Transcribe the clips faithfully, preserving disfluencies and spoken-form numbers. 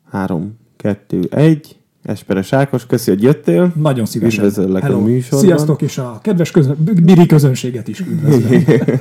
három, kettő, egy. Esperes Ákos, köszi, hogy jöttél. Nagyon szívesen. Üdvözöllek Hello. a műsorban. Sziasztok, és a kedves közön, biri közönséget is üdvözlöm.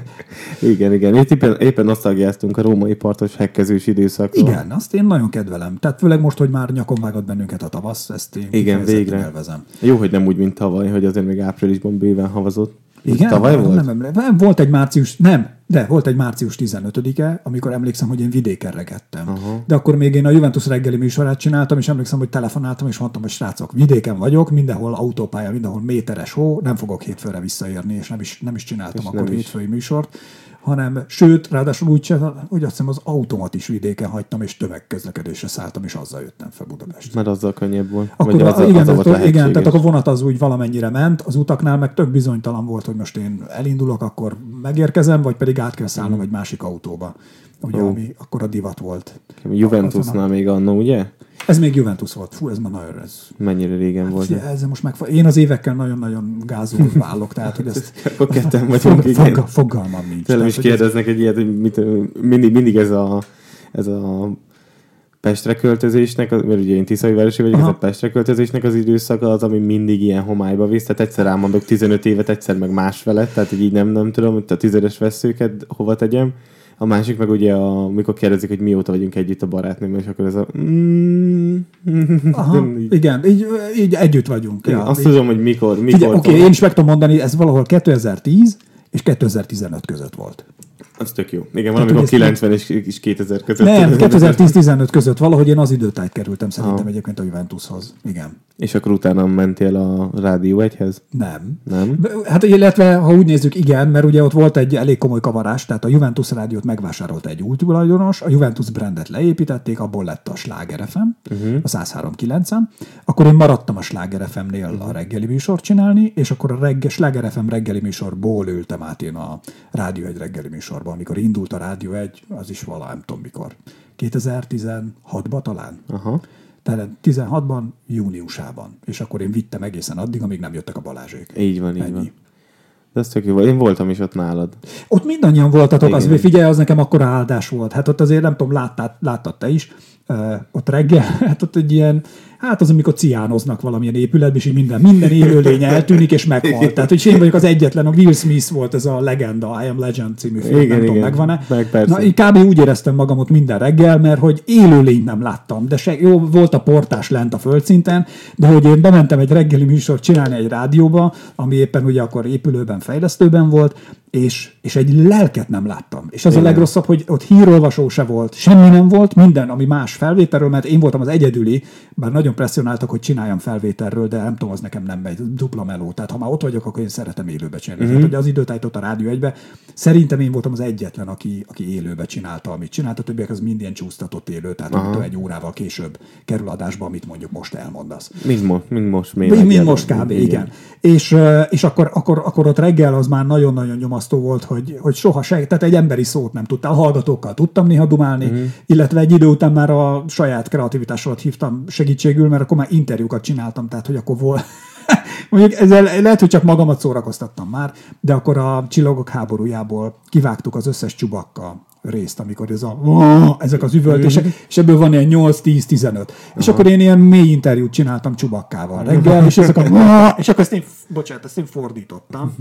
igen, igen. Itt éppen, éppen nosztalgiáztunk a római partos hekkezős időszakról. Igen, azt én nagyon kedvelem. Tehát főleg most, hogy már nyakon vágott bennünket a tavasz, ezt én igen, végre. Élvezem. Jó, hogy nem úgy, mint tavaly, hogy azért még áprilisban bőven havazott. Igen, tavaly volt? Nem, nem, volt egy március, nem, de volt egy március tizenötödike, amikor emlékszem, hogy én vidéken regettem. Uh-huh. De akkor még én a Juventus reggeli műsorát csináltam, és emlékszem, hogy telefonáltam, és mondtam, hogy srácok, vidéken vagyok, mindenhol autópálya, mindenhol méteres hó, nem fogok hétfőre visszaérni, és nem is, nem is csináltam és akkor hétfői műsort, hanem sőt, ráadásul úgy, úgy azt hiszem az automat is vidéken hagytam, és tömegközlekedésre szálltam, és azzal jöttem fel Budapestre. Mert azzal könnyebb volt. Akkor a, az, igen, az tehát, igen, tehát akkor a vonat az úgy valamennyire ment, az utaknál meg tök bizonytalan volt, hogy most én elindulok, akkor megérkezem, vagy pedig át kell szállnom mm. egy másik autóba. Ugye, oh. ami akkor a divat volt. Juventusnál még annó, ugye? Ez még Juventus volt. Fú, ez már nagyon... Ez... Mennyire régen hát, volt. Ez most meg... Én az évekkel nagyon-nagyon gázul válok, tehát hogy ezt... Akkor ketten vagyunk, fog, igen. Fog, fogalmam nincs. Tőlem is kérdeznek ez... egy ilyet, hogy mit, mindig, mindig ez a, ez a Pestre költözésnek, mert ugye én Tiszai városi vagyok, aha. Ez a Pestre költözésnek az időszaka az, ami mindig ilyen homályba visz. Tehát egyszer elmondok tizenöt évet, egyszer meg más felett, tehát így nem, nem tudom, hogy a tizedes vesszőket hova tegyem. A másik meg ugye, amikor kérdezik, hogy mióta vagyunk együtt a barátnőmmel, és akkor ez a... Mm, aha, így. Igen, így, így együtt vagyunk. Igen, ja, azt így. tudom, hogy mikor. mikor Oké, okay, én is meg tudom mondani, ez valahol kétezer-tíz és kétezer-tizenöt között volt. Az tök jó. Igen, valamikor kilencven és kétezer között. Nem, kétezer-tíz-tizenöt között valahogy én az időtájt kerültem szerintem aha. egyébként a Juventushoz. Igen. És akkor utána mentél a Rádió egyhez? Nem. Nem? Hát illetve, ha úgy nézzük, igen, mert ugye ott volt egy elég komoly kavarás, tehát a Juventus Rádiót megvásárolta egy új tulajdonos, a Juventus brandet leépítették, abból lett a Sláger ef em, uh-huh. a száz három kilencen. Akkor én maradtam a Sláger ef emnél uh-huh. a reggeli műsort csinálni, és akkor a reggel, Sláger ef em reggeli műsorból ültem át én a Rádió egy reggeli műsorba, amikor indult a Rádió egy, az is vala, nem tudom mikor. kétezer-tizenhatban talán. Aha. Tehát tizenhatban, júniusában. És akkor én vittem egészen addig, amíg nem jöttek a Balázsék. Így van, Ennyi. így van. De ez tök jó. Én voltam is ott nálad. Ott mindannyian voltatok, az, figyelj, az nekem akkora áldás volt. Hát ott azért nem tudom, láttad, láttad te is. Uh, ott reggel, hát ott egy ilyen, hát az, amikor ciánoznak valamilyen épületben, és így minden, minden élőlény eltűnik, és meghalt. Tehát, hogy én vagyok az egyetlen, a Will Smith volt ez a legenda, I Am Legend című film, igen, nem igen. tudom, megvan-e. Meg, Na, én kb. Úgy éreztem magam ott minden reggel, mert hogy élőlényt nem láttam, de se, jó, volt a portás lent a földszinten, de hogy én bementem egy reggeli műsort csinálni egy rádióba, ami éppen ugye akkor épülőben, fejlesztőben volt, és, és egy lelket nem láttam. És az igen. a legrosszabb, hogy ott hírolvasó se volt, semmi nem volt, minden, ami más felvételről, mert én voltam az egyedüli, bár nagyon presszionáltak, hogy csináljam felvételről, de nem tudom, az nekem nem megy, dupla meló. Tehát ha már ott vagyok, akkor én szeretem élőbe csinálni. Uh-huh. Tehát, hogy az időtájt ott a Rádió egybe, szerintem én voltam az egyetlen, aki, aki élőbe csinálta, amit csinált, a többiek az minden csúsztatott élő, tehát uh-huh. egy órával később kerül adásba, amit mondjuk most elmondasz. Mind most, mind most. Mind, mind most kb. Igen. igen. És, és akkor, akkor, akkor ott reggel az már nagyon-nagyon nyomasztó volt, hogy, hogy soha se, tehát egy emberi szót nem tudtál, a hallgatókkal tudtam néha dumálni, uh-huh. illetve egy idő után már a saját kreativitásomat hívtam segítségül, mert akkor már interjúkat csináltam, tehát hogy akkor volt, mondjuk ezzel lehet, hogy csak magamat szórakoztattam már, de akkor a Csillagok háborújából kivágtuk az összes Csubakka részt, amikor ez a, ezek az üvöltések, és ebből van ilyen nyolc-tíz-tizenöt. És akkor én ilyen mély interjút csináltam Csubakkával reggel, és ezek a, és akkor ezt én, bocsánat, ezt én fordítottam,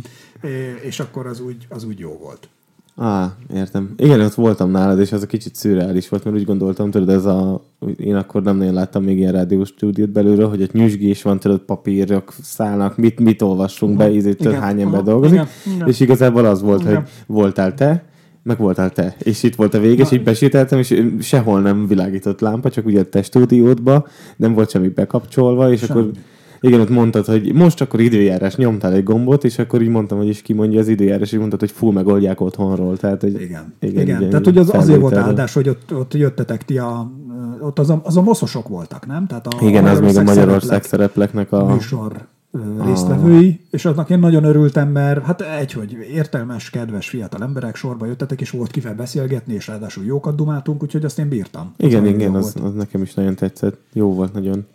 és akkor az úgy, az úgy jó volt. Á, értem. Igen, ott voltam nálad, és az a kicsit szürreális volt, mert úgy gondoltam, tudod, ez a... Én akkor nem nagyon láttam még ilyen rádiós stúdiót belülről, hogy ott nyüzsgés van, tudod, papírok szállnak, mit, mit olvassunk be, ízét, tudod, hány ember dolgozik. Igen. És igazából az volt, igen. hogy voltál te, meg voltál te. És itt volt a vége, és így besételtem, és sehol nem világított lámpa, csak ugye te stúdiódba, nem volt semmi bekapcsolva, és semmi. Akkor... Igen, ott mondtad, hogy most akkor időjárás, nyomtál egy gombot, és akkor így mondtam, hogy is kimondja az időjárás, és mondtad, hogy full megoldják otthonról. Tehát, hogy igen, igen, igen. igen. Tehát hogy az azért volt áldás, hogy ott, ott jöttetek ti a... Ott az a, az a moszosok voltak, nem? Tehát a, igen, a az még a Magyarország szerepleknek a... műsor résztvevői, és aznak én nagyon örültem, mert hát egy, hogy értelmes, kedves fiatal emberek sorba jöttetek, és volt kivel beszélgetni, és ráadásul jókat dumáltunk, úgyhogy azt én bírtam. Igen, az igen, az, az nekem is nagyon tetszett. Jó volt nagyon.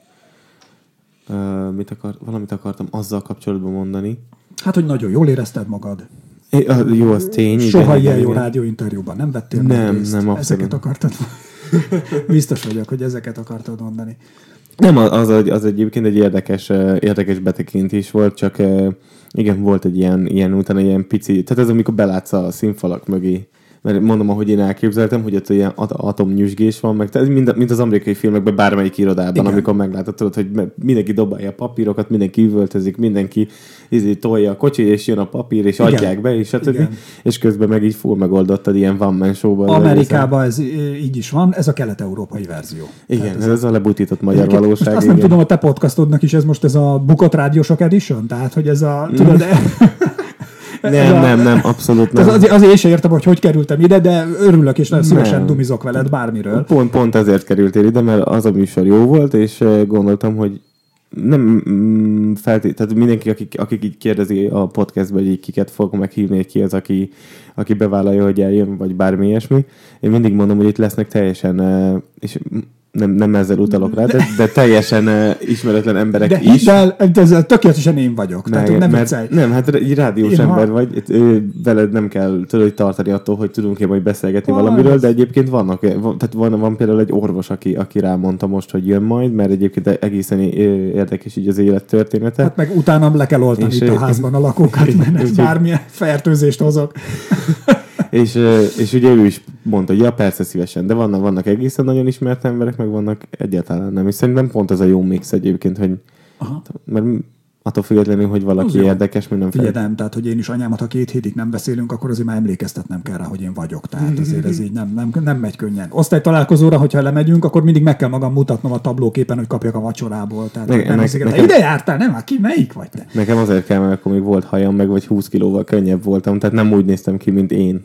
Uh, mit akar, valamit akartam azzal kapcsolatban mondani. Hát, hogy nagyon jól érezted magad. É, uh, jó, az tény. Soha igen, ilyen igen, jó igen. rádióinterjúban nem vettél nem, részt. Nem, abszolút. Ezeket akartad. Biztos vagyok, hogy ezeket akartad mondani. Nem, az, az egyébként egy érdekes, érdekes betekintés volt, csak igen, volt egy ilyen, ilyen utána ilyen pici, tehát ez amikor belátsz a színfalak mögé. Mert mondom, ahogy én elképzeltem, hogy ott ilyen atomnyüzsgés van, meg tehát mind, mint az amerikai filmekben, bármelyik irodában, igen. Amikor meglátod, tudod, hogy mindenki dobálja a papírokat, mindenki üvöltözik, mindenki izé, tolja a kocsi, és jön a papír, és igen. Adják be, és stb. És közben meg így full megoldottad ilyen one man show-ban. Amerikában ez így is van, ez a kelet-európai verzió. Igen, ez, ez a lebutított magyar igen, valóság. Most azt nem tudom, a te podcastodnak is ez most ez a bukott rádiósok edition, tehát hogy ez a, tudod, Nem, a, nem, nem, abszolút nem. Az, azért én sem értem, hogy hogy kerültem ide, de örülök, és nagyon szívesen dumizok veled bármiről. Pont, pont ezért kerültél ide, mert az a műsor jó volt, és gondoltam, hogy nem mm, feltét, tehát mindenki, akik, akik így kérdezi a podcastben, hogy kiket fog meghívni, hogy ki az, aki, aki bevállalja, hogy eljön, vagy bármi ilyesmi. Én mindig mondom, hogy itt lesznek teljesen, és nem, nem ezzel utalok rá, de, de teljesen uh, ismeretlen emberek de is. De ezzel tökéletesen én vagyok. Meg, tehát nem mert, nem, hát egy rádiós én ember ha... vagy, veled nem kell tudod tartani attól, hogy tudunk-e majd beszélgetni van, valamiről, de egyébként vannak, van, tehát van, van például egy orvos, aki, aki rámondta most, hogy jön majd, mert egyébként egészen érdekes így az élettörténete. Hát meg utána le kell oltani itt a házban a lakókat, mert bármilyen fertőzést hozok. és, és ugye ő is mondta, hogy ja, persze szívesen, de vannak, vannak egészen nagyon ismert emberek, meg vannak egyáltalán nem. És szerintem pont ez a jó mix egyébként, hogy aha. Mert attól függetlenül, hogy valaki az érdekes, mindenféle. Figyelj, nem, tehát, hogy én is anyámat, ha két hétig nem beszélünk, akkor azért már emlékeztetnem kell rá, hogy én vagyok. Tehát azért ez így nem, nem, nem megy könnyen. Osztálytalálkozóra, hogyha lemegyünk, akkor mindig meg kell magam mutatnom a tablóképen, hogy kapjak a vacsorából. Tehát ne, nem ne, azért, nekem, ide jártál, nem? Hát ki, melyik vagy te? Nekem azért kell, mert akkor még volt hajam, meg vagy húsz kilóval könnyebb voltam, tehát nem úgy néztem ki, mint én.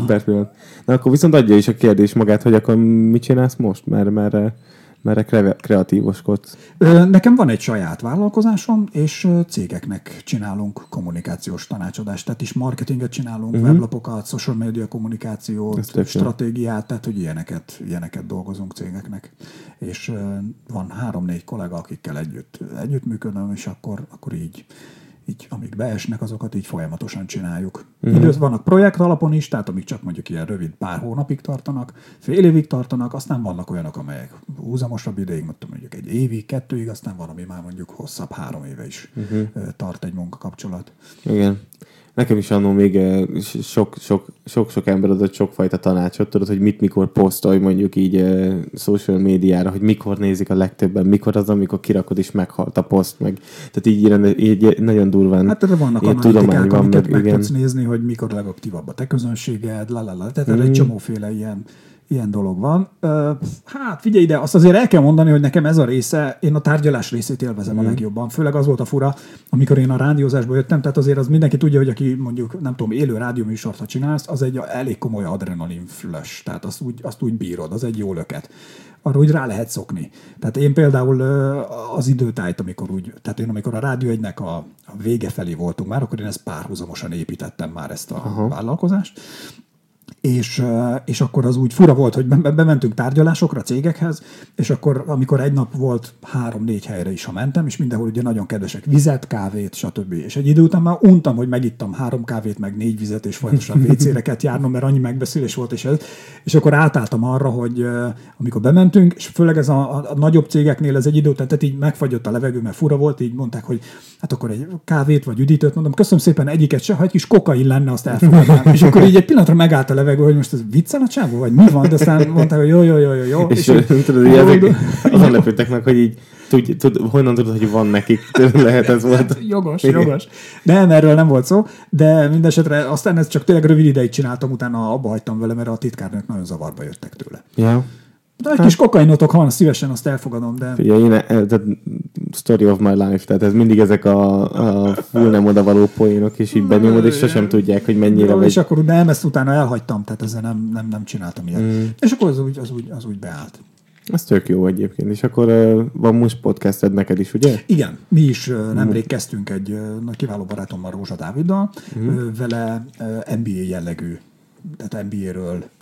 Na akkor viszont adja is a kérdés magát, hogy akkor mit csinálsz most? Mert, mert Mert kreatívoskodsz. Nekem van egy saját vállalkozásom, és cégeknek csinálunk kommunikációs tanácsadást, tehát is marketinget csinálunk, uh-huh. weblapokat, social media kommunikációt, stratégiát, tehát hogy ilyeneket, ilyeneket dolgozunk cégeknek. És van három-négy kollega, akikkel együtt, együttműködöm, és akkor, akkor így így, amik beesnek, azokat így folyamatosan csináljuk. Uh-huh. Idősz vannak projekt alapon is, tehát amik csak mondjuk ilyen rövid pár hónapig tartanak, fél évig tartanak, aztán vannak olyanok, amelyek húzamosabb ideig, mondjuk egy évig, kettőig, aztán van, ami már mondjuk hosszabb, három éve is uh-huh. tart egy munkakapcsolat. Igen. Nekem is annól még sok-sok ember adott sokfajta tanácsot, tudod, hogy mit mikor posztolj mondjuk így uh, social médiára, hogy mikor nézik a legtöbben, mikor az, amikor kirakod és meghalt a poszt, meg. Tehát így, így nagyon durván. Hát erre vannak analitikák, van, amiket meg, meg tudsz nézni, hogy mikor legaktívabb a te közönséged, lalala, tehát mm. egy csomóféle ilyen Ilyen dolog van. Hát figyelj ide, azt azért el kell mondani, hogy nekem ez a része, én a tárgyalás részét élvezem mm. a legjobban. Főleg az volt a fura, amikor én a rádiózásba jöttem, tehát azért az mindenki tudja, hogy aki mondjuk, nem tudom, élő rádióműsort, ha csinálsz, az egy elég komoly adrenalin flash, tehát azt úgy, azt úgy bírod, az egy jó löket. Arra úgy rá lehet szokni. Tehát én például az időtájt, amikor úgy, tehát én amikor a Rádió egynek a, a vége felé voltunk már, akkor én ezt párhuzamosan építettem már ezt a Aha. vállalkozást. És, és akkor az úgy fura volt, hogy bementünk tárgyalásokra cégekhez, és akkor, amikor egy nap volt három-négy helyre is, ha mentem, és mindenhol ugye nagyon kedvesek, vizet, kávét, stb. És egy idő után már untam, hogy megittam három kávét, meg négy vizet, és folyamatosan vé cére kellett járnom, mert annyi megbeszélés volt, és ez. És akkor átálltam arra, hogy amikor bementünk, és főleg ez a, a, a nagyobb cégeknél ez egy idő után, tehát így megfagyott a levegő, mert fura volt, így mondták, hogy hát akkor egy kávét vagy üdítőt, mondom, köszönöm szépen, egyiket se, ha egy kis kokain lenne, azt elfogadnám. És akkor így egy pillanatra megállt a levegő, hogy most ez viccel a csávó, vagy mi van, de aztán mondták, hogy jó, jó, jó, jó, jó. És, és tudod, hogy ezek azon lepődtek meg, hogy így tud, tud, honnan tudod, hogy van nekik, lehet ez volt. Jogos, jogos. Nem, erről nem volt szó, de mindesetre aztán ezt csak tényleg rövid ideig csináltam, utána abba hagytam vele, mert a titkárnők nagyon zavarba jöttek tőle. Ja. De egy hát, kis kokainotok van, szívesen azt elfogadom, de... Figyelj, én, tehát story of my life, tehát ez mindig ezek a, a full nem odavaló poénok, és így benyomod, és sosem tudják, hogy mennyire vagy. És akkor nem, ezt utána elhagytam, tehát ezzel nem, nem, nem csináltam ilyet. Mm. És akkor az úgy, az, úgy, az úgy beállt. Ez tök jó egyébként. És akkor uh, van most podcasted neked is, ugye? Igen. Mi is uh, nemrég mm. kezdtünk egy uh, kiváló barátommal, Rózsa Dáviddal, mm. uh, vele uh, en bé á jellegű, tehát en bé á-ről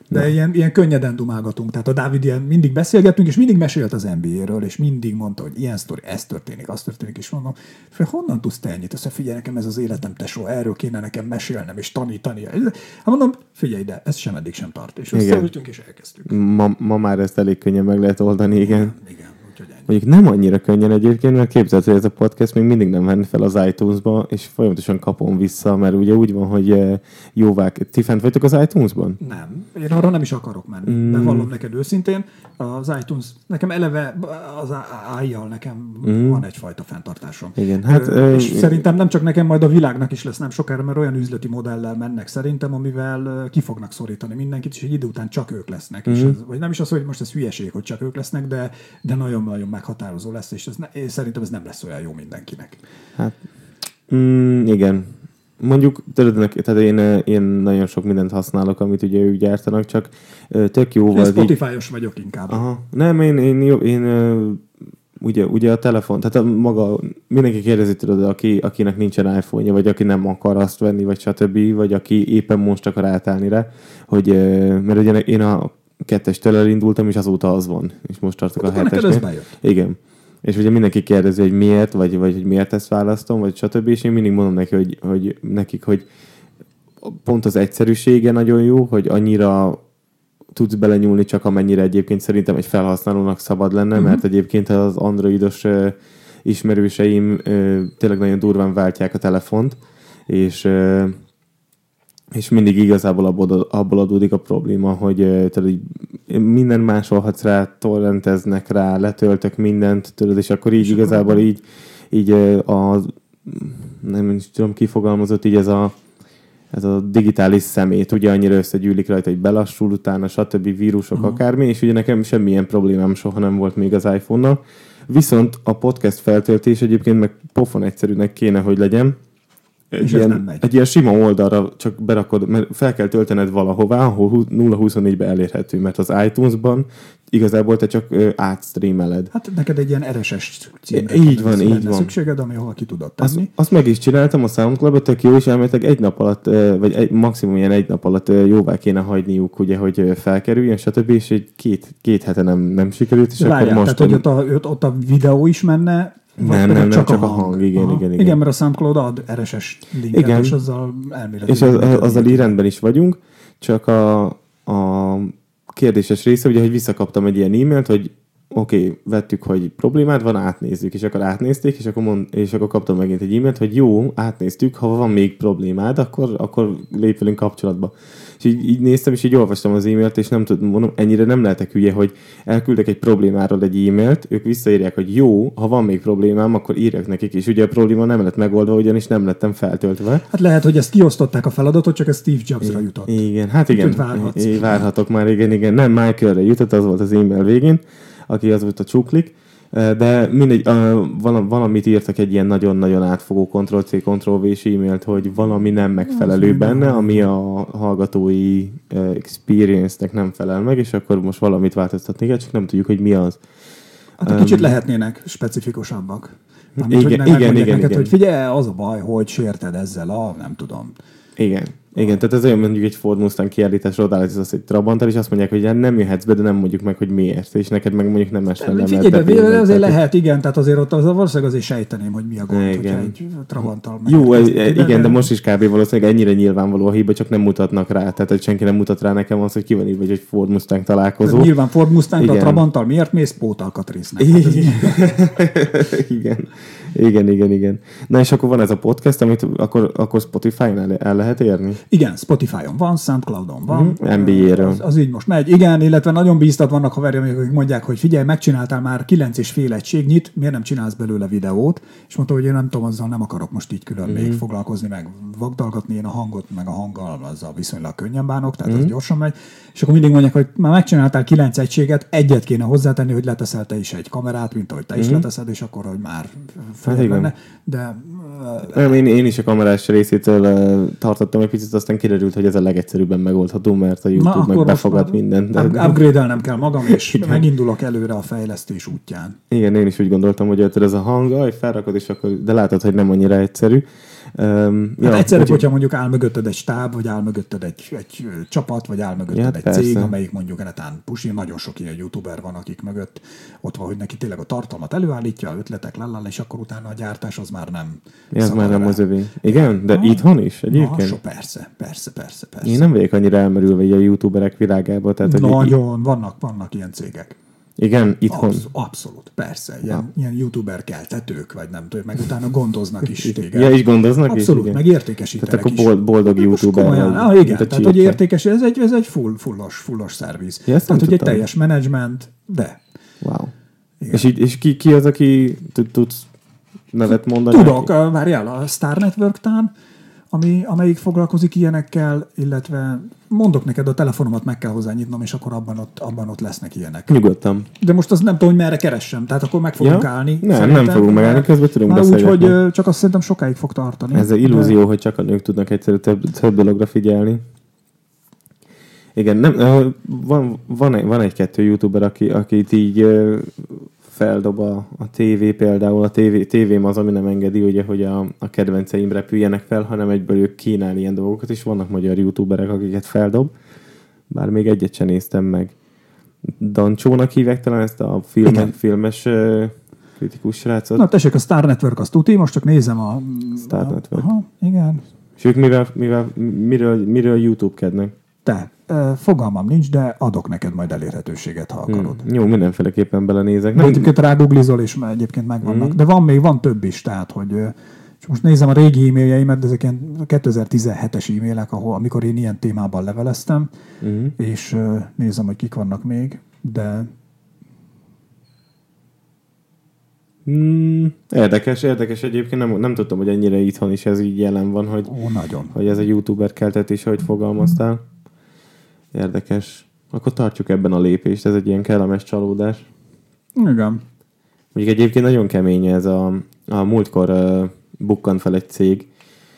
De ja. ilyen, ilyen könnyeden dumálgatunk. Tehát a Dávid ilyen mindig beszélgettünk, és mindig mesélt az en bé á-ről, és mindig mondta, hogy ilyen sztori, ez történik, az történik, és mondom, hogy honnan tudsz te ennyit? Azt figyelj, nekem ez az életem, tesó, erről kéne nekem mesélnem, és tanítani. Hát mondom, figyelj, de ez sem eddig sem tart. És összeültünk, és elkezdtük. Ma, ma már ezt elég könnyen meg lehet oldani, igen. Igen. Mondjuk nem annyira könnyen egyébként, mert képzeld, hogy ez a podcast még mindig nem venni fel az iTunes-ba, és folyamatosan kapom vissza, mert ugye úgy van, hogy jóvá... Ti fent vagytok az iTunes-ban? Nem. Én arra nem is akarok menni. Mm. De vallom neked őszintén, az iTunes, nekem eleve az á i-jal nekem mm. van egyfajta fenntartásom. Igen, hát... Ö, és ö, szerintem nem csak nekem, majd a világnak is lesz nem sokára, mert olyan üzleti modellel mennek szerintem, amivel ki fognak szorítani mindenkit, és egy idő után csak ők lesznek. Mm. És ez, vagy nem is az, hogy most ez hülyeség, hogy csak ők lesznek, de, de nagyon-nagyon meghatározó lesz, és ez ne, én szerintem ez nem lesz olyan jó mindenkinek. Hát, mm, igen. Mondjuk, tudod, tehát én, én nagyon sok mindent használok, amit ugye ők gyártanak, csak tök jó volt. Spotify-os így... vagyok inkább. Aha. Nem, én, én, én, én ugye, ugye a telefon, tehát a maga, mindenki kérdezi, tudod, aki, akinek nincsen iPhone-ja, vagy aki nem akar azt venni, vagy stb., vagy aki éppen most akar átállni rá, hogy, mert ugye én a kettestől elindultam, és azóta az van. És most tartok hát, a hetesnél. Igen. És ugye mindenki kérdezi, hogy miért, vagy, vagy hogy miért ezt választom, vagy stb. És én mindig mondom neki, hogy, hogy nekik, hogy pont az egyszerűsége nagyon jó, hogy annyira tudsz belenyúlni, csak amennyire egyébként szerintem egy felhasználónak szabad lenne, uh-huh. mert egyébként az androidos uh, ismerőseim uh, tényleg nagyon durván váltják a telefont, és uh, és mindig igazából abból, abból adódik a probléma, hogy tudod, így minden másolhatsz rá, torrenteznek rá, letöltök mindent, tudod, és akkor így és igazából akkor... így, így a, nem is tudom kifogalmazott, így ez a, ez a digitális szemét, ugye annyira összegyűlik rajta, hogy belassul utána, stb. Vírusok, uh-huh. akármi, és ugye nekem semmilyen problémám soha nem volt még az iPhone-nal. Viszont a podcast feltöltés egyébként meg pofon egyszerűnek kéne, hogy legyen. Egy ilyen, egy ilyen sima oldalra csak berakod, mert fel kell töltened valahová, ahol nulla huszonnégybe elérhető, mert az iTunes-ban igazából te csak ö, átstreameled. Hát neked egy ilyen er es es címre így van, így van. szükséged, ami hol ki tudod tenni. Azt, azt meg is csináltam a SoundCloud-ot, tök jó, és elméletileg egy nap alatt, vagy egy, maximum ilyen egy nap alatt jóvá kéne hagyniuk, ugye, hogy felkerüljön, stb. És egy két, két hete nem, nem sikerült, és Várjál, akkor most... tehát, hogy ott a, ott a videó is menne, nem, nem, nem, csak, csak a hang. hang. Igen, igen, igen. Igen, mert a SoundCloud ad er es es linket, igen. És azzal elméletileg... És az, azzal így rendben is vagyunk, csak a, a kérdéses része, ugye, hogy visszakaptam egy ilyen e-mailt, hogy oké, okay, vettük, hogy problémád van, átnézzük, és akkor átnézték, és akkor, mond, és akkor kaptam megint egy e-mailt, hogy jó, átnéztük, ha van még problémád, akkor, akkor lépj velünk kapcsolatba. És így, így néztem, és így olvastam az e-mailt, és nem tudom, mondom, ennyire nem lehetek hülye, hogy elküldek egy problémáról egy e-mailt, ők visszaírják, hogy jó, ha van még problémám, akkor írjak nekik, és ugye a probléma nem lett megoldva, ugyanis nem lettem feltöltve. Hát lehet, hogy ezt kiosztották a feladatot, csak ez Steve Jobsra jutott. Igen, hát igen, é, várhatok már, igen, igen. Nem, Michaelre jutott, az volt az e-mail végén, aki az volt a csuklik, de mindegy, valamit írtak egy ilyen nagyon-nagyon átfogó Ctrl-C, Ctrl-V-s e-mailt, hogy valami nem megfelelő benne, ami a hallgatói experience-nek nem felel meg, és akkor most valamit változtatni kell, csak nem tudjuk, hogy mi az. Hát egy kicsit lehetnének specifikusabbak. Nem, igen, igen, igen, igen, neked, igen. hogy figyelj, az a baj, hogy sérted ezzel a, nem tudom. Igen. Igen, tehát ez olyan mondjuk egy Ford Mustang kiállításra odállítsz az egy Trabanttal, és azt mondják, hogy nem jöhetsz be, de nem mondjuk meg, hogy miért. És neked meg mondjuk nem esne nem figyelj, lehet. Figyelj, de azért lehet, igen, tehát azért ott az, valószínűleg azért sejteném, hogy mi a gond, hogyha egy Trabanttal meg. Jó, ez, igen, de, de most is kb. Valószínűleg ennyire nyilvánvaló a hiba, csak nem mutatnak rá. Tehát, hogy senki nem mutat rá nekem az, hogy ki van írva, hogy egy Ford Mustang találkozó. De nyilván Ford Mustang, a Trabanttal miért mész? Pótalkatrésznek. Hát igen. Igen, igen, igen. Na és akkor van ez a podcast, amit akkor, akkor Spotify-on el, el lehet érni? Igen, Spotify-on van, SoundCloud-on van. Mm, en bé á-ről. Az, az így most megy. Igen, illetve nagyon bíztat vannak haverjaim, akik mondják, hogy figyelj, megcsináltál már kilenc és fél egységnyit, miért nem csinálsz belőle videót? És mondta, hogy én nem tudom, azzal nem akarok most így külön mm. még foglalkozni, meg vagdalgatni, én a hangot, meg a hanggal azzal viszonylag könnyen bánok, tehát mm. az gyorsan megy. És akkor mindig mondják, hogy már megcsináltál kilenc egységet, egyet kéne hozzátenni, hogy leteszel te is egy kamerát, mint ahogy te mm. is leteszed, és akkor, hogy már fel benne. De nem, én, én is a kamerás részétől uh, tartottam egy picit, aztán kiderült, hogy ez a legegyszerűbben megoldható, mert a YouTube meg befogad mindent. De... Upgrade-elnem kell magam, és igen. megindulok előre a fejlesztés útján. Igen, én is úgy gondoltam, hogy ez a hang, hogy felrakod, és akkor, de látod, hogy nem annyira egyszerű. Um, hát ja, egyszerűbb, úgy, hogyha mondjuk áll mögötted egy stáb, vagy áll mögötted egy, egy csapat, vagy áll mögötted Ja, egy persze. cég, amelyik mondjuk netán pusi, nagyon sok ilyen youtuber van, akik mögött ott van, hogy neki tényleg a tartalmat előállítja, ötletek, lallal, és akkor utána a gyártás az már nem ja, ez már nem rá. az övé. Igen, de Ah, itthon is egyébként? Na, so, persze, persze, persze, persze. Én nem vagyok annyira elmerülve így a youtuberek világába. Tehát, hogy Nagyon, vannak, vannak ilyen cégek. igen, itthon. Absz- abszolút, persze. Ilyen, ah. ilyen youtuber keltetők, vagy nem tudom, meg utána gondoznak is téged. Ja, is gondoznak abszolút, is? meg értékesítenek tehát akkor is. bold, boldog youtuber. Komolyan, vagy, ah, igen, mint a tehát hogy csirke. értékes, ez egy, ez egy full, fullos, fullos szerviz. Ja, tehát, hogy egy tudtam. teljes menedzsment, de. Wow. Igen. És, így, és ki, ki az, aki tud- tudsz nevet mondani? Tudok, uh, várjál, a Star Network tán, ami, amelyik foglalkozik ilyenekkel, illetve mondok neked, a telefonomat meg kell hozzá nyitnom, és akkor abban ott, abban ott lesznek ilyenek. Nyugodtan. De most azt nem tudom, hogy merre keressem, tehát akkor meg fogunk Ja? állni. Nem, szerintem, nem fogunk megállni, közben tudunk már úgy, beszélgetni. hogy ö, csak azt szerintem sokáig fog tartani. Ez egy illúzió, hogy csak a nők tudnak egyszerű több, több dologra figyelni. Igen, nem, ö, van, van, egy, van egy-kettő youtuber, aki, akit így ö, feldob a, a tévé például. A tévé, tévém az, ami nem engedi, ugye, hogy a, a kedvenceim repüljenek fel, hanem egyből ők kínál ilyen dolgokat, és vannak magyar youtuberek, akiket feldob. Bár még egyet sem néztem meg. Dancsónak hívják talán ezt a filme, filmes ö, kritikus srácot. Na tessék, a Star Network az tuti, most csak nézem a... Star a, Network. Aha, igen. És ők mivel, mivel, miről, miről YouTube-kednek? Te, ö, fogalmam nincs, de adok neked majd elérhetőséget, ha akarod. Hmm. Jó, mindenféleképpen belenézek. Nem, egyébként rágooglizol, és már egyébként megvannak. Mm. De van még, van több is, tehát, hogy ö, és most nézem a régi e-mailjeimet, de ezek ilyen kétezer-tizenhetes e-mailek, ahol, amikor én ilyen témában leveleztem, Mm. és ö, nézem, hogy kik vannak még, de Mm, érdekes, érdekes egyébként. Nem, nem tudtam, hogy ennyire itthon is ez így jelen van, hogy, ó, nagyon. hogy ez a youtuber keltetés, ahogy fogalmaztál. Érdekes. Akkor tartjuk ebben a lépést, ez egy ilyen kellemes csalódás. Igen. Mondjuk egyébként nagyon kemény ez a, a múltkor uh, bukkant fel egy cég,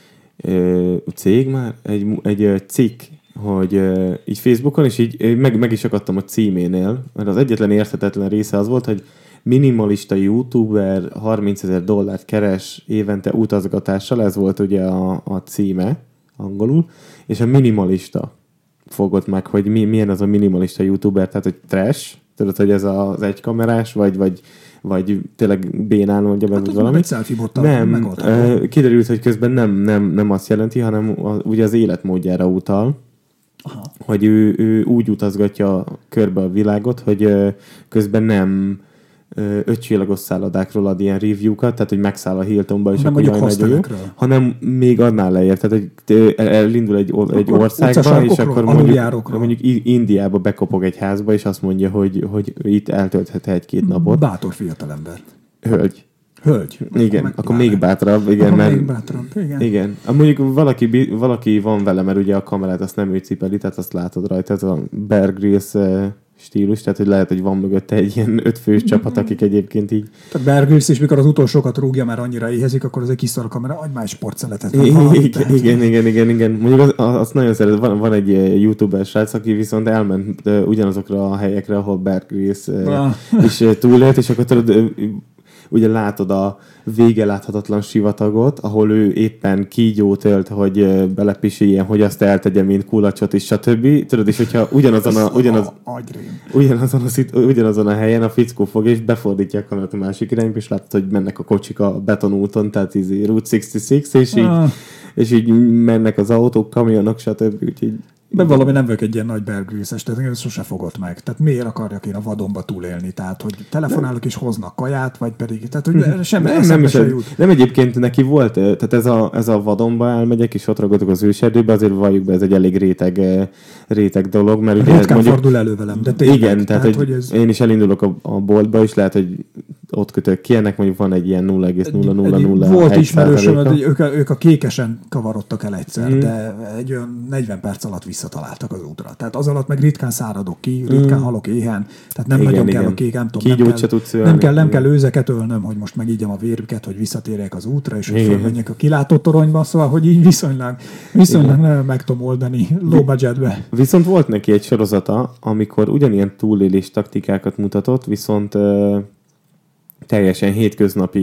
uh, cég már? Egy, egy uh, cikk, hogy uh, így Facebookon, és így meg, meg is akadtam a címénél, mert az egyetlen érthetetlen része az volt, hogy minimalista youtuber harmincezer dollárt keres évente utazgatással, ez volt ugye a, a címe angolul, és a minimalista fogott meg, hogy mi, milyen az a minimalista youtuber, tehát hogy trash, tudod, hogy ez az egykamerás, vagy, vagy, vagy tényleg bénán mondja Hát meg az valami. egy selfie bottal Nem, megoldható. ö, kiderült, hogy közben nem, nem, nem azt jelenti, hanem a, ugye az életmódjára utal. Aha. Hogy ő, ő úgy utazgatja körbe a világot, hogy ö, közben nem ö, ötcsillagos szállodákról ad ilyen review-kat, tehát hogy megszáll a Hiltonba, és Nem akkor mondjuk jaj, nagyon jó, hostelekről. hanem még annál lejjebb, tehát hogy ö, elindul egy, egy Akkor országba, és utcasarkokról, akkor mondjuk, aluljárókról. mondjuk I- Indiába bekopog egy házba, és azt mondja, hogy, hogy itt eltölthet egy-két napot. Bátor fiatalember. Hölgy. Hölgy. Igen, meg akkor pláne. még bátrabb. Igen, Akkor mert, még bátrabb, igen. igen. Mondjuk valaki, bi- valaki van vele, mert ugye a kamerát azt nem ő cipeli, tehát azt látod rajta, ez a Bear Grylls uh, stílus, tehát hogy lehet, hogy van mögötte egy ilyen ötfős csapat, akik egyébként így... Tehát Bear Grylls is, mikor az utolsókat rúgja, mert annyira éhezik, akkor az egy kiszor a kamera, adj már egy sportszeletet. Igen, igen, igen, igen, igen. Mondjuk az, azt nagyon szeret, van, van egy uh, youtuber srác, aki viszont elment uh, ugyanazokra a helyekre, ahol Bear Grylls uh, Ah. is uh, túlélt, és akkor tudod, uh, ugye látod a vége láthatatlan sivatagot, ahol ő éppen kígyót ölt, hogy uh, belepisiljen, hogy azt eltegye, mint kulacsot, és stb. Tudod, és hogyha ugyanazon a, ugyanaz, Agyrém. ugyanazon, a, szit- ugyanazon a helyen a fickó fog, és befordítja a kamerát a másik irányba, és látod, hogy mennek a kocsik a betonúton, tehát izé Route hatszázharminchat, és így, Ah. és így mennek az autók, kamionok, stb. Úgyhogy De valami nem vagyok egy ilyen nagy Bear Grylls-es, tehát engem sose fogott meg. Tehát miért akarjak én a vadonba túlélni? Tehát, hogy telefonálok és hoznak kaját, vagy pedig, tehát, hogy semmi nem, nem, eszembe is se ez, jut. nem egyébként neki volt, eh, tehát ez a, ez a vadonba elmegyek, és ott ragadok az őserdőbe, azért valljuk be, ez egy elég réteg, eh, réteg dolog, mert ugye Ritkán fordul elő velem, de tényleg. igen, tehát, tehát hogy, hogy ez... én is elindulok a, a boltba, és lehet, hogy ott kötök ki, ennek mondjuk van egy ilyen nulla egész nulla nulla nulla Volt ismerősöm, hogy ők, a- ők a kékesen kavarodtak el egyszer, Mm. de egy olyan negyven perc alatt visszataláltak az útra. Tehát az alatt meg ritkán száradok ki, ritkán Mm. halok éhen, tehát nem Igen, nagyon kell igen. a kék, nem tudom, Kígyót nem se kell, tudsz ölni, nem kell, nem igen. kell őzeket ölnöm, hogy most megígyem a vérüket, hogy visszatérjek az útra, és hogy Igen. fölmenjek a kilátótoronyba, szóval, hogy így viszonylag, viszonylag nem meg tudom oldani low budgetbe. Viszont volt neki egy sorozata, amikor ugyanilyen túlélés taktikákat mutatott, viszont uh, teljesen hétköznapi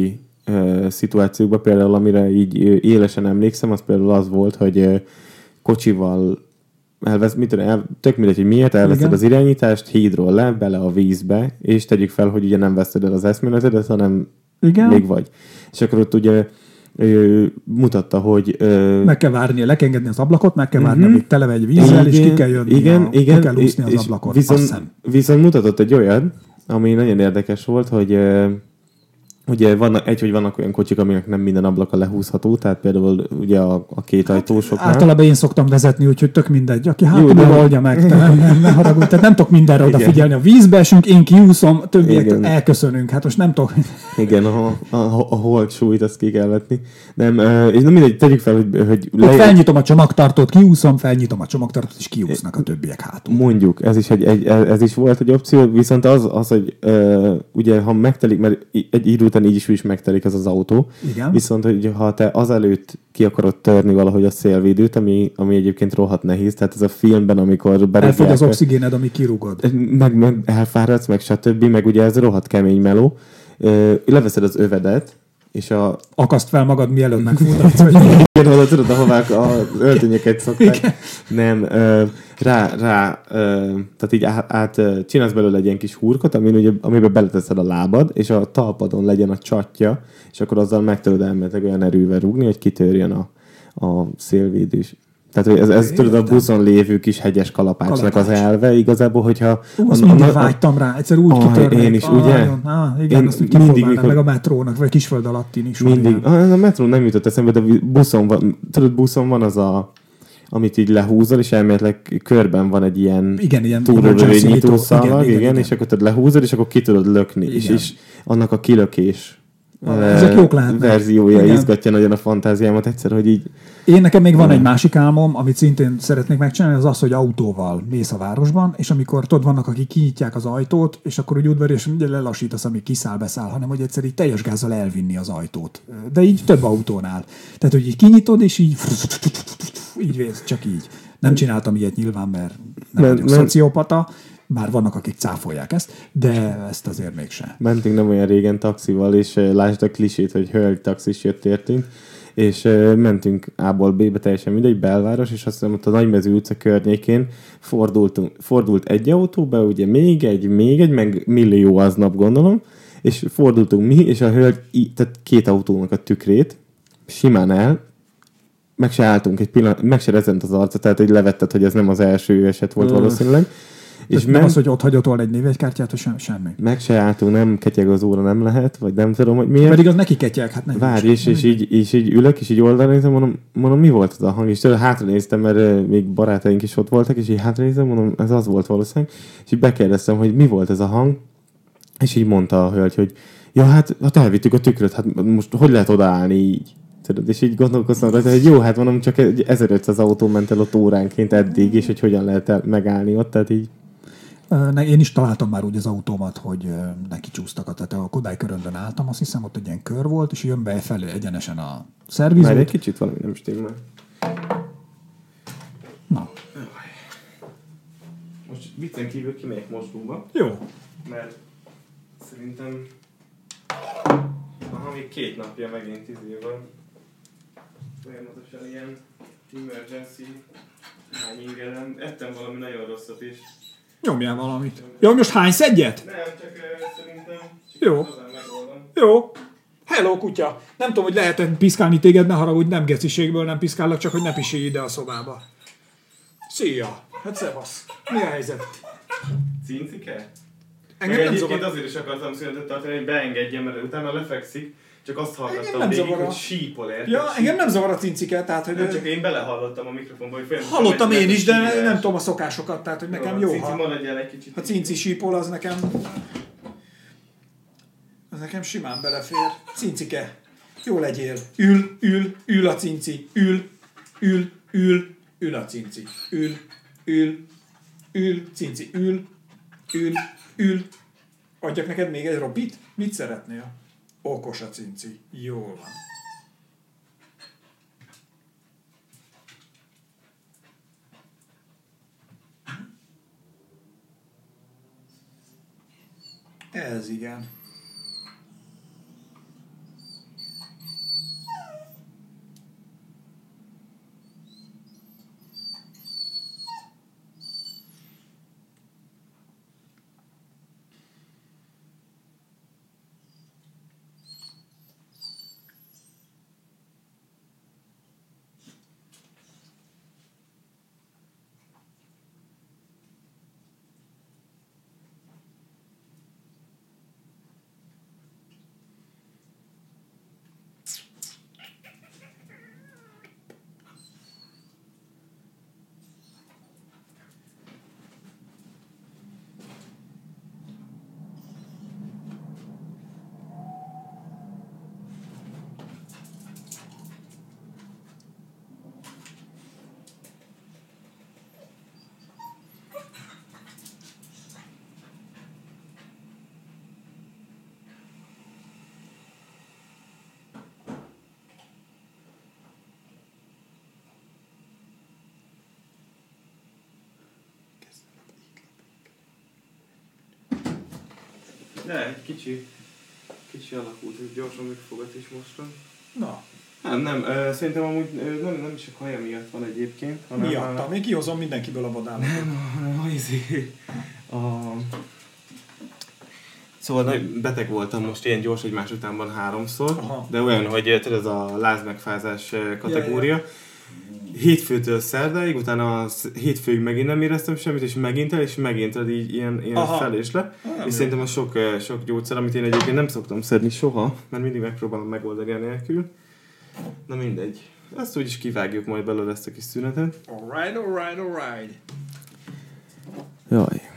ö, szituációkban, például amire így ö, élesen emlékszem, az például az volt, hogy ö, kocsival elvesz, mit tudom, el, tök mindegy, hogy miért elveszed Igen. az irányítást, hídról le, bele a vízbe, és tegyük fel, hogy ugye nem veszed el az eszméletedet, hanem Igen. még vagy. És akkor ott ugye ö, mutatta, hogy... Ö, meg kell várni, le kell engedni az ablakot, meg kell várni, Mhm. amíg tele egy vízzel, és ki kell jönni, igen, a, igen, ki kell úszni az és ablakot. Viszont, Azt hiszem. viszont mutatott egy olyan, ami nagyon érdekes volt, hogy ö, ugye vannak, egy, hogy vannak olyan kocsik, aminek nem minden ablaka lehúzható, tehát például ugye a, a két ajtósoknál. Általában én szoktam vezetni, úgyhogy tök mindegy. Aki hátul de- oldja meg, te nem, nem, nem haragudj. Tehát nem tudok mindenre Igen. odafigyelni. A vízbe esünk, én kiúszom, többiek Igen. elköszönünk. Hát most nem tudok. Igen, a, a, a hold súlyt azt ki kell vetni. Nem, ö, és nem mindegy, tegyük fel, hogy, hogy Ott felnyitom a csomagtartót, kiúszom, felnyitom a csomagtartót, és kiúsznak a többiek hátul. Mondjuk, ez is, egy, egy, ez is volt egy opció, viszont az, az hogy ö, ugye ha megtelik, mert egy idő után így is, is megtelik ez az autó, Igen. viszont hogy ha te azelőtt ki akarod törni valahogy a szélvédőt, ami, ami egyébként rohadt nehéz, tehát ez a filmben, amikor Elfogy berúgják, az oxigéned, ami kirúgod. meg, meg elfáradsz, meg stb., meg ugye ez rohadt kemény meló, ö, leveszed az övedet, és a Akaszt fel magad, mielőtt megfutadsz. Vagy... igen, oda tudod, ahová az öltönyöket szokták. Nem, ö, rá, rá, ö, tehát így át, át ö, csinálsz belőle egy ilyen kis hurkot, amin ugye, amiben beleteszed a lábad, és a talpadon legyen a csatja, és akkor azzal meg tudod elméletileg olyan erővel rúgni, hogy kitörjön a, a szélvédős. Tehát, hogy ez, ez tudod, a buszon lévő kis hegyes kalapácsnak az Kalapács. elve, igazából, hogyha... Ú, azt a- mindig a- a- vágytam rá, egyszer úgy Ah, kitörnek. én is, Ah, ugye? nagyon. Ah, igen, Én azt úgy mindig, kipróbálnám, mikor- meg a metrónak, vagy kisföld alattin is. van Mindig. ilyen. Ah, a metró nem jutott eszembe, de buszon van, tudod, buszon van az a, amit így lehúzol, és elméletileg körben van egy ilyen Igen, ilyen túlrövő emergency nyitó. nyitószalag, igen, Igen, igen, igen, igen, és akkor tudod lehúzod, és akkor ki tudod lökni, és, Igen. és annak a kilökés Ah, eh, ezek jók lehetnek. verziója Igen. izgatja nagyon a fantáziámat egyszer, hogy így Én nekem még van egy másik álmom, amit szintén szeretnék megcsinálni, az az, hogy autóval mész a városban, és amikor tudod, vannak, akik kinyitják az ajtót, és akkor úgy udvariasan ugye lelassítasz, amíg kiszáll, beszáll, hanem hogy egyszer így teljes gázzal elvinni az ajtót. De így több autónál. Tehát, hogy így kinyitod, és így így vész, csak így. Nem csináltam ilyet nyilván, mert nem Mert- vagyok mert- szociopata, bár vannak, akik cáfolják ezt, de ezt azért mégse. mentünk nem olyan régen taxival, és eh, lásd a klisét, hogy hölgy taxis jött értünk, és uh, mentünk A-ból B-be, teljesen mindegy, belváros, és azt hiszem, ott a Nagymező utca környékén fordultunk, fordult egy autó be, ugye még egy, még egy, meg millió aznap gondolom, és fordultunk mi, és a hölgy, í- tehát két autónak a tükrét simán el, meg se álltunk egy pillanat, meg se rezent az arca, tehát hogy levetted, hogy ez nem az első eset volt Öh. valószínűleg. És És nem ment, az, hogy ott hagyott volna egy névjegykártyát, vagy sem, semmi. meg se álltunk, nem ketyeg az óra, nem lehet, vagy nem tudom, hogy miért. Pedig az neki ketyeg, hát nem. Várj, és, és, így, és így ülök, és így oldalra nézem, mondom, mondom, mi volt az a hang? És tőle hátra néztem, mert uh, még barátaink is ott voltak, és így hátra nézem, mondom, ez az volt valószínűleg. És így bekérdeztem, hogy mi volt ez a hang, és így mondta a hölgy, hogy ja, hát, hát elvittük a tükröt, hát most hogy lehet odaállni így? Tudod, és így gondolkoztam rajta, hogy jó, hát mondom, csak egy ezerötszáz autó ment el ott óránként eddig, és hogy hogyan lehet el megállni ott, tehát így. Ö, ne- Én is találtam már úgy az autómat, hogy ö, neki csúsztak, tehát a Kodály köröndön álltam, azt hiszem, ott egy ilyen kör volt, és jön be felé egyenesen a szervizó. Már egy kicsit valami nem stimmel. Na, Most viccen kívül kimegyek mosdóba. jó. Mert szerintem aha, még két napja megint izé van. Folyamatosan ilyen emergency hány ingerem. Ettem valami nagyon rosszat is. Nyomjál valamit. Jó, most hány szedjet? Nem, csak uh, szerintem csak Jó. hozzám megoldom. Jó. Hello, kutya. Nem tudom, hogy lehet-e piszkálni téged, ne haragudj, nem geciségből nem piszkállak, csak hogy ne pisilj ide a szobába. Szia. Hát szevasz. Mi a helyzet? Cincike? Engem Meg nem egyébként zavar. azért is akartam szünetet tartani, hogy beengedjem, mert utána lefekszik, csak azt Engem hallgattam nem végig, zavar a- hogy sípol, érted? Ja, engem nem zavar a cincike, tehát hogy... Nem, csak én belehallottam a mikrofonba, hogy folyamatosan Hallottam megy- én is, de megy- nem tudom a szokásokat, tehát hogy nekem jó, Cici, ha, maradjál egy kicsit. ha cinci sípol, az nekem... Az nekem simán belefér. Cincike, jó legyél. Ül, ül, ül a cinci. Ül, ül, ül, ül a cinci. Ül, ül, ül, cinci. Ül, ül, ül. Adjak neked még egy robit? Mit szeretnél? Okos a cinci. Jól van. Ez igen. De egy kicsi, kicsi alakult, hogy gyorsan megfogat is mostan. Na. Nem, nem, ö, szerintem amúgy ö, nem, nem is a haja miatt van egyébként. Hanem Miatta? A... Még kihozom mindenkiből a vadállatot. Nem, hanem a izé... A... Szóval nagy beteg voltam most ilyen gyors egymás utánban háromszor, aha. De olyan, hogy ez a lázmegfázás kategória. Ja, ja. Hétfőtől szerdáig, utána a hétfőig megint nem éreztem semmit, és megint el, és megint el így ilyen, ilyen fel és le. Ah, és szerintem a sok, sok gyógyszer, amit én egyébként nem szoktam szedni soha, mert mindig megpróbálom megoldani a nélkül. Na mindegy. Ezt úgyis kivágjuk majd belőle ezt a kis szünetet. Alright, alright, alright. Jaj.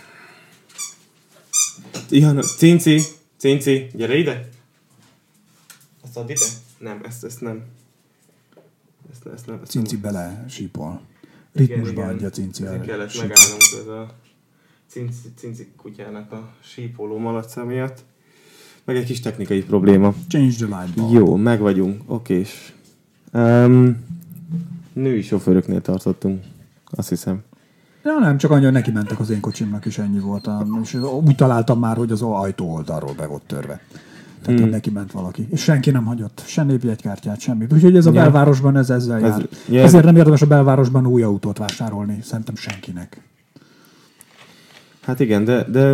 Ihan, Cinci, Cinci, gyere ide! Azt add ide? Nem, ezt, ezt nem. Ezt, ezt nem ezt Cinci nem. Bele sípol. Ritmusba adja Cinci el. Kellett sípol. Megállnunk ez a Cinci, Cinci kutyának a sípoló malaca miatt. Meg egy kis technikai probléma. Change the light bulb. Jó, meg vagyunk. Okés. Um, női sofőröknél tartottunk. Azt hiszem. Ja, nem, csak annyi, hogy neki mentek az én kocsimnak, és ennyi volt. És úgy találtam már, hogy az ajtó oldalról be volt törve. Tehát, hmm. neki ment valaki. És senki nem hagyott. Sem névjegykártyát, semmit. Úgyhogy ez a yeah. belvárosban ez ezzel ez, jár. Yeah. Ezért nem érdemes a belvárosban új autót vásárolni. Szerintem senkinek. Hát igen, de, de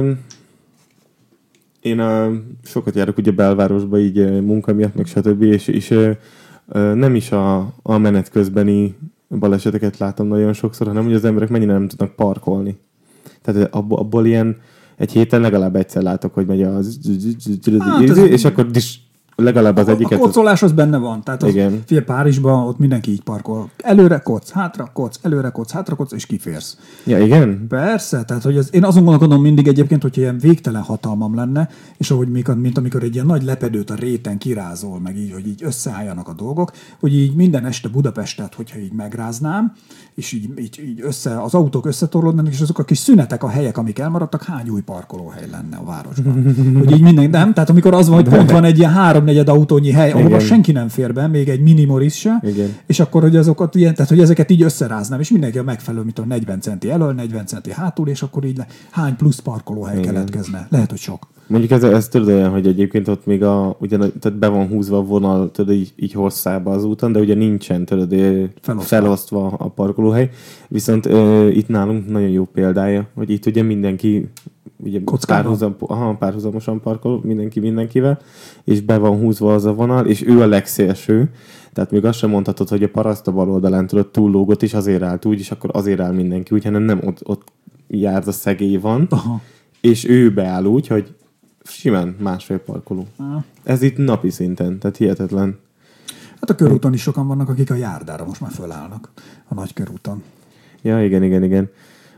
én a, sokat járok ugye belvárosba így munka miatt, meg stb. És, és nem is a, a menet közbeni baleseteket látom nagyon sokszor, hanem hogy az emberek mennyire nem tudnak parkolni. Tehát abból, abból ilyen egy héten legalább egyszer látok, hogy megy az... Hát és akkor is legalább az egyiket... A kocolás az benne van. Tehát az, igen. Figyelj, Párizsban ott mindenki így parkol. Előre koc, hátra koc, előre koc, hátra koc, és kiférsz. Ja, igen? Persze. Tehát, hogy ez, én azon gondolkodom mindig egyébként, hogyha ilyen végtelen hatalmam lenne, és ahogy mikor, mint amikor egy ilyen nagy lepedőt a réten kirázol, meg így, hogy így összeálljanak a dolgok, hogy így minden este Budapestet, hogyha így megráznám, és így, így, így össze, az autók összetorlódnak, és azok a kis szünetek, a helyek, amik elmaradtak, hány új parkolóhely lenne a városban. Hogy így minden, nem? Tehát amikor az van, hogy pont van egy ilyen háromnegyed autónyi hely, ahol senki nem fér be, még egy minimoris se, igen. És akkor, hogy azokat ilyen, tehát hogy ezeket így összeráznám, és mindenki a megfelelő, mint a negyven centi elől, negyven centi hátul, és akkor így le, hány plusz parkolóhely keletkezne. Lehet, hogy sok. Mondjuk ez, ez tudod olyan, hogy egyébként ott még a, ugyan, tehát be van húzva a vonal, tudod, így, így hosszába az úton, de ugye nincsen, tudod, felosztva, felosztva a parkolóhely. Viszont ö, itt nálunk nagyon jó példája, hogy itt ugye mindenki ugye párhuzam, aha, párhuzamosan parkol, mindenki mindenkivel, és be van húzva az a vonal, és ő a legszélső. Tehát még azt sem mondhatod, hogy a paraszt a bal oldalán tudod túllógott, és azért állt úgy, és akkor azért áll mindenki úgy, hanem nem ott, ott jár a szegély van, aha. És ő beáll úgy, hogy simán másfél parkoló. Aha. Ez itt napi szinten, tehát hihetetlen. Hát a körúton is sokan vannak, akik a járdára most már fölállnak. A nagy körúton. Ja, igen, igen, igen.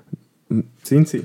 Cinci?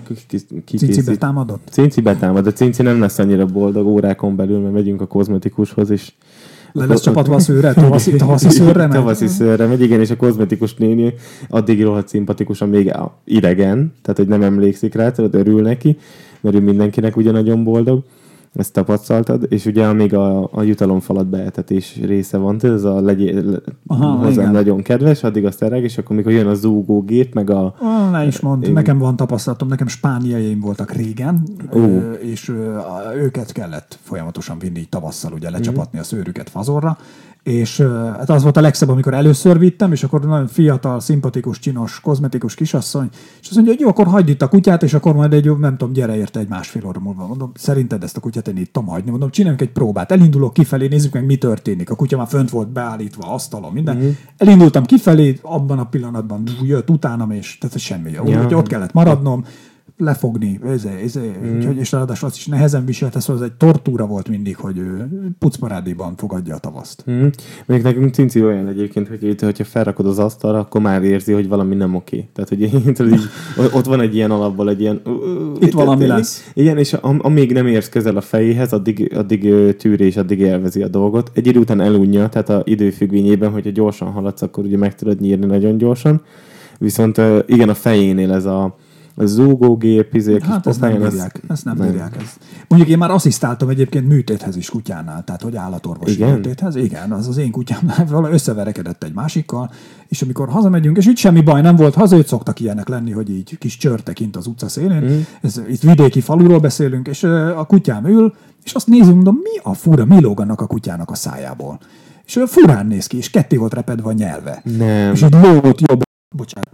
Cinci betámadott? Cinci betámadott. Cinci nem lesz annyira boldog órákon belül, mert megyünk a kozmetikushoz, és le lesz csapatva a szőre? Tavaszi, tavaszi szőrre megy? Tavaszi szőrre megy, igen, és a kozmetikus néni addig rohadt szimpatikusan még idegen, tehát hogy nem emlékszik rá, tehát örül neki, mert ő mindenkinek ugye nagyon boldog. Ezt tapasztaltad, és ugye amíg a, a jutalomfalat beetetés része van, ez a legyél hozzám nagyon kedves, addig azt elreg, és akkor mikor jön a zúgógép, meg a... Ah, ne is mondd, én... nekem van tapasztalatom, nekem spániaiim voltak régen, uh. és őket kellett folyamatosan vinni tavasszal, ugye lecsapatni uh. a szőrüket fazorra, és hát az volt a legszebb, amikor először vittem, és akkor nagyon fiatal, szimpatikus, csinos, kozmetikus kisasszony, és azt mondja, hogy jó, akkor hagyd itt a kutyát, és akkor majd egy jó, nem tudom, gyere érte egy másfél óra múlva. Mondom, szerinted ezt a kutyát én itt tudom hagyni? Mondom, csináljunk egy próbát. Elindulok kifelé, nézzük meg, mi történik. A kutya már fönt volt beállítva, asztalon, minden. Mm-hmm. Elindultam kifelé, abban a pillanatban jött utánam, és tehát semmi. Ja. Úgy, ott kellett maradnom, lefogni, ezé, ezé. Mm. Úgyhogy, és ráadásul azt is nehezen viselte, szóval ez egy tortúra volt mindig, hogy ő pucparádéban fogadja a tavaszt. Mm. Még nekünk Cinci olyan egyébként, hogy itt, hogyha felrakod az asztalra, akkor már érzi, hogy valami nem oké. Tehát, hogy így, ott van egy ilyen alapból, egy ilyen... Itt, itt valami lesz. Igen, és amíg nem érsz közel a fejéhez, addig, addig tűri és addig élvezi a dolgot. Egy idő után elunja, tehát az időfüggvényében, hogyha gyorsan haladsz, akkor ugye meg tudod nyírni nagyon gyorsan. Viszont igen, a fejénél ez a A zúgógép, izé, Hát ezt nem bírják. Ezt nem bírják. Ez. Mondjuk én már asszisztáltam egyébként műtéthez is kutyánál, tehát hogy állatorvosi Igen? műtéthez. Igen, az az én kutyámnál valahogy összeverekedett egy másikkal, és amikor hazamegyünk, és itt semmi baj nem volt, haza őt szoktak ilyenek lenni, hogy így kis csörte kint az utca szélén. Mm. Ez, itt vidéki faluról beszélünk, és a kutyám ül, és azt nézünk, mondom, mi a fura, mi lóg annak a kutyának a szájából. És olyan furán néz ki, és ketté volt repedve a nyelve. Nem. És így lógott jobbra, bocsánat,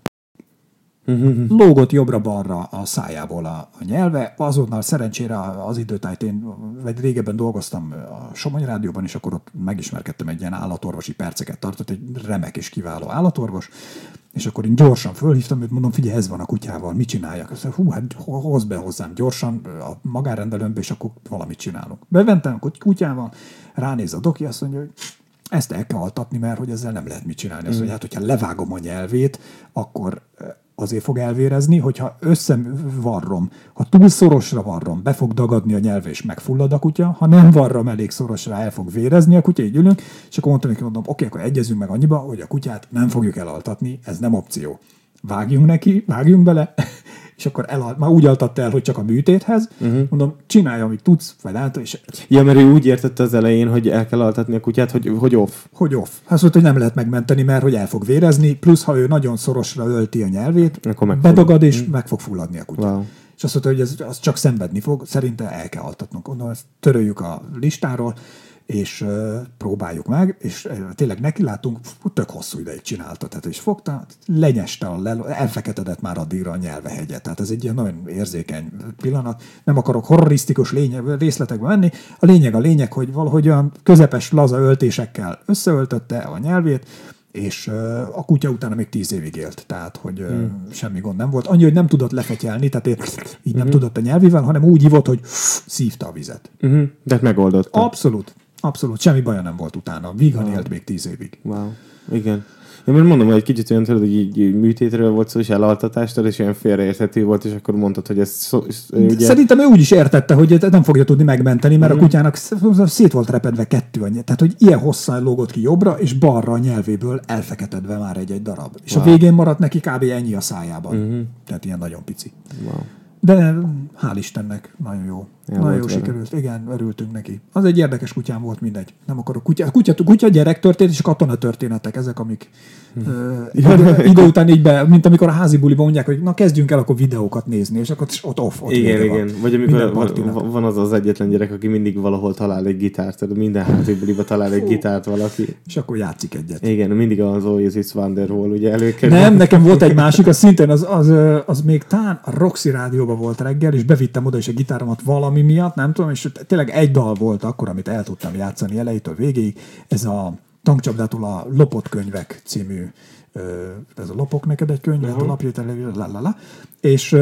lógott jobbra-balra a szájából a, a nyelve. Azonnal szerencsére az időtájt én, vagy régebben dolgoztam a Somony Rádióban, és akkor ott megismerkedtem egy ilyen állatorvosi perceket tartott, egy remek és kiváló állatorvos, és akkor én gyorsan fölhívtam őt, mondom, figyelj, ez van a kutyával, mit csináljak? Azt mondja, hú, hát hozd be hozzám gyorsan a magánrendelőmbe, és akkor valamit csinálunk. Beventem a kutyával, ránéz a doki, azt mondja, hogy ezt el kell altatni, mert hogy ezzel nem lehet mit csinálni. Azt mondja, hát, hogyha levágom a nyelvét, akkor azért fog elvérezni, hogyha összevarrom, ha túl szorosra varrom, be fog dagadni a nyelve, és megfullad a kutya, ha nem varrom elég szorosra, el fog vérezni a kutya, így ülünk, és akkor mondtam, hogy mondom, oké, akkor egyezünk meg annyiba, hogy a kutyát nem fogjuk elaltatni, ez nem opció. Vágjunk neki, vágjunk bele, és akkor elal, már úgy altatta el, hogy csak a műtéthez, uh-huh. mondom, csinálj, amit tudsz, vagy látod, és... Ja, mert ő úgy értette az elején, hogy el kell altatni a kutyát, hogy, hogy off. Hogy off. Azt mondta, hogy nem lehet megmenteni, mert hogy el fog vérezni, plusz ha ő nagyon szorosra ölti a nyelvét, bedagad, és hmm. meg fog fulladni a kutya. Wow. És azt mondta, hogy ez, az csak szenvedni fog, szerintem el kell altatnunk. Mondom, ezt töröljük a listáról, és uh, próbáljuk meg, és uh, tényleg nekilátunk, tök hosszú ideig csinálta, tehát és fogta, lenyeste, a lel- elfeketedett már addigra a nyelvehegye, tehát ez egy ilyen nagyon érzékeny pillanat, nem akarok horrorisztikus lényeg, részletekbe menni, a lényeg a lényeg, hogy valahogy olyan közepes, laza öltésekkel összeöltötte a nyelvét, és uh, a kutya utána még tíz évig élt, tehát hogy uh, hmm. semmi gond nem volt. Annyi, hogy nem tudott lefetyelni, tehát így hmm. nem tudott a nyelvivel, hanem úgy ivott, hogy szívta a vizet. Uh-huh. De megoldotta. Abszolút. Abszolút, semmi baja nem volt utána. Vígan wow. élt még tíz évig. Wow. Igen. Én már mondom, hogy egy kicsit olyan tudod, hogy így műtétről volt szó, és elaltatástól, és olyan félreérthető volt, és akkor mondtad, hogy ez szó, ugye... Szerintem ő úgy is értette, hogy nem fogja tudni megmenteni, mert mm. a kutyának szét volt repedve kettő annyi. Tehát, hogy ilyen hosszan lógott ki jobbra, és balra a nyelvéből elfeketedve már egy-egy darab. És wow. a végén maradt neki kb. Ennyi a szájában. Mm-hmm. Tehát ilyen nagyon pici. Wow. De hál' Istennek, nagyon jó. Ja, nagyon jó sikerült. Igen, örültünk neki. Az egy érdekes kutyám volt, mindegy. Nem akarok kutya, kutya, kutya gyerek történet és katona történetek, ezek, amik hmm. uh, idő után így be, mint amikor a házi buliban mondják, hogy na kezdjünk el akkor videókat nézni, és akkor ott off, ott igen, igen. Van. Vagy amikor van, van az az egyetlen gyerek, aki mindig valahol talál egy gitárt, minden házi buliban talál egy gitárt valaki. És akkor játszik egyet. Igen, mindig az Oasis Wonderwall ugye előkerül. Nem, nekem volt egy másik, az szintén az, az, az még tán a Roxy rádióban volt reggel, és bevittem oda is a gitáromat valami miatt, nem tudom, és tényleg egy dal volt akkor, amit el tudtam játszani elejétől végéig. Ez a Tankcsapdától a Lopott könyvek című, ez a Lopok neked egy könyv, uh-huh. a lapjétel, la és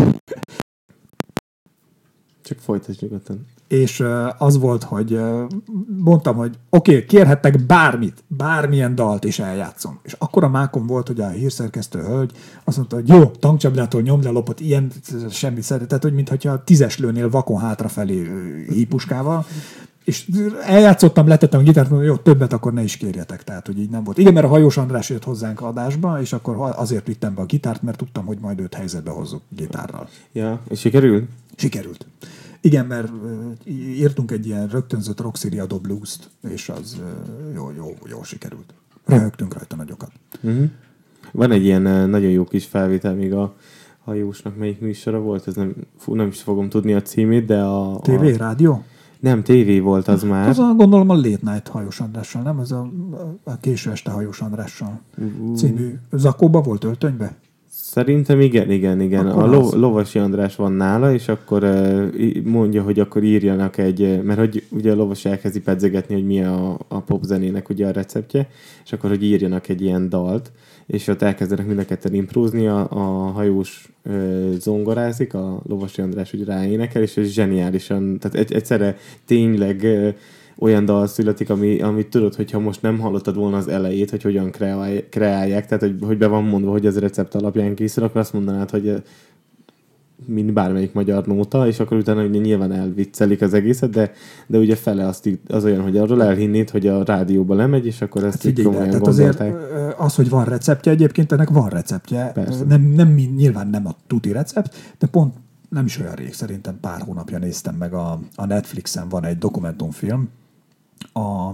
csak folytasd nyugodtan. És az volt, hogy mondtam, hogy oké, okay, kérhettek bármit, bármilyen dalt, és eljátszom. És akkor a mákom volt, hogy a hírszerkesztő hölgy azt mondta, hogy jó, Tankcsapdától nyomd le Lopot, ilyen semmi szeretet, hogy mintha tízes lőnél vakon hátrafelé hípuskával. És eljátszottam, letettem a gitárt, mondom, jó, többet akkor ne is kérjetek. Tehát, hogy így nem volt. Igen, mert a Hajós András jött hozzánk adásba, és akkor azért vittem be a gitárt, mert tudtam, hogy majd őt helyzetbe hozzuk gitárral. Ja, és sikerült? Sikerült. Igen, mert írtunk egy ilyen rögtönzött Roxy riadó blues-t, és az jó, jó, jó sikerült. Röhögtünk rajta nagyokat. Uh-huh. Van egy ilyen nagyon jó kis felvétel, még a Hajósnak melyik műsora volt, ez nem, fú, nem is fogom tudni a címét, de a... té vé, a... rádió? Nem, tévé volt az már. Az a, gondolom a Late Night Hajós Andrással, nem? Ez a, a Késő este Hajós Andrással uh. című. Zakóba volt, öltönybe? Szerintem igen, igen, igen. Akkor a Lo- Lovasi András van nála, és akkor uh, mondja, hogy akkor írjanak egy, mert hogy ugye a Lovasi elkezdi pedzegetni, hogy mi a, a popzenének ugye a receptje, és akkor, hogy írjanak egy ilyen dalt, és ott elkezdenek mind a ketten imprózni, a, a Hajós uh, zongorázik, a Lovasi András úgy ráénekel, és ez zseniálisan, tehát egy, egyszerre tényleg uh, olyan dal születik, ami, amit tudod, hogyha most nem hallottad volna az elejét, hogy hogyan kreálják, tehát hogy, hogy be van mondva, hogy ez recept alapján készül, akkor azt mondanád, hogy mint bármelyik magyar nóta, és akkor utána ugye nyilván elviccelik az egészet, de, de ugye fele azt, az olyan, hogy arról elhinnéd, hogy a rádióba lemegy, és akkor ezt Hát így komolyan tehát gondolták. azért az, hogy van receptje, egyébként ennek van receptje. Persze. Nem, nem, nyilván nem a tuti recept, de pont nem is olyan rég, szerintem pár hónapja néztem meg a, a Netflixen van egy dokumentumfilm a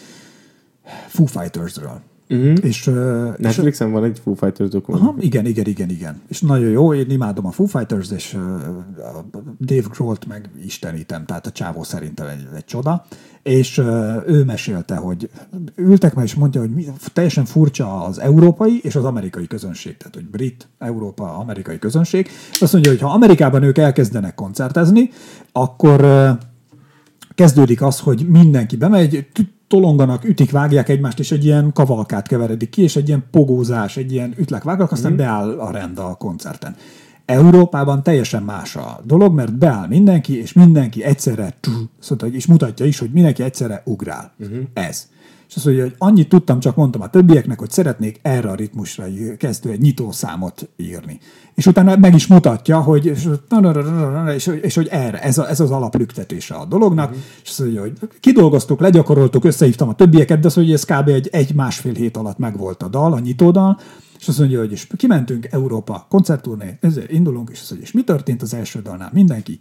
Foo Fightersről. Uh-huh. És, Netflixen és, van egy Foo Fighters dokumentum. Aha, igen, igen, igen, igen. És nagyon jó, én imádom a Foo Fighters, és Dave Grohlt meg istenítem, tehát a csávó szerintem egy, egy csoda. És ő mesélte, hogy ültek meg, és mondja, hogy mi, teljesen furcsa az európai és az amerikai közönség. Tehát, hogy brit, Európa, amerikai közönség. Azt mondja, hogy ha Amerikában ők elkezdenek koncertezni, akkor kezdődik az, hogy mindenki bemegy, tolonganak, ütik, vágják egymást, és egy ilyen kavalkát keveredik ki, és egy ilyen pogózás, egy ilyen ütlek-vágak, aztán mm. beáll a rend a koncerten. Európában teljesen más a dolog, mert beáll mindenki, és mindenki egyszerre, szóval, és mutatja is, hogy mindenki egyszerre ugrál. Mm-hmm. Ez. És azt mondja, hogy annyit tudtam, csak mondtam a többieknek, hogy szeretnék erre a ritmusra kezdő egy nyitószámot írni. És utána meg is mutatja, hogy és, és, és hogy erre, ez, a, ez az alaplüktetése a dolognak, uh-huh. és azt mondja, hogy kidolgoztuk, legyakoroltuk, összehívtam a többieket, de azt mondja, hogy ez kb. egy, egy másfél hét alatt megvolt a dal, a nyitódal, és azt mondja, hogy és kimentünk Európa koncertturné, ezért indulunk, és azt mondja, és mi történt az első dalnál? Mindenki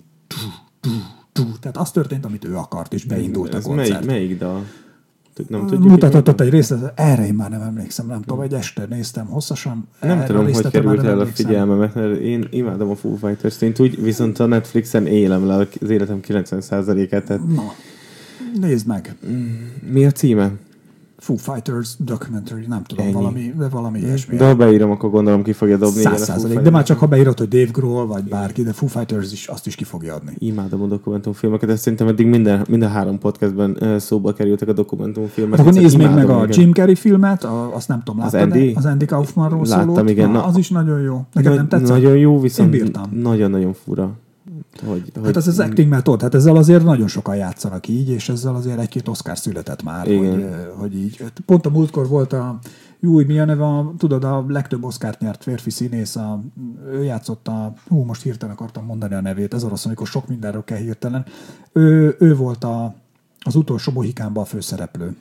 tehát az történt, amit ő akart, és beindult ez a koncert. Melyik, melyik dal? Nem mutatott egy részlet, erre én már nem emlékszem, nem tudom, egy este néztem hosszasan. Nem tudom, hogy került el a figyelmemet, mert én imádom a Foo Fighters-t, én úgy, viszont a Netflixen élem le az életem kilencven százalékát. Tehát... Na, nézd meg. Mi a címe? Foo Fighters documentary, nem tudom, Ennyi. valami, valami ilyesmi. De ha beírom, akkor gondolom ki fogja dobni. Száz százalék, de már csak ha beírod, hogy Dave Grohl, vagy bárki, de Foo Fighters is, azt is ki fogja adni. Imádom a dokumentumfilmeket, ezt szerintem eddig minden, minden három podcastben szóba kerültek a dokumentumfilmek. Hát akkor nézd még meg a Jim Carrey filmet, a, azt nem tudom, láttad, az Andy, az Andy Kaufmanról szólót? Láttam, igen. Na, az is nagyon jó. Neked nem tetszett? Nagyon jó, viszont nagyon-nagyon fura. Hogy, hát hogy... az az acting method, hát ezzel azért nagyon sokan játszanak így, és ezzel azért egy-két Oscar született már, hogy, hogy így. Pont a múltkor volt a, jó, mi a neve, a, tudod, a legtöbb Oscart nyert férfi színész, a, ő játszott a, hú, most hirtelen akartam mondani a nevét, ez rossz, amikor sok mindenről kell hirtelen. Ő, ő volt a, az utolsó Mohikánban a főszereplő.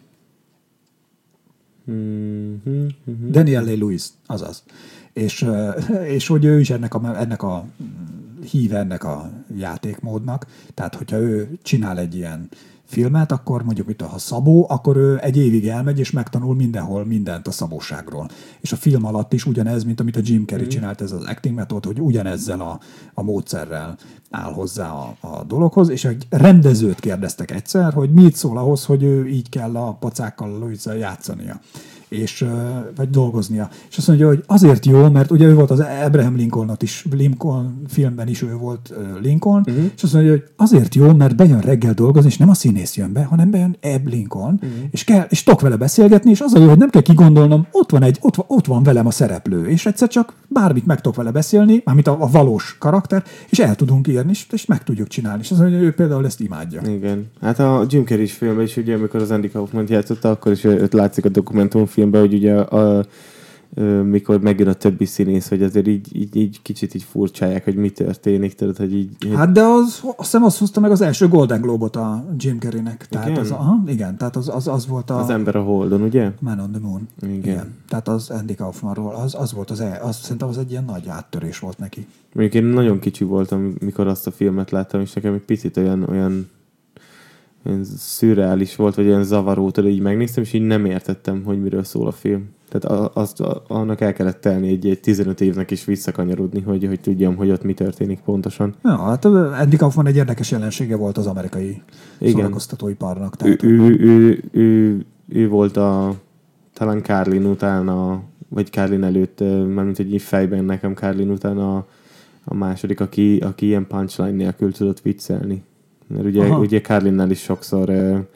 Mm-hmm. Daniel Day-Lewis, azaz. És, és hogy ő is ennek a, ennek a híve ennek a játékmódnak, tehát hogyha ő csinál egy ilyen filmet, akkor mondjuk, mint ha Szabó, akkor ő egy évig elmegy, és megtanul mindenhol mindent a szabóságról. És a film alatt is ugyanez, mint amit a Jim Carrey mm. csinált, ez az acting method, hogy ugyanezzel a, a módszerrel áll hozzá a, a dologhoz, és egy rendezőt kérdeztek egyszer, hogy mit szól ahhoz, hogy ő így kell a pacákkal Louis-zal játszania. És, vagy dolgoznia. És azt mondja, hogy azért jó, mert ugye ő volt az Abraham Lincolnot is, Lincoln filmben is ő volt Lincoln, uh-huh. és azt mondja, hogy azért jó, mert bejön reggel dolgozni, és nem a színész jön be, hanem bejön Abe Lincoln, uh-huh. és, kell, és tudok vele beszélgetni, és az a jó, hogy nem kell kigondolnom, ott van, egy, ott, ott van velem a szereplő, és egyszer csak bármit meg tudok vele beszélni, mármint a, a valós karakter, és el tudunk írni, és, és meg tudjuk csinálni. És azt mondja, hogy ő például ezt imádja. Igen. Hát a Jim Carrey filmben is, ugye, amikor az Andy Kaufman játszotta, akkor is őt látszik a dokumentumfilmben, hogy ugye a, a, a, mikor megjön a többi színész, hogy azért így, így, így kicsit így furcsálják, hogy mi történik, tudod, hogy így... Hát de az, azt hiszem azt hozta meg az első Golden Globe-ot a Jim Carreynek. Tehát igen? Az, aha, igen, tehát az, az, az volt a... Az ember a Holdon, ugye? Man on the Moon. Igen. igen. Tehát az Andy Kaufmanról, az, az volt az, az, szerintem az egy ilyen nagy áttörés volt neki. Mondjuk én nagyon kicsi voltam, mikor azt a filmet láttam, és nekem egy picit olyan, olyan olyan szürreális volt, vagy olyan zavaró, tudod, így megnéztem, és így nem értettem, hogy miről szól a film. Tehát azt, annak el kellett telni egy, egy tizenöt évnek is visszakanyarodni, hogy, hogy tudjam, hogy ott mi történik pontosan. Ja, hát Andy Kaufman egy érdekes jelensége volt az amerikai szórakoztatóiparnak. Tehát... Ő, ő, ő, ő, ő volt a talán Carlin után, a, vagy Carlin előtt, mármint egy így fejben nekem Carlin után a, a második, aki, aki ilyen punchline nélkül tudott viccelni. Mert ugye, ugye Carlinnál is sokszor,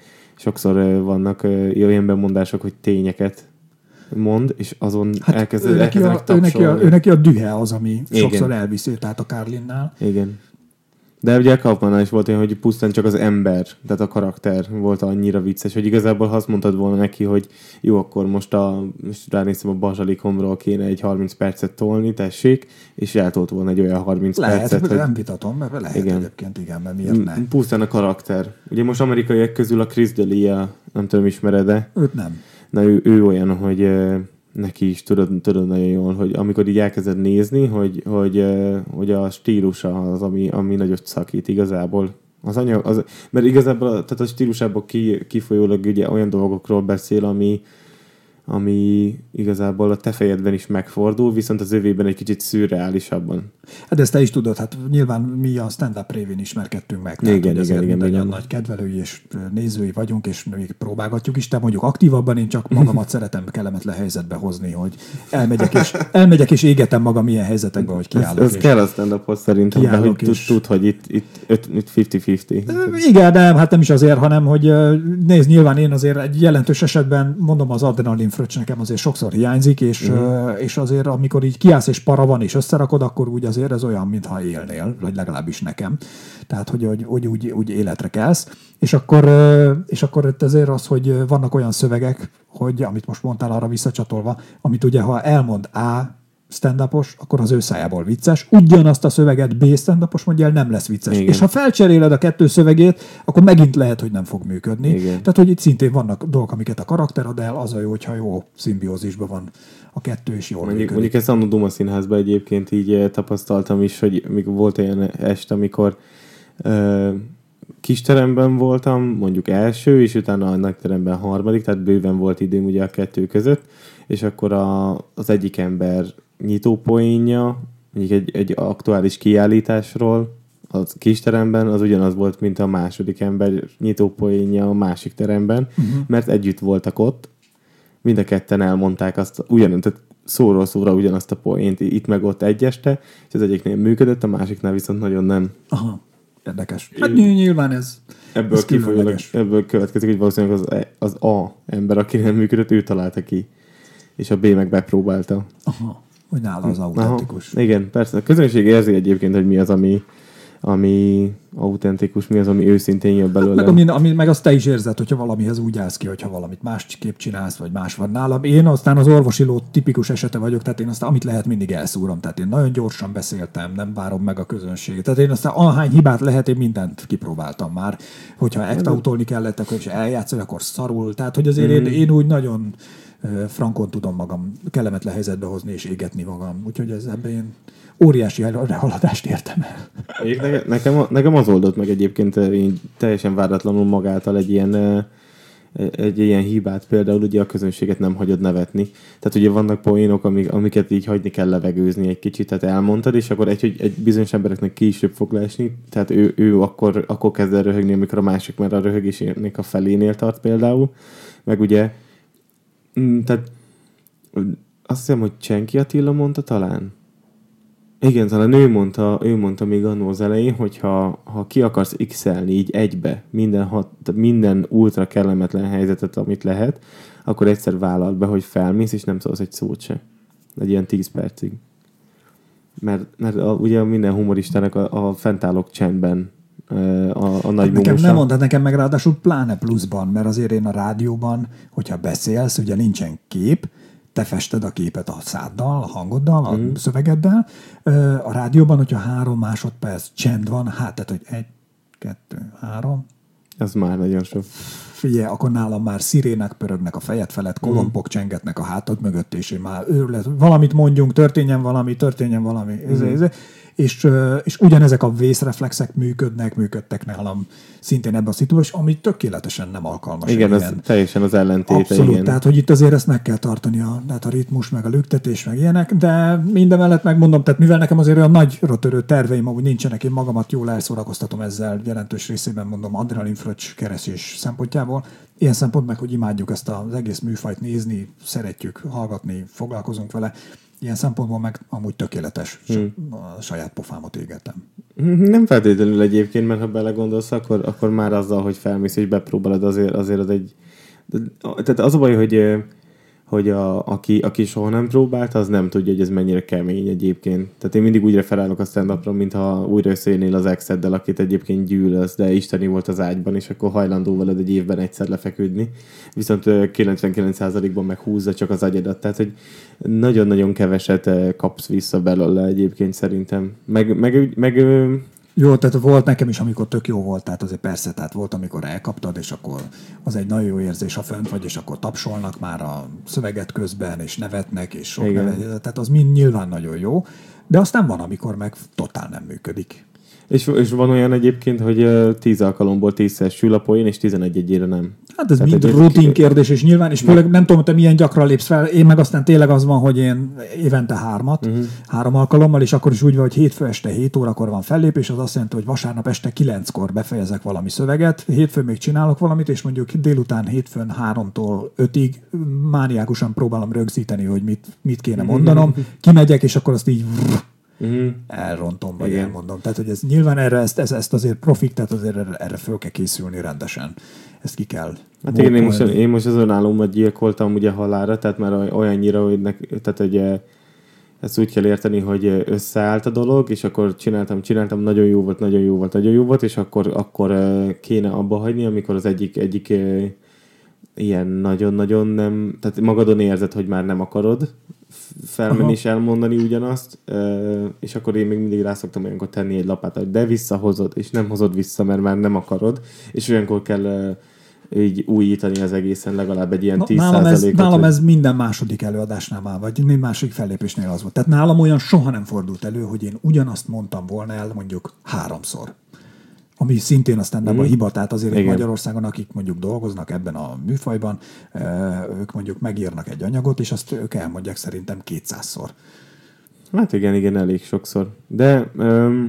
sokszor vannak olyan bemondások, hogy tényeket mond, és azon hát elkezd, elkezdenek tapsolni. Ő neki a dühe az, ami igen. sokszor elviszi, tehát a Carlinnál. Igen. De ugye Kaufmannál is volt olyan, hogy pusztán csak az ember, tehát a karakter volt annyira vicces, hogy igazából ha azt mondtad volna neki, hogy jó, akkor most, a, most ránéztem a bazsalikomról kéne egy harminc percet tolni, tessék, és eltolt volna egy olyan harminc lehet, percet. Lehet, hogy... nem vitatom, mert lehet igen. egyébként, igen, mert miért ne? Pusztán a karakter. Ugye most amerikaiak közül a Chris D'Elia, nem tudom, ismered-e? Őt nem. Na ő, ő olyan, hogy neki is tudod, tudod nagyon jól, hogy amikor így elkezded nézni, hogy, hogy, hogy a stílusa az, ami, ami nagyot szakít igazából. Az anyag, az, mert igazából tehát a stílusából ki, kifolyólag ugye olyan dolgokról beszél, ami, ami igazából a te fejedben is megfordul, viszont az övében egy kicsit szürreálisabban. Hát ezt te is tudod, hát nyilván mi a stand-up révén ismerkedtünk meg. Tehát, igen, igen, igen. Nagyon nagy kedvelői és nézői vagyunk, és még próbálgatjuk is. Te mondjuk aktívabban, én csak magamat szeretem kellemetlen helyzetbe hozni, hogy elmegyek és, elmegyek és égetem magam ilyen helyzetekben, hogy kiállok. Ez, ez kell a stand-uphoz szerintem, de hogy tud, tud, hogy itt, itt, itt ötven-ötven. Igen, de hát nem is azért, hanem, hogy nézd, nyilván én azért egy jelentős esetben, mondom, az adrenalin fröccs nekem azért sokszor hiányzik, és, uh-huh. és azért amikor így kiállsz és para van és összerakod, akkor úgy azért ez olyan, mintha élnél, vagy legalábbis nekem. Tehát, hogy, hogy, hogy úgy, úgy életre kelsz. És akkor, és akkor itt azért az, hogy vannak olyan szövegek, hogy amit most mondtál arra visszacsatolva, amit ugye, ha elmond A stand-upos, akkor az ő szájából vicces. Ugyanazt a szöveget B stand-upos mondja el, nem lesz vicces. Igen. És ha felcseréled a kettő szövegét, akkor megint lehet, hogy nem fog működni. Igen. Tehát, hogy itt szintén vannak dolgok, amiket a karakter ad el, az a jó, hogyha jó szimbiózisban van a kettő, és jól mondjuk, működik. Mondjuk ezt annó Duma Színházban egyébként így tapasztaltam is, hogy volt olyan este, amikor uh, kisteremben voltam, mondjuk első, és utána a nagyteremben harmadik, tehát bőven volt időm ugye a kettő között, és akkor a, az egyik ember nyitópoénja, mondjuk egy, egy aktuális kiállításról az kisteremben, az ugyanaz volt, mint a második ember nyitópoénja a másik teremben, uh-huh. mert együtt voltak ott, mind a ketten elmondták azt, ugyanaz, tehát szóról szóra ugyanazt a poént, itt meg ott egy este, és az egyiknél működött, a másiknál viszont nagyon nem. Aha, érdekes. Hát nyilván ez Ebből, ez kifolyólag, ebből következik, hogy valószínűleg az, az A ember, aki nem működött, ő találta ki, és a B meg bepróbálta. Aha, hogy nála az autentikus. Aha, igen, persze. A közönség érzi egyébként, hogy mi az, ami, ami autentikus, mi az, ami őszintén jön belőle. Meg, ami, ami, meg azt te is érzed, hogyha valamihez úgy állsz ki, hogyha valamit másképp csinálsz, vagy más van nálam. Én aztán az orvosi ló tipikus esete vagyok, tehát én aztán amit lehet, mindig elszúrom. Tehát én nagyon gyorsan beszéltem, nem várom meg a közönséget. Tehát én aztán ahány hibát lehet, én mindent kipróbáltam már. Hogyha act-outolni kellett, akkor is eljátszani, akkor szarul. Tehát, hogy azért mm. én, én úgy nagyon frankon tudom magam kellemetlen helyzetbe hozni és égetni magam. Úgyhogy ez ebben én óriási haladást értem el. Nekem, nekem az oldott meg egyébként én teljesen váratlanul magáltal egy ilyen, egy ilyen hibát, például ugye a közönséget nem hagyod nevetni. Tehát ugye vannak poénok, amik, amiket így hagyni kell levegőzni egy kicsit, tehát elmondtad, és akkor egy, hogy egy bizonyos embereknek később fog leesni, tehát ő, ő akkor, akkor kezd el röhögni, amikor a másik már a röhögésének a felénél tart például. Meg ugye tehát azt hiszem, hogy Csenki Attila mondta talán. Igen, talán ő mondta, ő mondta még annól az elején, hogy ha, ha ki akarsz x-elni így egybe minden, hat, minden ultra kellemetlen helyzetet, amit lehet, akkor egyszer vállal be, hogy felmész, és nem szólsz egy szót se. Egy ilyen tíz percig. Mert, mert a, ugye minden humoristának a, a fentállók csendben a, a nagy hát nekem nem mondhat, nekem meg ráadásul pláne pluszban, mert azért én a rádióban, hogyha beszélsz, ugye nincsen kép, te fested a képet a száddal, a hangoddal, a mm. szövegeddel. A rádióban, hogyha három másodperc csend van, hát tehát, hogy egy, kettő, három. Ez már nagyon sok. Figyelj, akkor nálam már szirének pörögnek a fejed felett, kolompok mm. csengetnek a hátad mögött, és én már őrület, valamit mondjunk, történjen valami, történjen valami. Mm. Ez, ez, és, és ugyanezek a vészreflexek működnek, működtek nálam szintén ebben a szituációban, ami tökéletesen nem alkalmas. Igen, ez teljesen az ellentéte. Abszolút, igen. Tehát, hogy itt azért ezt meg kell tartani, a, tehát a ritmus, meg a lüktetés, meg ilyenek, de mindemellett megmondom, tehát mivel nekem azért olyan nagy rotörő terveim amúgy nincsenek, én magamat jól elszórakoztatom ezzel, jelentős részében mondom adrenalin fröccs keresés szempontjából. Ilyen szempont meg, hogy imádjuk ezt az egész műfajt nézni, szeretjük hallgatni, foglalkozunk vele. Ilyen szempontból meg amúgy tökéletes. Hmm. A saját pofámat égetem. Nem feltétlenül egyébként, mert ha belegondolsz, akkor, akkor már azzal, hogy felmész és bepróbálod, azért, azért az egy... Tehát az a baj, hogy, hogy a, aki, aki soha nem próbált, az nem tudja, hogy ez mennyire kemény egyébként. Tehát én mindig úgy referálok a stand-upra, mintha újra összejönnél az exeddel, akit egyébként gyűlölsz, de isteni volt az ágyban, és akkor hajlandó veled egy évben egyszer lefeküdni. Viszont kilencvenkilenc százalékban meg húzza csak az agyadat. Tehát, hogy nagyon-nagyon keveset kapsz vissza belőle egyébként szerintem. Meg, meg, meg jó, tehát volt nekem is, amikor tök jó volt, tehát azért persze, tehát volt, amikor elkaptad, és akkor az egy nagyon jó érzés, ha fönt vagy, és akkor tapsolnak már a szöveget közben, és nevetnek, és sok nevet, tehát az mind nyilván nagyon jó, de aztán van, amikor meg totál nem működik. És, és van olyan egyébként, hogy tíz alkalomból tízszer sül a poén, és tizenegy egyére nem. Hát ez tehát mind rutin kérdés, és nyilván, és főleg nem tudom, te milyen gyakran lépsz fel, én meg aztán tényleg az van, hogy én évente hármat, uh-huh. három alkalommal, és akkor is úgy van, hogy hétfő este hét órakor van fellépés, az azt jelenti, hogy vasárnap este kilenckor befejezek valami szöveget, hétfőn még csinálok valamit, és mondjuk délután hétfőn háromtól ötig mániákusan próbálom rögzíteni, hogy mit, mit kéne mondanom, kimegyek, és akkor azt így Uh-huh. elrontom, vagy igen. elmondom. Tehát, hogy ez nyilván erre, ezt, ezt azért profik, tehát azért erre, erre föl kell készülni rendesen. Ezt ki kell. Hát igen, én most, én most az önállómat gyilkoltam ugye halálra, tehát már olyannyira, hogy, nek, tehát, hogy ezt úgy kell érteni, hogy összeállt a dolog, és akkor csináltam, csináltam, nagyon jó volt, nagyon jó volt, nagyon jó volt, és akkor, akkor kéne abba hagyni, amikor az egyik, egyik ilyen nagyon-nagyon nem, tehát magadon érzed, hogy már nem akarod felmenni Aha. és elmondani ugyanazt, és akkor én még mindig rá szoktam olyankor tenni egy lapáttal, de visszahozod, és nem hozod vissza, mert már nem akarod, és olyankor kell így újítani az egészen legalább egy ilyen tíz százalékot. Nálam, ez, nálam hogy... ez minden második előadásnál már, vagy minden második fellépésnél az volt. Tehát nálam olyan soha nem fordult elő, hogy én ugyanazt mondtam volna el mondjuk háromszor. Ami szintén aztán nem mm. a hiba, tehát azért igen. Magyarországon, akik mondjuk dolgoznak ebben a műfajban, ők mondjuk megírnak egy anyagot, és azt ők elmondják szerintem kétszázszor. Hát igen, igen, elég sokszor. De, um,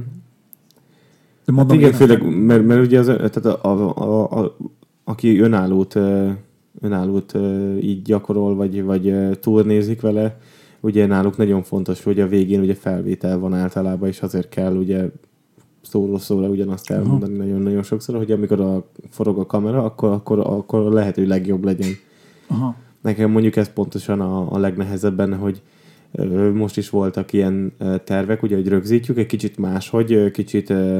De mondom, hát igen, főleg, mert, mert ugye az, tehát a, a, a, a, aki önállót, önállót így gyakorol, vagy, vagy turnézik vele, ugye náluk nagyon fontos, hogy a végén ugye felvétel van általában, és azért kell ugye szóról szóra ugyanazt elmondani uh-huh. nagyon-nagyon sokszor, hogy amikor a, forog a kamera, akkor, akkor, akkor a lehető legjobb legyen. Uh-huh. Nekem mondjuk ez pontosan a, a legnehezebb benne, hogy ö, most is voltak ilyen ö, tervek, ugye, hogy rögzítjük egy kicsit máshogy, ö, kicsit ö,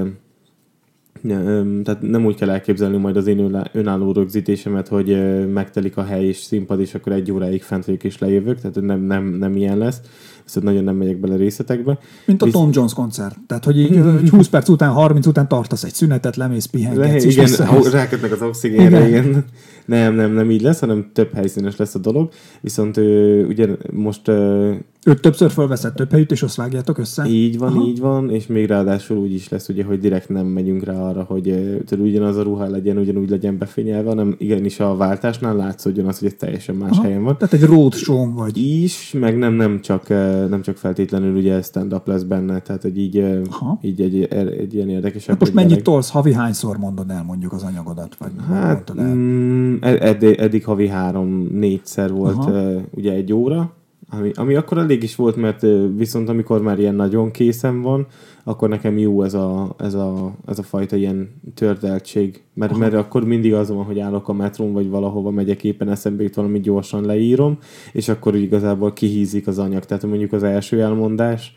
ö, tehát nem úgy kell elképzelni majd az én önálló rögzítésemet, hogy ö, megtelik a hely és színpad, és akkor egy óráig fent vagyok és lejövök, tehát nem, nem, nem ilyen lesz. Viszont nagyon nem megyek bele részletekbe. Mint a Visz... Tom Jones koncert. Tehát, hogy így húsz perc után, harminc után tartasz egy szünetet, lemész, pihengetsz. Le, igen, rákötnek az oxigénre, igen. igen. Nem, nem, nem így lesz, hanem több helyszínes lesz a dolog. Viszont ö, ugye most... Ö, Őt többször felveszed több helyütt, és azt vágjátok össze? Így van, Aha. így van, és még ráadásul úgy is lesz, ugye, hogy direkt nem megyünk rá arra, hogy ö, ugyanaz a ruha legyen, ugyanúgy legyen befényelve, hanem igenis a váltásnál látszódjon az, hogy ez teljesen más Aha. helyen van. Tehát egy road show vagy. Is, meg nem, nem, csak, nem csak feltétlenül ugye stand-up lesz benne, tehát hogy így, így egy, egy, egy ilyen érdekesebb. Hát most mennyit meleg... tolsz? Havi hányszor mondod el mondjuk az anyagodat? Vagy hát mm, eddig, eddig havi három-négyszer volt uh, ugye egy óra, ami, ami akkor elég is volt, mert viszont amikor már ilyen nagyon készen van, akkor nekem jó ez a, ez a, ez a fajta ilyen tördeltség. Mert, mert akkor mindig az van, hogy állok a metrón, vagy valahova megyek, éppen eszembe jut valami, gyorsan leírom, és akkor igazából kihízik az anyag. Tehát mondjuk az első elmondás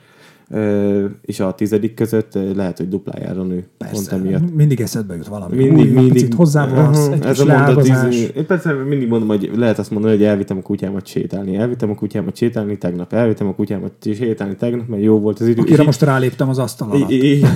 és a tizedik között lehet, hogy duplájára nő. Persze, mindig eszedbe jut valami. Mindig, Új, mindig. Picit hozzávalsz, uh-huh, egy ez kis leágazás. Én persze mindig mondom, hogy lehet azt mondani, hogy elvittem a kutyámat sétálni. Elvittem a kutyámat sétálni tegnap. Elvittem a kutyámat sétálni tegnap, mert jó volt az idő. Akire most ráléptem az asztal alatt. Igen.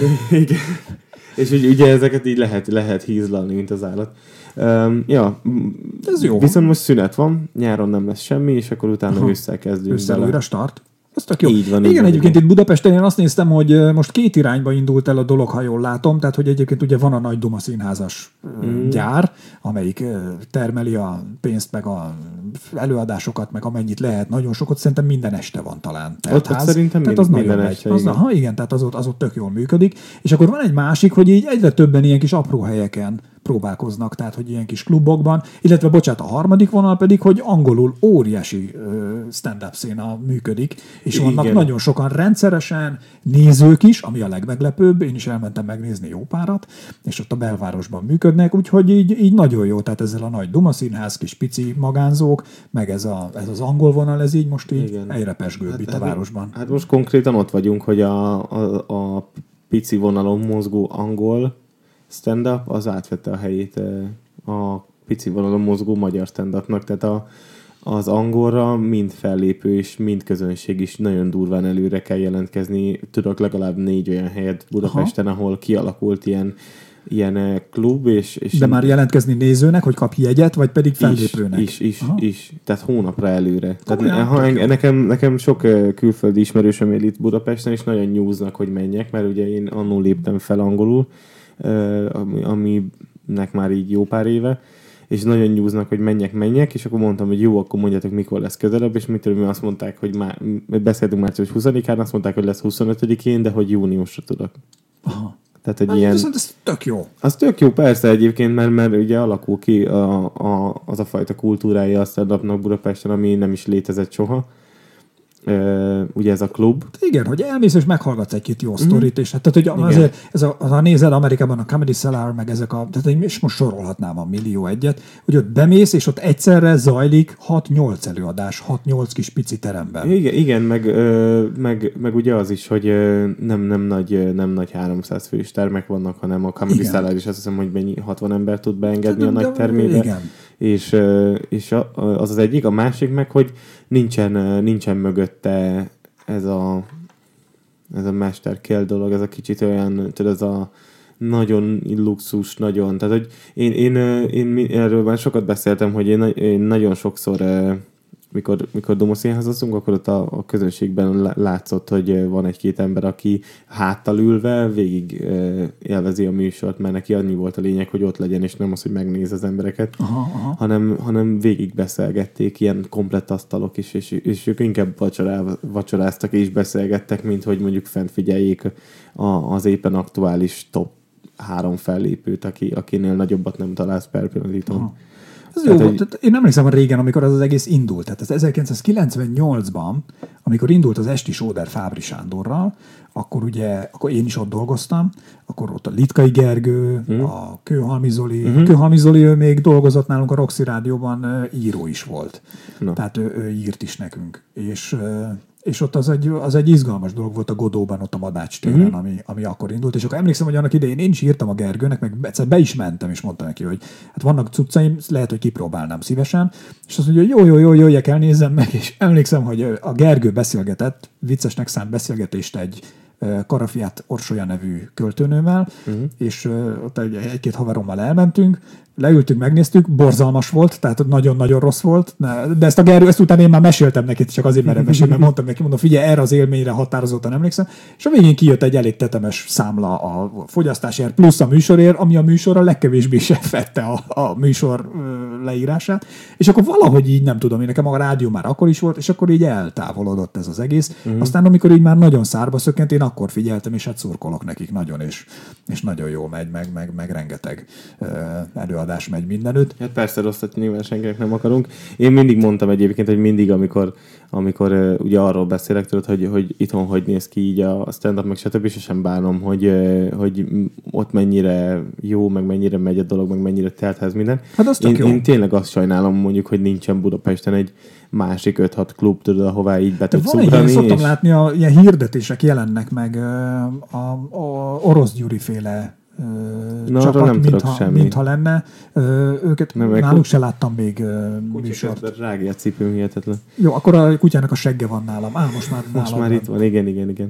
És ugye ezeket így lehet, lehet hízlalni, mint az állat. Um, ja, ez jó. Viszont most szünet van, nyáron nem lesz semmi, és akkor utána ősszel kezdünk. Ősszel újra start. Ez tök jó. Így van, Igen, így egyébként itt Budapesten én azt néztem, hogy most két irányba indult el a dolog, ha jól látom, tehát hogy egyébként ugye van a Nagy Duma színházas mm. gyár, amelyik termeli a pénzt, meg a előadásokat, meg amennyit lehet, nagyon sokat, szerintem minden este van talán. Ott, ott szerintem tehát mind, az minden este. Az, igen, tehát az ott, az ott tök jól működik. És akkor van egy másik, hogy így egyre többen ilyen kis apró helyeken, próbálkoznak, tehát hogy ilyen kis klubokban, illetve bocsánat, a harmadik vonal pedig, hogy angolul óriási stand-up széna működik, és Igen. vannak nagyon sokan rendszeresen, nézők is, ami a legmeglepőbb, én is elmentem megnézni jó párat, és ott a belvárosban működnek, úgyhogy így, így nagyon jó, tehát ezzel a nagy Duma Színház, kis pici magánzók, meg ez, a, ez az angol vonal, ez így most így Igen. egyre pesgőbb hát, itt hát, a városban. Hát most konkrétan ott vagyunk, hogy a, a, a pici vonalon mozgó angol stand-up az átvette a helyét a pici vonalon mozgó magyar stand-upnak, tehát a, az angolra mind fellépő és mind közönség is nagyon durván előre kell jelentkezni. Tudok legalább négy olyan helyet Budapesten, aha, ahol kialakult ilyen ilyen klub, és... és de már jelentkezni nézőnek, hogy kap jegyet, vagy pedig fellépőnek? Is, is, is, is. Tehát hónapra előre. Tehát ha, nekem, nekem sok külföldi ismerősöm él itt Budapesten, és nagyon nyúznak, hogy menjek, mert ugye én annól léptem fel angolul, aminek már így jó pár éve, és nagyon nyúznak, hogy menjek, menjek, és akkor mondtam, hogy jó, akkor mondjátok, mikor lesz közelebb, és mitől mi azt mondták, hogy már, beszéltünk március huszadikán, azt mondták, hogy lesz huszonötödikén, de hogy júniusra tudok. Aha. Tehát egy hát, ilyen... Ez, ez tök jó. Az tök jó, persze egyébként, mert, mert ugye alakul ki a, a, az a fajta kultúrája a stand-upnak Budapesten, ami nem is létezett soha. Uh, ugye ez a klub. Igen, hogy elmész és meghallgatsz egy-két jó sztorit, mm. és hát, tehát, hogy azért, ez a, ha nézed Amerikában a Comedy Cellar, meg ezek a, tehát és most sorolhatnám a millió egyet, hogy ott bemész, és ott egyszerre zajlik hat-nyolc előadás, hat-nyolc kis pici teremben. Igen, igen meg, meg, meg ugye az is, hogy nem, nem, nagy, nem nagy háromszáz fős termek vannak, hanem a Comedy igen. Cellar is azt hiszem, hogy mennyi hatvan ember tud beengedni de, a nagy termébe. Igen. És, és az az egyik, a másik meg, hogy nincsen, nincsen mögötte ez a, ez a mesterkél dolog, ez a kicsit olyan, tudod, ez a nagyon luxus, nagyon, tehát hogy én, én, én, én erről már sokat beszéltem, hogy én, én nagyon sokszor mikor, mikor Duma Színházaztunk, akkor ott a, a közönségben látszott, hogy van egy-két ember, aki háttal ülve végig élvezi a műsort, mert neki annyi volt a lényeg, hogy ott legyen, és nem az, hogy megnéz az embereket, aha, aha. Hanem, hanem végig beszélgették, ilyen komplett asztalok is, és, és ők inkább vacsorá, vacsoráztak és beszélgettek, mint hogy mondjuk fent figyeljék a, az éppen aktuális top három fellépőt, aki, akinél nagyobbat nem találsz per pillanaton. Ez jó volt. Egy... Én emlékszem, hogy régen, amikor az, az egész indult. Tehát az ezerkilencszázkilencvennyolcban, amikor indult az esti Sóder Fábri Sándorral, akkor ugye, akkor én is ott dolgoztam, akkor ott a Litkai Gergő, mm. a Kőhalmi Zoli, mm-hmm. Kőhalmi Zoli, ő még dolgozott nálunk a Roxy Rádióban, író is volt. No. Tehát ő, ő írt is nekünk. És... És ott az egy, az egy izgalmas dolog volt a Godóban, ott a Madács téren, mm-hmm. ami, ami akkor indult. És akkor emlékszem, hogy annak idején én is írtam a Gergőnek, meg egyszer be is mentem, és mondtam neki, hogy hát vannak cuccaim, lehet, hogy kipróbálnám szívesen. És azt mondja, hogy jó, jó, jó, jöjjek el, nézzem meg. És emlékszem, hogy a Gergő beszélgetett, viccesnek szánt beszélgetést egy Karafiát Orsolya nevű költőnővel, uh-huh. és uh, ott egy, egy-két haverommal elmentünk, leültünk, megnéztük, borzalmas volt, tehát nagyon-nagyon rossz volt, de ezt a Gergő, ezt utána én már meséltem neki, csak azért merem mesélni, mert mondtam neki, mondom, figyelj, erre az élményre határozottan emlékszem, és a végén kijött egy elég tetemes számla a fogyasztásért plusz a műsorért, ami a műsor a legkevésbé se fette a, a műsor leírását, és akkor valahogy így nem tudom, én nekem a rádió már akkor is volt, és akkor így eltávolodott ez az egész. Uh-huh. Aztán amikor így már nagyon szárba szökkent, én akkor figyeltem, és hát szurkolok nekik nagyon, és, és nagyon jó megy, meg, meg, meg rengeteg uh, előadás megy mindenütt. Hát persze rosszat nyilván senkinek nem akarunk. Én mindig mondtam egyébként, hogy mindig, amikor, amikor uh, ugye arról beszélek, tudod, hogy, hogy itthon hogy néz ki így a stand-up, meg stb. És sem bánom, hogy, uh, hogy ott mennyire jó, meg mennyire megy a dolog, meg mennyire teltház minden. Hát az én, jó. én tényleg azt sajnálom mondjuk, hogy nincsen Budapesten egy másik öt-hat klub, tudod, ahová így be tudsz ugrani. Szoktam és... látni, a, ilyen hirdetések jelennek meg a, a Orosz Gyuri féle Na, csapat, nem mintha, mintha lenne. Őket nem, náluk se láttam még műsort. Rági a cipőm, hihetetlen. Jó, akkor a kutyának a segge van nálam. Á, most már Most már van. Itt van, igen, igen, igen.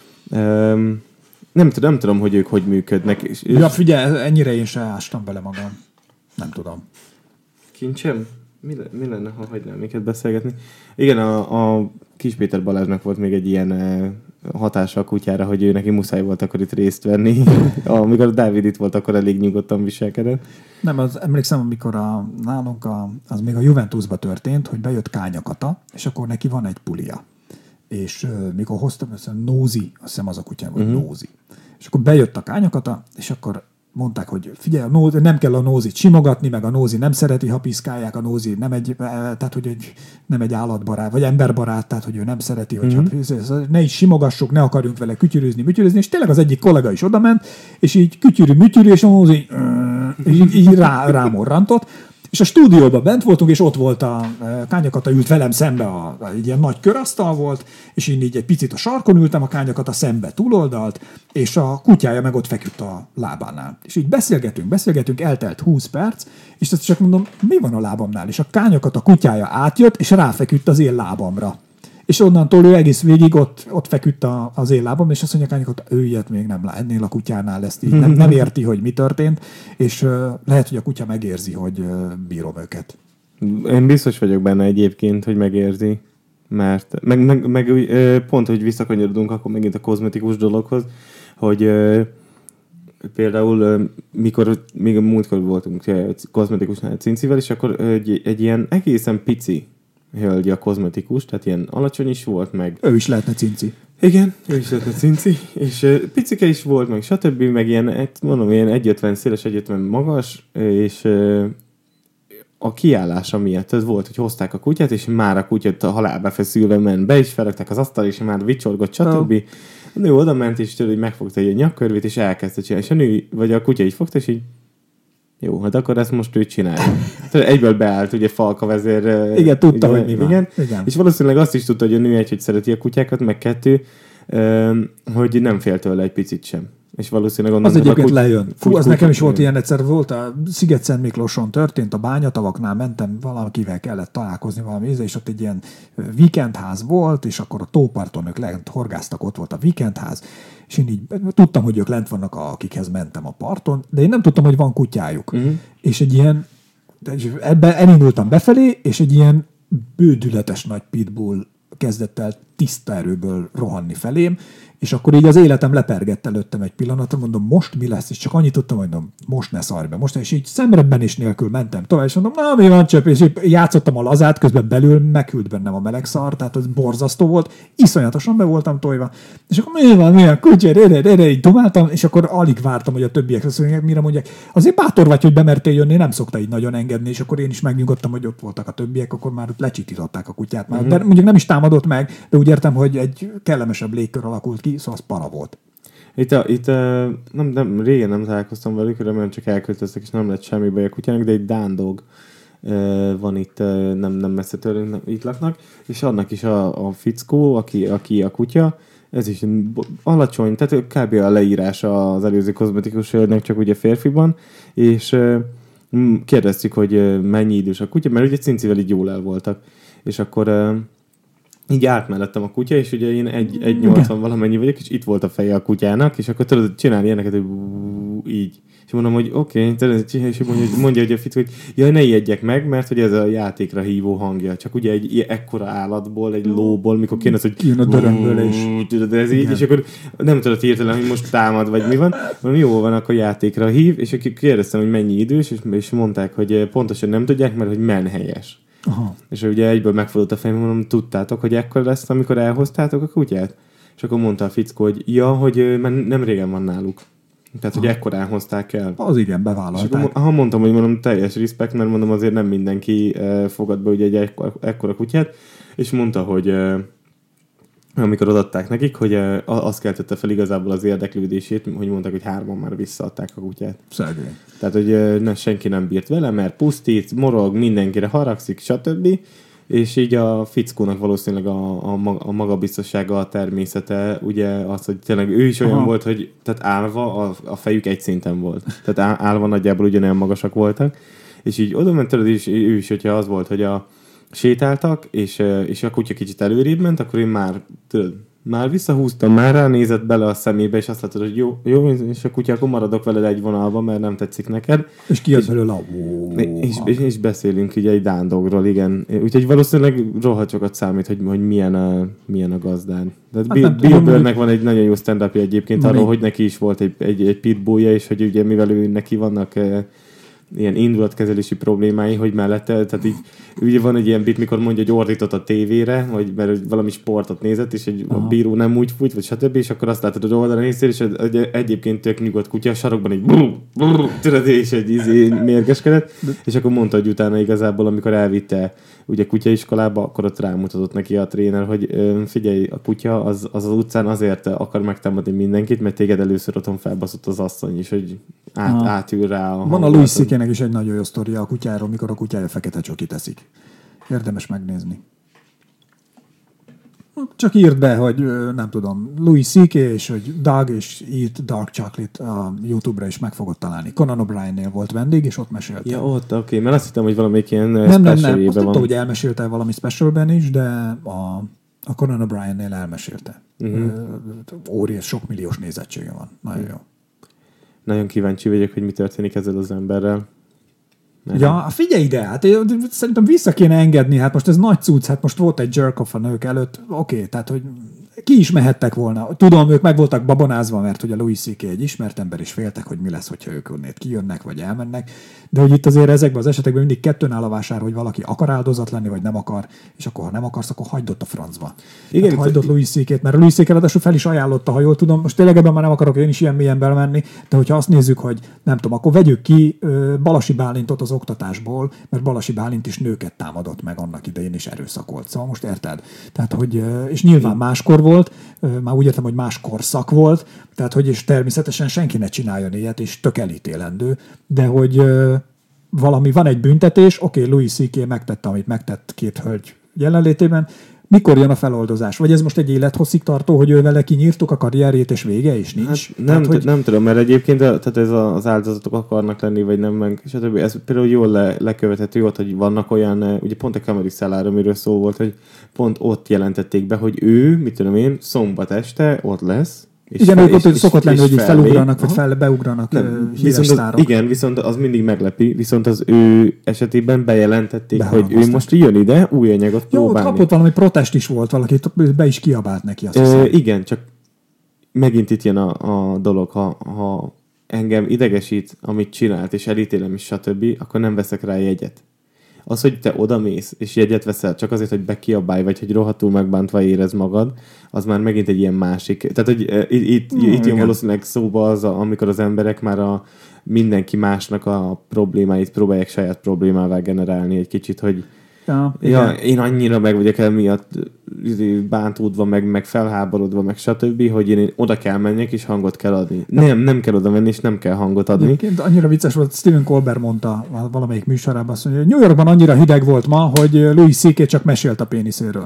Um, nem, tudom, nem tudom, hogy ők hogy működnek. És, és... Ja, figyelj, ennyire én se ástam bele magam. Nem tudom. Kincsem? Mi, le, mi lenne, ha hagynál minket beszélgetni? Igen, a, a Kis Péter Balázsnak volt még egy ilyen e, hatása a kutyára, hogy ő neki muszáj volt akkor itt részt venni. Amikor a Dávid itt volt, akkor elég nyugodtan viselkedett. Nem, az, emlékszem, amikor a, nálunk a, az még a Juventusba történt, hogy bejött Kányakata, és akkor neki van egy pulia. És uh, mikor hoztam, azt mondom, Nózi, azt hiszem az a kutyám, vagy uh-huh. Nózi. És akkor bejött a Kányakata, és akkor mondták, hogy figyelj, a nózi, nem kell a nózit simogatni, meg a nózi nem szereti, ha piszkálják, a nózi nem egy, tehát, hogy egy, nem egy állatbarát, vagy emberbarát, tehát, hogy ő nem szereti, hogyha mm-hmm. ne is simogassuk, ne akarjunk vele kütyürözni, mütyürözni, és tényleg az egyik kollega is odament, és így kütyürű, mütyürű, és a nózi így, így rá, rámorrantott. És a stúdióban bent voltunk, és ott volt a Kányakata ült velem szembe, a, a, egy ilyen nagy körasztal volt, és én így egy picit a sarkon ültem, a Kányakata szembe túloldalt, és a kutyája meg ott feküdt a lábánál. És így beszélgetünk, beszélgetünk, eltelt húsz perc, és azt csak mondom, mi van a lábamnál? És a Kányakata kutyája átjött, és ráfeküdt az én lábamra. És onnantól ő egész végig ott, ott feküdt a, az én lábam, és azt mondja, hogy ő ilyet még nem lát, ennél a kutyánál ezt így nem, nem érti, hogy mi történt, és uh, lehet, hogy a kutya megérzi, hogy uh, bírom őket. Én biztos vagyok benne egyébként, hogy megérzi, mert meg, meg, meg pont, hogy visszakanyarodunk akkor megint a kozmetikus dologhoz, hogy uh, például uh, mikor még a múltkor voltunk uh, kozmetikusnál Cincivel, és akkor egy, egy ilyen egészen pici hölgy a kozmetikus, tehát ilyen alacsony is volt, meg... Ő is lehetne cinci. Igen, ő is lehetne cinci, és uh, picike is volt, meg stb., meg ilyen, mondom, ilyen egy ötven széles, egy ötven magas, és uh, a kiállása miatt ez volt, hogy hozták a kutyát, és már a kutyát a halálba feszülve ment be, és felrakták az asztal, és már vicsorgott, stb. Oh. A nő oda ment, és tőle, hogy megfogta egy nyakkörvét, és elkezdte csinálni, és a nő, vagy a kutya így fogta, és így jó, hát akkor ezt most ő csinálja. Egyből beállt, ugye Falka vezér. Igen, tudta, hogy mi van. Igen. Igen. És valószínűleg azt is tudta, hogy a nő egy, hogy szereti a kutyákat, meg kettő, hogy nem fél tőle egy picit sem. És valószínűleg onnan... Az egyébként kuty- lejön. Fú, az nekem is volt ilyen egyszer, volt a Sziget-Szent Miklóson történt, a Bányatavaknál mentem, valakivel kellett találkozni valami íze, és ott egy ilyen weekendház volt, és akkor a tóparton ők lent horgáztak, ott volt a weekendház, és én így tudtam, hogy ők lent vannak, akikhez mentem a parton, de én nem tudtam, hogy van kutyájuk. Uh-huh. És egy ilyen, ebben elindultam befelé, és egy ilyen bődületes nagy pitbull kezdett el tiszta erőből rohanni felém, és akkor így az életem lepergett előttem egy pillanatra, mondom, most mi lesz? És csak annyit tudtam, hogy mondom, most ne szarj be, most ne. És így szemrebbenés nélkül mentem tovább, és mondom, na, mi van csöp? És így játszottam a lazát, közben belül meghűlt bennem a meleg szar, tehát az borzasztó volt, iszonyatosan be voltam tojva. És akkor mi van, mi van, kutya, erre, erre, így dumáltam, és akkor alig vártam, hogy a többiek szólják, mire mondják, azért bátor vagy, hogy bemertél jönni, nem szokta így nagyon engedni, és akkor én is megnyugodtam, hogy ott voltak a többiek, akkor már lecsitították a kutyát. Már. Mm-hmm. De mondjuk nem is támadott meg, de úgy értem, hogy egy kellemesebb légkör alakult ki, szóval az para volt. Itt, a, itt a, nem, nem, régen nem találkoztam velük, remélem csak elköltöztek, és nem lett semmi baj a kutyának, de egy dándog van itt, nem, nem messze tőlünk, nem, itt laknak, és annak is a, a fickó, aki, aki a kutya, ez is alacsony, tehát kb. A leírás az előző kozmetikus hölgynek, csak ugye férfiban, és kérdeztük, hogy mennyi idős a kutya, mert ugye Cincivel így jól el voltak, és akkor így állt mellettem a kutya, és ugye én egy nyolcvan valamennyi vagyok, és itt volt a feje a kutyának, és akkor tudod csinálni ilyeneket, hogy így. És mondom, hogy oké, okay, és mondja, mondja, hogy a fickó, hogy jaj, ne ijedjek meg, mert hogy ez a játékra hívó hangja. Csak ugye egy ekkora állatból, egy lóból, mikor kéne az, hogy kijön a dörömből is. Tudod, ez így, és akkor nem tudod hirtelen, hogy most támad, vagy mi van. Mondom, jó van, akkor játékra hív, és akkor kérdeztem, hogy mennyi idős, és mondták, hogy pontosan nem tudják, mert hogy menhelyes. Aha. És ugye egyből megfordult a fejem, mondom, tudtátok, hogy ekkor lesz, amikor elhoztátok a kutyát? És akkor mondta a fickó, hogy ja, hogy nem régen van náluk. Tehát, hogy ekkorán hozták el. Az igen, bevállalták. És akkor mondtam, hogy mondom, teljes respekt, mert mondom, azért nem mindenki fogad be ugye egy ekkor, ekkora kutyát, és mondta, hogy amikor odaadták nekik, hogy azt keltette fel igazából az érdeklődését, hogy mondták, hogy hárman már visszaadták a kutyát. Szegény. Tehát, hogy ne, senki nem bírt vele, mert pusztít, morog, mindenkire haragszik, stb. És így a fickónak valószínűleg a, a, a magabiztossága, a természete, ugye az, hogy tényleg ő is olyan Aha. volt, hogy tehát állva a, a fejük egy szinten volt. Tehát állva nagyjából ugyanolyan magasak voltak. És így oda ment tőled, és ő is, hogyha az volt, hogy a sétáltak, és, és a kutya kicsit előrébb ment, akkor én már, tudod, már visszahúztam, már ránézett bele a szemébe, és azt látod, hogy jó, jó, és a kutya, akkor maradok veled egy vonalban, mert nem tetszik neked. És ki az belőle a... És, és, és beszélünk ugye egy dándogról, igen. Úgyhogy valószínűleg rohadt sokat számít, hogy, hogy milyen, a, milyen a gazdán. De hát Bill Burrnek van egy nagyon jó stand-upja egyébként arról, hogy neki is volt egy, egy, egy pitbullja, és hogy ugye mivel ő neki vannak ilyen indulatkezelési problémái, hogy mellette, tehát így ugye van egy ilyen bit, mikor mondja, hogy ordított a tévére, vagy mert valami sportot nézett, és egy, a bíró nem úgy fújt, vagy stb., és akkor azt látod, hogy oldalra néztél, és egy, egyébként tök nyugodt kutya, a sarokban egy brr, brr, tudod, és egy izé mérgeskedett, és akkor mondta, hogy utána igazából, amikor elvitte ugye kutyaiskolába, akkor ott rámutatott neki a tréner, hogy figyelj, a kutya az az, az utcán azért akar megtámadni mindenkit, mert téged először otthon felbaszott az asszony, és hogy át, átül rá a Van a Louis C K-nek is egy nagyon jó sztoria a kutyáról, mikor a kutyája fekete csokit eszik. Érdemes megnézni. Csak írd be, hogy nem tudom, Louis C K és hogy Doug és Eat Dark Chocolate a YouTube-ra is meg fogod találni. Conan O'Brien-nél volt vendég, és ott mesélte. Ja, ott, oké, okay. Mert azt hittem, hogy valamelyik ilyen nem, nem, nem. Azt tudtam, hogy elmesélte valami specialben is, de a, a Conan O'Brien-nél elmesélte. Uh-huh. Óriás, sok milliós nézettsége van. Nagyon jó. Nagyon kíváncsi vagyok, hogy mi történik ezzel az emberrel. Nem. Ja, figyelj ide, hát szerintem vissza kéne engedni, hát most ez nagy cucc, hát most volt egy jerk-off a nők előtt, oké, okay, tehát hogy ki is mehettek volna. Tudom, ők meg voltak babonázva, mert hogy a Louis C K egy ismert ember, és féltek, hogy mi lesz, hogyha ők onnét kijönnek, vagy elmennek. De hogy itt azért ezekben az esetekben mindig kettőn áll a vásár, hogy valaki akar áldozat lenni, vagy nem akar, és akkor ha nem akarsz, akkor hagyd ott a francba. Igen, hát hagyd ott Louis C K-t, mert a Louis C K ráadásul fel is ajánlotta, ha jól tudom. Most tényleg ebben már nem akarok én is ilyen mélyen belmenni, de hogyha azt nézzük, hogy nem tudom, akkor vegyük ki uh, Balasi Bálintot az oktatásból, mert Balasi Bálint is nőket támadott meg annak idején, és erőszakolt. Szóval most érted? Tehát, hogy, uh, és nyilván máskor volt, uh, már úgy értem, hogy más korszak volt, tehát, hogy és természetesen senki ne csináljon ilyet, és tök elítélendő, de hogy uh, valami, van egy büntetés, oké, okay, Louis C K megtette, amit megtett két hölgy jelenlétében, mikor jön a feloldozás? Vagy ez most egy élethosszig tartó, hogy ő vele kinyírtuk a karrierjét, és vége is nincs? Hát nem, tehát, hogy... nem tudom, mert egyébként tehát ez az áldozatok akarnak lenni, vagy nem, meg, stb. Ez például jól le, lekövethető ott, hogy vannak olyan, ugye pont a Camry Cellar, amiről szó volt, hogy pont ott jelentették be, hogy ő, mit tudom én, szombat este ott lesz. És igen, fel, ők ott és, szokott lenni, hogy felugranak, vagy fel, beugranak nem, híres viszont az, sztárok. Igen, viszont az mindig meglepi, viszont az ő esetében bejelentették, hogy ő most jön ide, új anyagot jó, próbálni. Jó, kapott valami protest is volt, valaki be is kiabált neki. Azt Ö, igen, csak megint itt jön a, a dolog, ha, ha engem idegesít, amit csinált, és elítélem is, stb., akkor nem veszek rá jegyet. Az, hogy te odamész, és jegyet veszel csak azért, hogy bekiabálj, vagy hogy rohadtul megbántva érez magad, az már megint egy ilyen másik. Tehát, hogy uh, itt, hmm, itt jön valószínűleg szóba az, amikor az emberek már a mindenki másnak a problémáit próbálják saját problémává generálni egy kicsit, hogy ja, ja, én annyira meg vagyok emiatt bántódva, meg, meg felháborodva, meg stb., hogy én oda kell menjek, és hangot kell adni. Ja. Nem, nem kell oda menni, és nem kell hangot adni. Egyébként annyira vicces volt, Stephen Colbert mondta valamelyik műsorában, azt mondja, hogy New Yorkban annyira hideg volt ma, hogy Louis C K csak mesélt a péniszéről.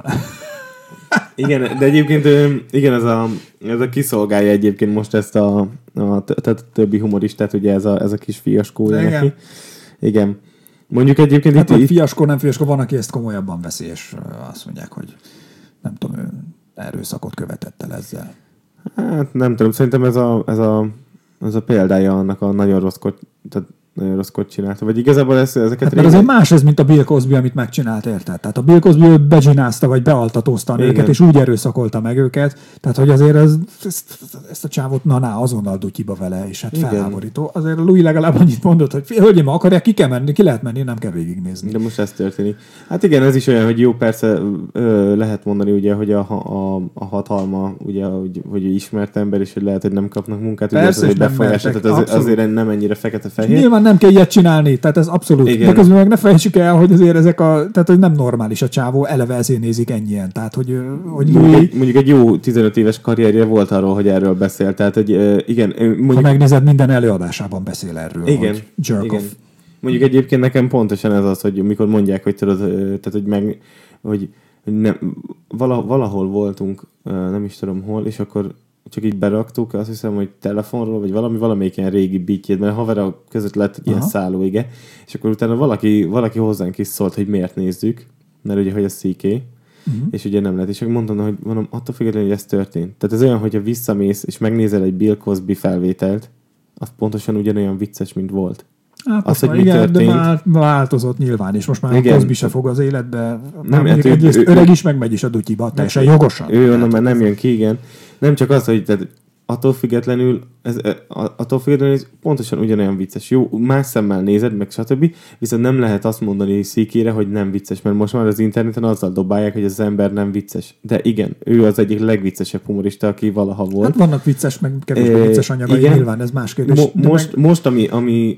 Igen, de egyébként igen, ez a, ez a kiszolgálja egyébként most ezt a, a, a többi humoristát, ugye ez a, ez a kis fiaskója neki. Igen. Mondjuk egyébként hát, itt... itt fiaskó, nem fiaskó, van, aki ezt komolyabban veszi, és azt mondják, hogy nem tudom, ő erőszakot követett el ezzel. Hát nem tudom, szerintem ez a, ez a, ez a példája annak a nagyon rossz kot, tehát nagyon rosszkot csinálta. Vagy igazából ez, ezeket... Hát mert azért más ez, mint a Bill Cosby, amit megcsinált, érted? Tehát a Bill Cosby ő becsinázta, vagy bealtatózta őket, és úgy erőszakolta meg őket. Tehát, hogy azért ez, ezt, ezt a csávot, na, na, azonnal dutyiba vele, és hát felháborító. Azért Louis legalább annyit mondott, hogy hölgyem, akarják, ki kell menni, ki lehet menni, nem kell végignézni. De most ez történik. Hát igen, ez is olyan, hogy jó, persze ö, lehet mondani, ugye, hogy a, a, a hatalma, ugye, hogy, hogy ismert ember, és hogy lehet, hogy nem kapnak munkát, persze, ugye, az, hogy befolyása, tehát az, azért nem ennyire fekete-fehér. Nyilván nem kell ilyet csinálni, tehát ez abszolút. Igen. De közben meg ne felejtsük el, hogy azért ezek a, tehát hogy nem normális a csávó, eleve ezért nézik ennyien. Tehát, hogy, hogy mondjuk, egy, mondjuk egy jó tizenöt éves karrierje volt arról, hogy erről beszél. Tehát, hogy igen. Mondjuk, ha megnézed, minden előadásában beszél erről. Igen. Hogy igen. Mondjuk egyébként nekem pontosan ez az, hogy mikor mondják, hogy tudod, tehát, hogy meg, hogy nem, valahol voltunk, nem is tudom hol, és akkor csak így beraktuk, azt hiszem, hogy telefonról, vagy valami, valamelyik ilyen régi beatjét, mert a haverok között lett ilyen szállóige, és akkor utána valaki, valaki hozzánk is szólt, hogy miért nézzük, mert ugye, hogy a C K, uh-huh. és ugye nem lehet. És akkor mondtam, hogy mondom, attól függetlenül, hogy ez történt. Tehát ez olyan, hogyha visszamész, és megnézel egy Bill Cosby felvételt, az pontosan ugyanolyan vicces, mint volt. Hát az, hogy mi igen, történt. De már változott nyilván, és most már igen. a Cosby se fog az életbe. Nem, hát ő, ő, öreg is megmegy is a dutyiba, teljesen jogosan. Ő onnan már nem jön ki, igen. Nem csak az, hogy tehát attól függetlenül, ez, attól függetlenül ez pontosan ugyanolyan vicces. Jó, más szemmel nézed, meg stb. Viszont nem lehet azt mondani Szikére, hogy nem vicces, mert most már az interneten azzal dobálják, hogy az ember nem vicces. De igen, ő az egyik legviccesebb humorista, aki valaha volt. Hát vannak vicces, meg kevésbé e, vicces anyagai, igen. Nyilván ez más kérdés. Mo- most, meg... most, ami, ami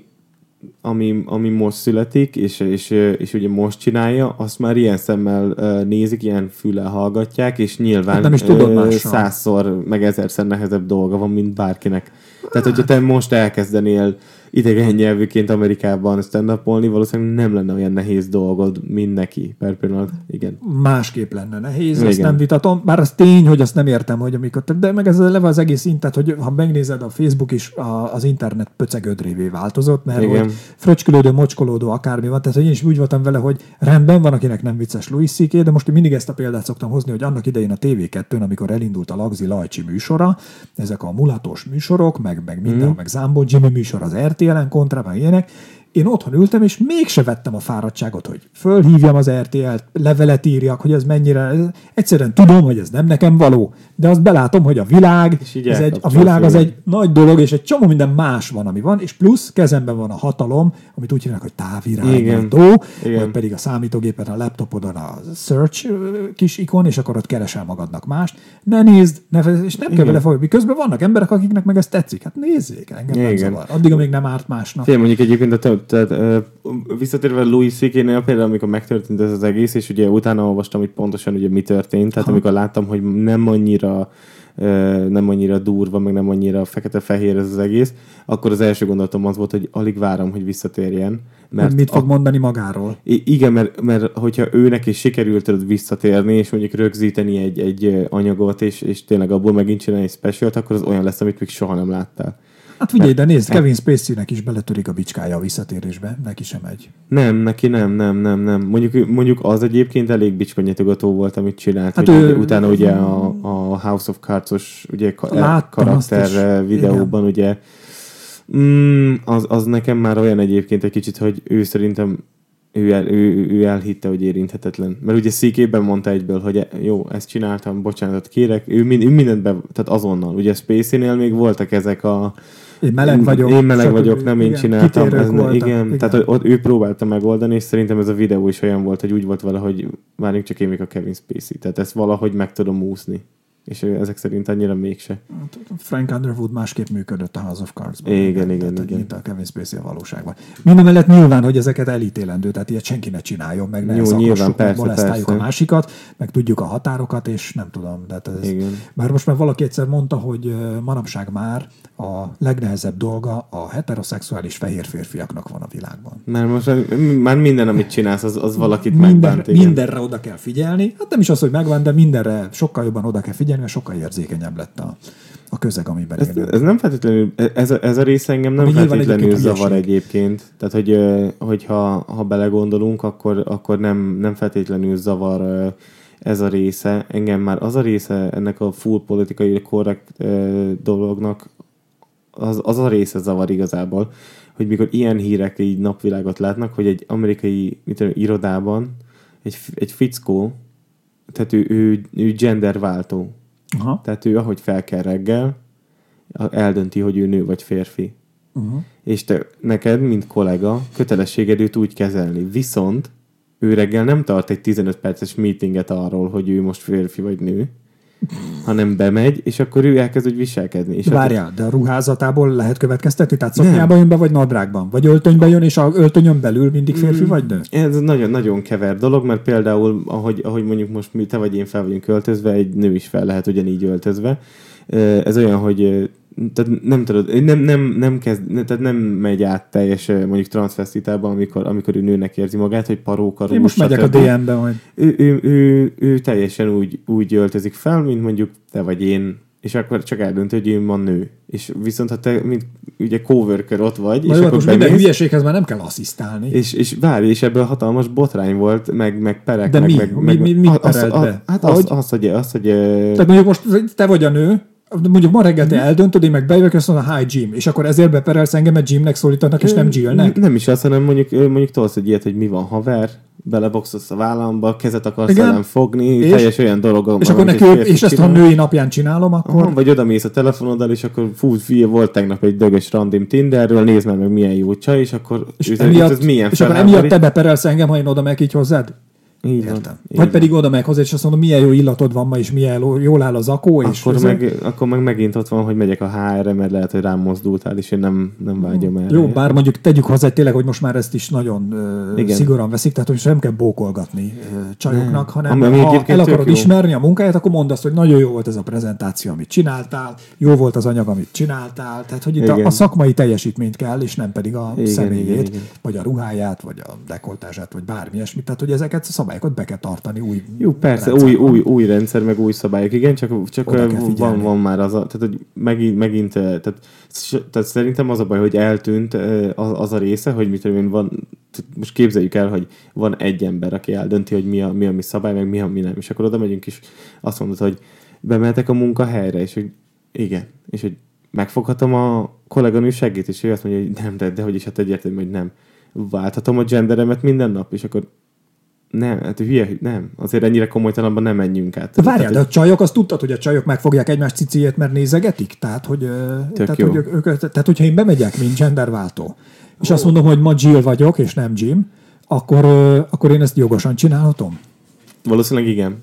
Ami, ami most születik, és, és, és ugye most csinálja, azt már ilyen szemmel uh, nézik, ilyen füllel hallgatják, és nyilván hát nem is tudod uh, százszor, meg ezerszer nehezebb dolga van, mint bárkinek. Tehát, hogyha te most elkezdenél idegen nyelvűként Amerikában stand-upolni, valószínűleg nem lenne olyan nehéz dolgod, mint neki per pillanat. Igen. Másképp lenne nehéz, igen. Ezt nem vitatom. Bár az tény, hogy azt nem értem, hogy amikor... De meg ez leve az egész intet, hogy ha megnézed, a Facebook is a, az internet pöcegödrévé változott, mert igen. Hogy fröcskülődő, mocskolódó, akármi van. Tehát, hogy én is úgy voltam vele, hogy rendben van, akinek nem vicces Louis cé ká, de most mindig ezt a példát szoktam hozni, hogy annak idején a té vé kettőn, amikor elindult a Lagzi Lajcsi műsora, ezek a mulatos műsorok, meg, meg minden, mm. meg Zámbó Jimmy műsor az er té el-en, kontra, meg ilyenek. Én otthon ültem, és mégse vettem a fáradtságot, hogy fölhívjam az er té el-t, levelet írjak, hogy ez mennyire... Egyszerűen tudom, hogy ez nem nekem való, de azt belátom, hogy a világ, ez egy, a világ az egy nagy dolog, és egy csomó minden más van, ami van, és plusz kezemben van a hatalom, amit úgy hívnak, hogy távirányító, vagy pedig a számítógépen, a laptopodon a search kis ikon, és akkor ott keresel magadnak mást. Ne nézd, ne, és nem kell vele fogni. Közben vannak emberek, akiknek meg ez tetszik. Hát nézzék, engem nem zavar. Addig, amíg nem árt másnak. Fél, mondjuk egyébként a tehát uh, visszatérve Louis cé ká-nél például, amikor megtörtént ez az egész, és ugye utána olvastam, hogy pontosan ugye mi történt, tehát ha. Amikor láttam, hogy nem annyira uh, nem annyira durva, meg nem annyira fekete-fehér ez az egész, akkor az első gondolatom az volt, hogy alig várom, hogy visszatérjen. Mert mit fog a... mondani magáról? I- igen, mert, mert hogyha őnek is sikerült visszatérni, és mondjuk rögzíteni egy, egy anyagot, és, és tényleg abból megint csinálni egy specialt, akkor az olyan lesz, amit még soha nem láttál. Hát figyelj, de nézd, Kevin Spacey-nek is beletörik a bicskája a visszatérésbe, neki sem megy. Nem, neki nem, nem, nem, nem. Mondjuk, mondjuk az egyébként elég bicskanyitogató volt, amit csinált. Hát ugye, ő, utána ugye a, a House of Cards-os ugye, karakter videóban, igen. Ugye mm, az, az nekem már olyan egyébként egy kicsit, hogy ő szerintem ő, el, ő, ő elhitte, hogy érinthetetlen. Mert ugye cé ká-ben mondta egyből, hogy jó, ezt csináltam, bocsánatot kérek. Ő, mind, ő mindent be, tehát azonnal. Ugye Spacey-nél még voltak ezek a Én meleg vagyok. Én meleg vagyok, nem én csináltam. Ez ne, igen, igen, tehát ott ő próbálta megoldani, és szerintem ez a videó is olyan volt, hogy úgy volt vele, hogy várjunk csak én még a Kevin Spacey. Tehát ezt valahogy meg tudom úszni. És ezek szerint annyira mégse. Frank Underwood másképp működött a House of Cards-ban. Igen, igen, tehát, igen. Mint a Kevin Spacey a valóságban. Mindemellett nyilván, hogy ezeket elítélendő, tehát ilyet senki ne csináljon, meg ne szakassuk, meg molesztáljuk a másikat, meg tudjuk a határokat, és nem tudom. Tehát ez, bár most már valaki egyszer mondta, hogy manapság már a legnehezebb dolga a heteroszexuális fehér férfiaknak van a világban. Már most már minden, amit csinálsz, az, az valakit Minden, megbánt. Mindenre oda kell figyelni. Hát nem is az, hogy megvan, de mindenre sokkal jobban oda kell figyelni, mert sokkal érzékenyebb lett a, a közeg, amiben ez, ez nem feltétlenül, ez a, ez a része engem nem feltétlenül zavar egyébként. Tehát, hogy, hogyha ha belegondolunk, akkor, akkor nem, nem feltétlenül zavar ez a része. Engem már az a része ennek a full politikai korrekt dolognak, az, az a része zavar igazából, hogy mikor ilyen hírek így napvilágot látnak, hogy egy amerikai mit tudom, irodában egy, egy fickó, tehát ő, ő, ő genderváltó. Aha. Tehát ő ahogy fel kell reggel, eldönti, hogy ő nő vagy férfi. Uh-huh. És te, neked, mint kollega, kötelességed őt úgy kezelni. Viszont ő reggel nem tart egy tizenöt perces meetinget arról, hogy ő most férfi vagy nő, hanem bemegy, és akkor ő elkezd úgy viselkedni. És várjál, akkor... de a ruházatából lehet következtetni? Tehát szoknyában jön be, vagy nadrágban? Vagy öltönyben jön, és a öltönyön belül mindig férfi mm, vagy nő? Ez nagyon-nagyon kever dolog, mert például, ahogy, ahogy mondjuk most mi, te vagy én fel vagyunk öltözve, egy nő is fel lehet ugyanígy öltözve. Ez olyan, hogy tehát nem tudod, nem, nem, nem, kezd, tehát nem megy át teljes mondjuk transvestitában, amikor, amikor ő nőnek érzi magát, hogy paróka, én most megyek a dé em-be, hogy... Ő, ő, ő, ő teljesen úgy, úgy öltözik fel, mint mondjuk te vagy én, és akkor csak eldönt, hogy ő ma nő. És viszont ha te, mint ugye coworker ott vagy, na és jó, akkor most bemész, minden hülyeséghez már nem kell asszisztálni. És, és várj, és ebből hatalmas botrány volt, meg, meg perek, de meg... mi? meg, mi, meg mi mit perelt be? Hát az, az, hogy... Az, hogy tehát mondjuk most te vagy a nő, Mondjuk ma reggel te eldöntöd, én meg bejövök, azt mondom, hi Jim, és akkor ezért beperelsz engemet Jimnek szólítanak, és nem Jillnek? Nem is azt, hanem mondjuk, mondjuk tolsz egy ilyet, hogy mi van haver, beleboxolsz a vállamba, kezet akarsz igen? Ellen fogni, és? teljes olyan dolog. És akkor neki, és ezt ha női napján csinálom, akkor... Aha, vagy odamész a telefonoddal, és akkor fú, fia, volt tegnap egy dögös randim Tinderről, nézd meg, meg milyen jó csaj, és akkor és, ez, emiatt, ez milyen és akkor emiatt te beperelsz engem, ha én oda meg így hozzád? Így Értem. van, Vagy van. Pedig oda meg hozzá, és azt mondom, milyen jó illatod van ma, és milyen jól áll az akó. És akkor, meg, akkor meg megint ott van, hogy megyek a há erre, mert lehet, hogy rám mozdultál, és én nem, nem vágyom erre. Jó, bár mondjuk tegyük hozzá tényleg, hogy most már ezt is nagyon uh, szigorúan veszik, tehát hogy nem kell bókolgatni uh, csajoknak, hanem ami, ami ha el akarod ismerni a munkáját, akkor mondd azt, hogy nagyon jó volt ez a prezentáció, amit csináltál, jó volt az anyag, amit csináltál, tehát hogy itt a, a szakmai teljesítményt kell, és nem pedig a igen, személyét, igen, igen. vagy a ruháját, vagy a dekoltását, vagy bármi ilyesmit, tehát hogy ezeket a szabályokat be kell tartani. Új jó, persze, új, új, új rendszer, meg új szabályok, igen, csak, csak van, van már az a, tehát hogy megint, megint tehát, tehát szerintem az a baj, hogy eltűnt az, az a része, hogy mit tudom én, van, most képzeljük el, hogy van egy ember, aki eldönti, hogy mi a mi, a mi szabály, meg mi a mi nem, és akkor oda megyünk, és azt mondod, hogy bemehetek a munkahelyre, és hogy igen, és hogy megfoghatom a kolléganő segít, és ő azt mondja, hogy nem, de, de hogy is, hát egyértelmű, hogy nem. Válthatom a genderemet minden nap, és akkor nem, hát hülye, nem. Azért ennyire komolytalanban nem menjünk át. De várjál, de a csajok, azt tudtad, hogy a csajok megfogják egymás cicijét, mert nézegetik? Tehát, hogy, tehát, hogy ők, ők, tehát, hogyha én bemegyek, mint genderváltó, és oh. azt mondom, hogy ma Jill vagyok, és nem Jim, akkor, akkor én ezt jogosan csinálhatom? Valószínűleg igen.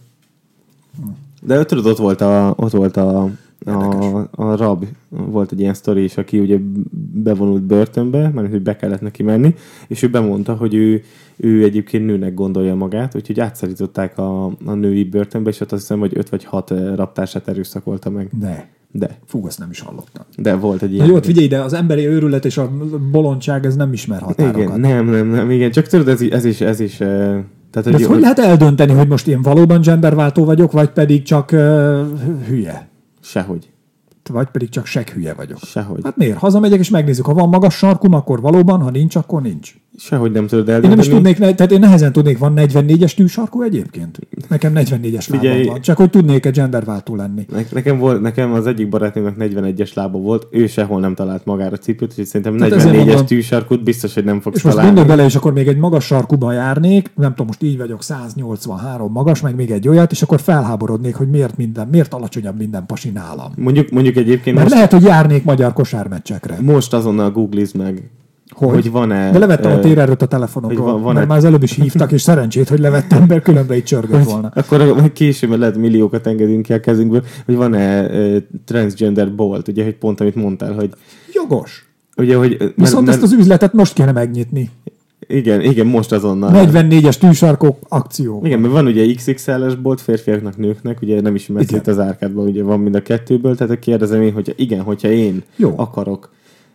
De tudod, ott volt a, ott volt a, a, a rab, volt egy ilyen sztori is, aki ugye bevonult börtönbe, mert hogy be kellett neki menni, és ő bemondta, hogy ő, ő egyébként nőnek gondolja magát, úgyhogy átszállították a, a női börtönbe, és ott azt hiszem, hogy öt vagy hat raptársát erőszakolta meg. De. De. Fú, ezt nem is hallottam. De volt egy ilyen. Na jó, figyelj, de az emberi őrület és a bolondság, ez nem ismer határokat. Igen, nem, nem, nem, igen, csak tudod, ez, ez is, ez is tehát, hogy, hogy, hogy lehet eldönteni, hogy most én valóban genderváltó vagyok, vagy pedig csak uh, hülye? Sehogy. Vagy pedig csak seg hülye vagyok. Sehogy. Hát miért? Hazamegyek és megnézzük, ha van magas sarkum, akkor valóban, ha nincs, akkor nincs. Sehogy nem tudod eldönteni. Én nem is tudnék, tehát én nehezen tudnék, van negyvennégyes tűsarkú egyébként? Nekem negyvennégyes lábam van, csak hogy tudnék egy genderváltó lenni. Nekem, volt, nekem az egyik barátnőmnek negyvenegyes lába volt, ő sehol nem talált magára cipőt, úgyhogy szerintem tehát negyvennégyes tűsarkút biztos, hogy nem fogsz és találni. És most gondolj bele, és akkor még egy magas sarkuban járnék, nem tudom, most így vagyok, száz nyolcvanhárom magas, meg még egy olyat, és akkor felháborodnék, hogy miért minden, miért alacsonyabb minden pasi nálam. Mondjuk, mondjuk egyébként mert most... lehet, hogy járnék magyar kosármeccsekre. Most azonnal googlizd meg. Hogy? hogy van-e... De levettem uh, a térerőt a telefonomról, van, van mert már az előbb is hívtak, és szerencsét, hogy levettem, mert különben így csörgött volna. Akkor később lehet milliókat engedünk ki a kezünkből, hogy van-e uh, transgender bolt, ugye, hogy pont amit mondtál, hogy... Jogos. Ugye, hogy... Mert, Viszont mert, ezt az üzletet most kéne megnyitni. Igen, igen, most azonnal. negyvennégyes tűsarkok akció. Igen, mert van ugye iksz iksz el-es bolt férfiaknak, nőknek, ugye nem is messze itt az árkádban, ugye van mind a kettőből, tehát kérdezem én, hogy igen, hogyha én Jó. akarok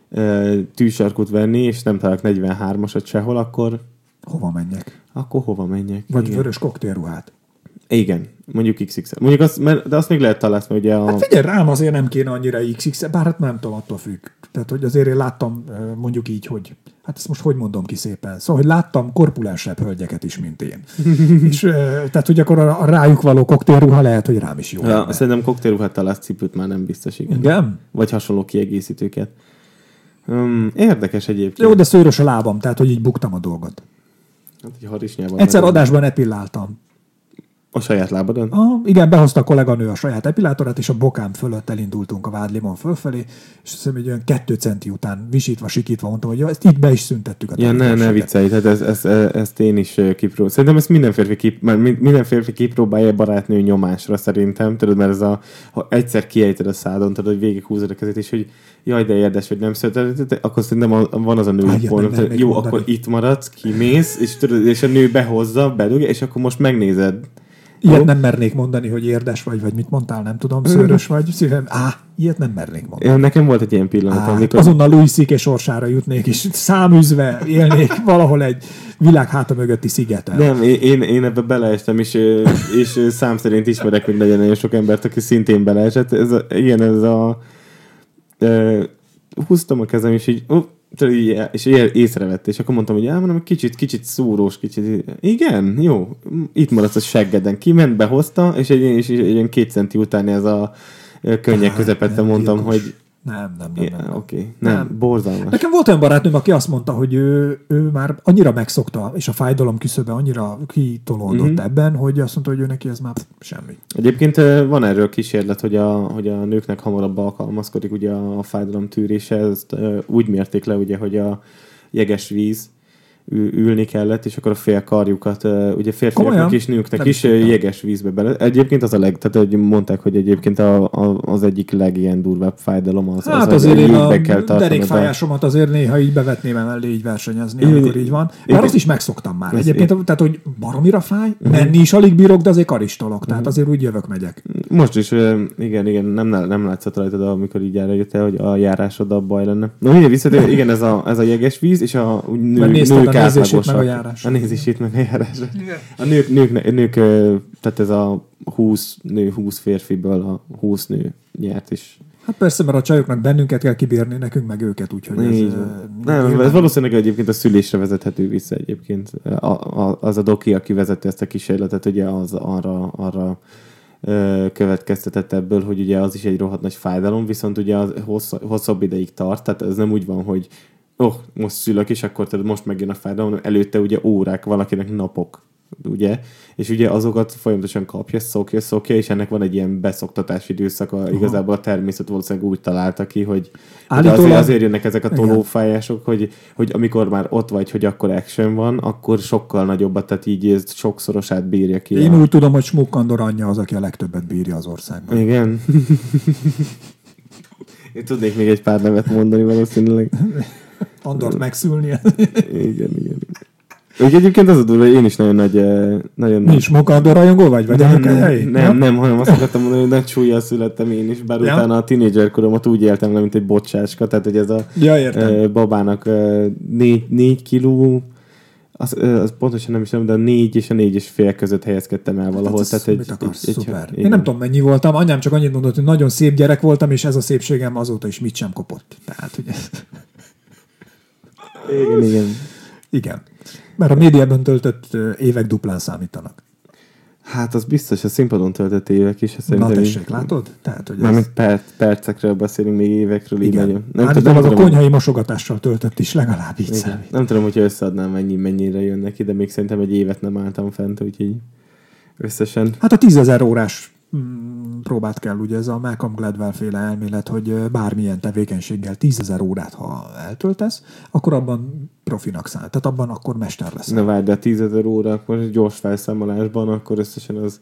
tűsarkút venni, és nem találok negyvenhármasat sehol, akkor... Hova menjek? Akkor hova menjek? Vagy igen. Vörös koktélruhát. Igen, mondjuk iksz iksz el. Mondjuk azt, mert, de azt még lehet találni, ugye a... Hát figyelj, rám azért nem kéne annyira iksz iksz el, bár hát nem tudom, attól függ. Tehát, hogy azért én láttam mondjuk így, hogy hát ezt most hogy mondom ki szépen? Szóval, hogy láttam korpulensebb hölgyeket is, mint én. És tehát, hogy akkor a, a rájuk való koktélruha lehet, hogy rám is jó. Ja, szerintem koktélruhát találsz, cipőt már nem biztos, igen. Igen? Vagy hasonló kiegészítőket. Um, érdekes egyébként. Jó, de szőrös a lábam, tehát, hogy így buktam a dolgot. Hát, egy harisnyában. Egyszer adásban epilláltam. A saját lábadon? Ah, igen, behozta a kolléganő a saját epilátorát, és a bokám fölött elindultunk a Vádlimon fölfelé, és azt hiszem, hogy olyan kettő centi után visítva, sikítva mondtam, hogy jó, ezt itt be is szüntettük a ja, ne, ne viccelj, tehát ez, ez, ezt én is kipróbálom. Szerintem ezt minden férfi, kip, minden férfi kipróbálja barátnő nyomásra szerintem, tudod, mert ez a, ha egyszer kiejted a szádon, tudod, hogy végighúzod a kezét, és hogy jaj, de érdes, hogy nem született, akkor szerintem van az a női pólum, jó, mondani. Akkor itt maradsz, kimész, és, tudod, és a nő behozza, bedugja, és akkor most megnézed. Ilyet nem mernék mondani, hogy érdes vagy, vagy mit mondtál, nem tudom, szőrös vagy. Szívem, á, ilyet nem mernék mondani. Ja, nekem volt egy ilyen pillanat, á, amikor... Azonnal Louis C K sorsára jutnék, és száműzve élnék valahol egy világ háta mögötti szigeten. Nem, én, én ebbe beleestem, és, és szám szerint ismerek még nagyon-nagyon sok embert, aki szintén beleesett. Ez a, igen, ez a... E, húztam a kezem, és így... Uh, és észrevett, és akkor mondtam, hogy elmondom, kicsit, kicsit szúrós, kicsit. Igen, jó, itt maradsz a seggeden. Kiment, behozta, és egy, és egy, egy ilyen két centi után ez a, könnyek közepette mondtam, hogy Nem, nem, nem. nem, nem. Oké, okay. nem, nem, borzalmas. Nekem volt olyan barátnőm, aki azt mondta, hogy ő, ő már annyira megszokta, és a fájdalom küszöbe annyira kitolódott mm-hmm. ebben, hogy azt mondta, hogy ő neki ez már semmi. Egyébként van erről kísérlet, hogy a, hogy a nőknek hamarabb alkalmazkodik ugye a fájdalom tűrése. Ezt úgy mérték le, ugye, hogy a jeges víz ülni kellett, és akkor a fél karjukat, ugye férfiaknak és nőknek is jeges vízbe bele. Egyébként az a leg, tehát hogy mondták, hogy egyébként a, a, az egyik legilyen durvább fájdalom az, hát az, azért én a derékfájásomat azért néha így bevetném mellé így versenyezni, én, amikor így van. Már azt is megszoktam már. Egyébként, én... tehát, hogy baromira fáj, uh-huh. menni is alig bírok, de azért karistolok, tehát uh-huh. azért úgy jövök, megyek. Most is, igen, igen, nem, nem látszott rajtad, amikor így eljöttél, hogy a járásod a baj lenne. Na, ugye visszatér, igen, ez a, ez a jeges víz, és a nő, nők a nézését meg a járás. A nézését meg a járás. A nők, nők, nők, tehát ez a húsz nő, húsz férfiből a húsz nő nyert is. Hát persze, mert a csajoknak bennünket kell kibírni, nekünk meg őket, úgyhogy ez... Így, nem, ez valószínűleg egyébként a szülésre vezethető vissza egyébként. A, a, az a doki, aki vezette ezt a kísérletet, ugye az arra, arra következtetett ebből, hogy ugye az is egy rohadt nagy fájdalom, viszont ugye az hossz, hosszabb ideig tart, tehát ez nem úgy van, hogy oh, most szülök, és akkor tehát most megjön a fájdalom, előtte ugye órák, valakinek napok, ugye? És ugye azokat folyamatosan kapja, szokja, szokja, és ennek van egy ilyen beszoktatási időszaka. Aha. Igazából a természet valószínűleg úgy találta ki, hogy azért, azért jönnek ezek a tolófájások, hogy, hogy amikor már ott vagy, hogy akkor action van, akkor sokkal nagyobbat, tehát így ez sokszorosát bírja ki. Én a... úgy tudom, hogy Smuk Andor anyja az, aki a legtöbbet bírja az országban. Igen. Én tudnék még egy pár nevet mondani valószínűleg. Andort megszülnie. Igen, igen. Úgy egyébként az a durva, hogy én is nagyon nagy... Nagyon Mi is Smuk Andor rajongó vagy? vagy nem, nem, nem, nem, nem, hanem azt akartam mondani, hogy nagy súlyjal születtem én is, bár ja. utána a tínédzser koromat úgy éltem le, mint egy bocsáska, tehát hogy ez a ja, babának négy, négy kiló, az, az pontosan nem is tudom, de a négy és a négy és fél között helyezkedtem el valahol. Hát tehát egy, mit akarsz? Egy, szuper. Egy, én nem tudom, mennyi voltam. Anyám csak annyit mondott, hogy nagyon szép gyerek voltam, és ez a szépségem azóta is mit sem kopott. Tehát, hogy ez... Igen, igen. Igen. Mert a médiában töltött évek duplán számítanak. Hát az biztos, a színpadon töltött évek is. Na tessék, így... látod? Tehát, hogy Mármint ez... perc, percekről beszélünk, még évekről. Igen. Így nem tudom, az a konyhai mosogatással töltött is, legalább így számít. Nem tudom, hogyha összeadnám, mennyi, mennyire jön neki, de még szerintem egy évet nem álltam fent, úgyhogy összesen. Hát a tízezer órás próbát kell, ugye ez a Malcolm Gladwell féle elmélet, hogy bármilyen tevékenységgel tízezer órát, ha eltöltesz, akkor abban profinak számít. Tehát abban akkor mester lesz. Na várj, de a tízezer óra, akkor gyors felszámolásban, akkor összesen az...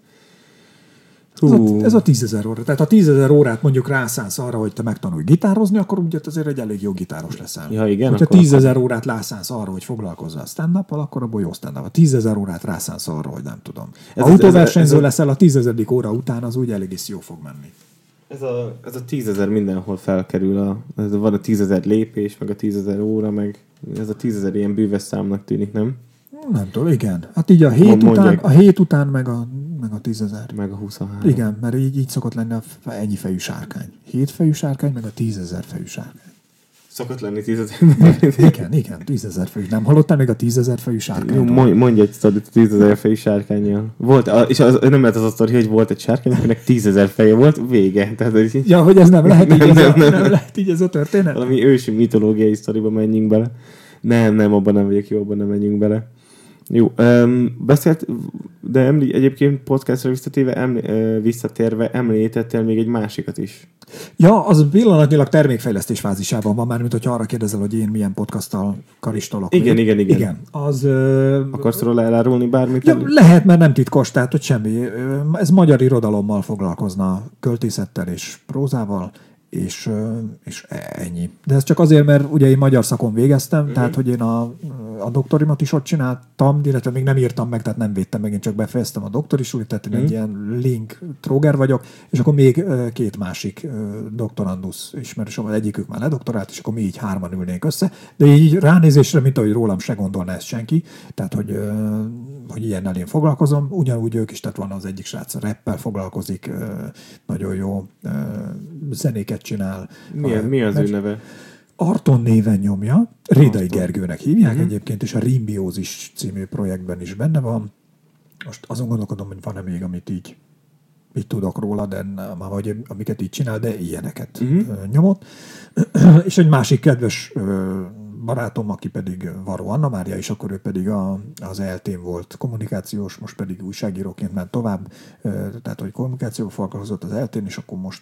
Ez a, ez a tízezer óra. Tehát ha tízezer órát mondjuk rászánsz arra, hogy te megtanulj gitározni, akkor ugye azért egy elég jó gitáros leszel. Ja, igen, hogyha tízezer órát rászánsz arra, hogy foglalkozzál stand-up-al, akkor abból jó stand-up. Ha tízezer órát rászánsz arra, hogy nem tudom. Ha autóversenyző leszel, a tízezedik óra után az úgy elég is jó fog menni. Ez a, ez a tízezer mindenhol felkerül. A, ez a, van a tízezer lépés, meg a tízezer óra, meg ez a tízezer ilyen bűves számnak tűnik, nem? Nem tudom, igen. Hát így a hét után, a hét után meg a, meg a tízezer. Meg a huszonhárom. Igen, mert így, így szokott lenni a ennyi fejű sárkány. Hét fejű sárkány, meg a tízezer fejű sárkány. Szokott lenni tízezer. Igen, igen, tízezer fejű. Nem hallottál még a tízezer fejű sárkány? Mondj, mondj egy sztorit a tízezer fejű sárkánnyal. Volt, és az, nem lehet az a sztori, hogy volt egy sárkány, akinek tízezer feje volt, vége. Tehát, hogy... Ja, hogy ez nem lehet így, nem, ez, nem, a, nem, nem lehet így ez a történet? Valami ősi mitológiai sztoriba menjünk bele. Nem, nem, abban nem vagyok jó, abban nem menjünk bele. Jó, um, beszélt, de emlí, egyébként podcastra visszatérve, emlé, uh, visszatérve említettél még egy másikat is. Ja, az pillanatnyilag termékfejlesztés fázisában van már, mint hogyha arra kérdezel, hogy én milyen podcasttal karistolok. Igen, igen, igen. Igen. Az, uh, Akarsz róla elárulni bármit? Ja, lehet, mert nem titkos, tehát hogy semmi. Ez magyar irodalommal foglalkozna, költészettel és prózával, és, és ennyi. De ez csak azért, mert ugye én magyar szakon végeztem, uh-huh. tehát hogy én a, a doktorimat is ott csináltam, illetve még nem írtam meg, tehát nem védtem meg, én csak befejeztem a doktori sulit, tehát én uh-huh. egy ilyen link tróger vagyok, és akkor még két másik doktorandusz ismerősöm, egyikük már ledoktorált, és akkor mi így hárman ülnénk össze, de így ránézésre, mint ahogy rólam se gondolna ezt senki, tehát hogy, hogy ilyennel én foglalkozom, ugyanúgy ők is, tehát van az egyik srác rappel foglalkozik, nagyon jó zenéket csinál. Milyen, mi az ő neve? Arton néven nyomja. Rédai Gergőnek hívják uh-huh. egyébként, és a Rimbiózis című projektben is benne van. Most azon gondolkodom, hogy van-e még, amit így mit tudok róla, de nem, vagy amiket így csinál, de ilyeneket uh-huh. nyomott. És egy másik kedves barátom, aki pedig Varó Anna Mária, és akkor ő pedig a, az é el té-n volt kommunikációs, most pedig újságíróként ment tovább, tehát hogy kommunikációval foglalkozott az é el té-n, és akkor most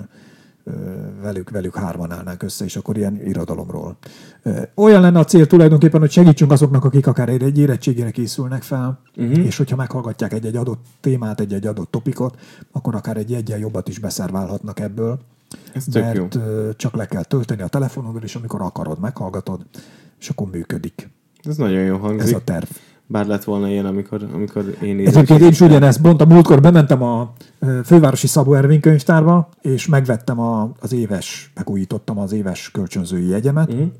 velük, velük hárman állnánk össze, és akkor ilyen irodalomról. Olyan lenne a cél tulajdonképpen, hogy segítsünk azoknak, akik akár egy érettségére készülnek fel, uh-huh. és hogyha meghallgatják egy-egy adott témát, egy-egy adott topikot, akkor akár egy egyen jobbat is beszerválhatnak ebből. Ez tök mert jó. Csak le kell tölteni a telefonodon, és amikor akarod, meghallgatod, és akkor működik. Ez nagyon jó hangzik. Ez a terv. Bár lett volna ilyen, amikor, amikor én értem. Egyébként én is ugyanezt, pont a múltkor bementem a Fővárosi Szabó Ervin könyvtárba, és megvettem a, az éves, megújítottam az éves kölcsönzői jegyemet, uh-huh.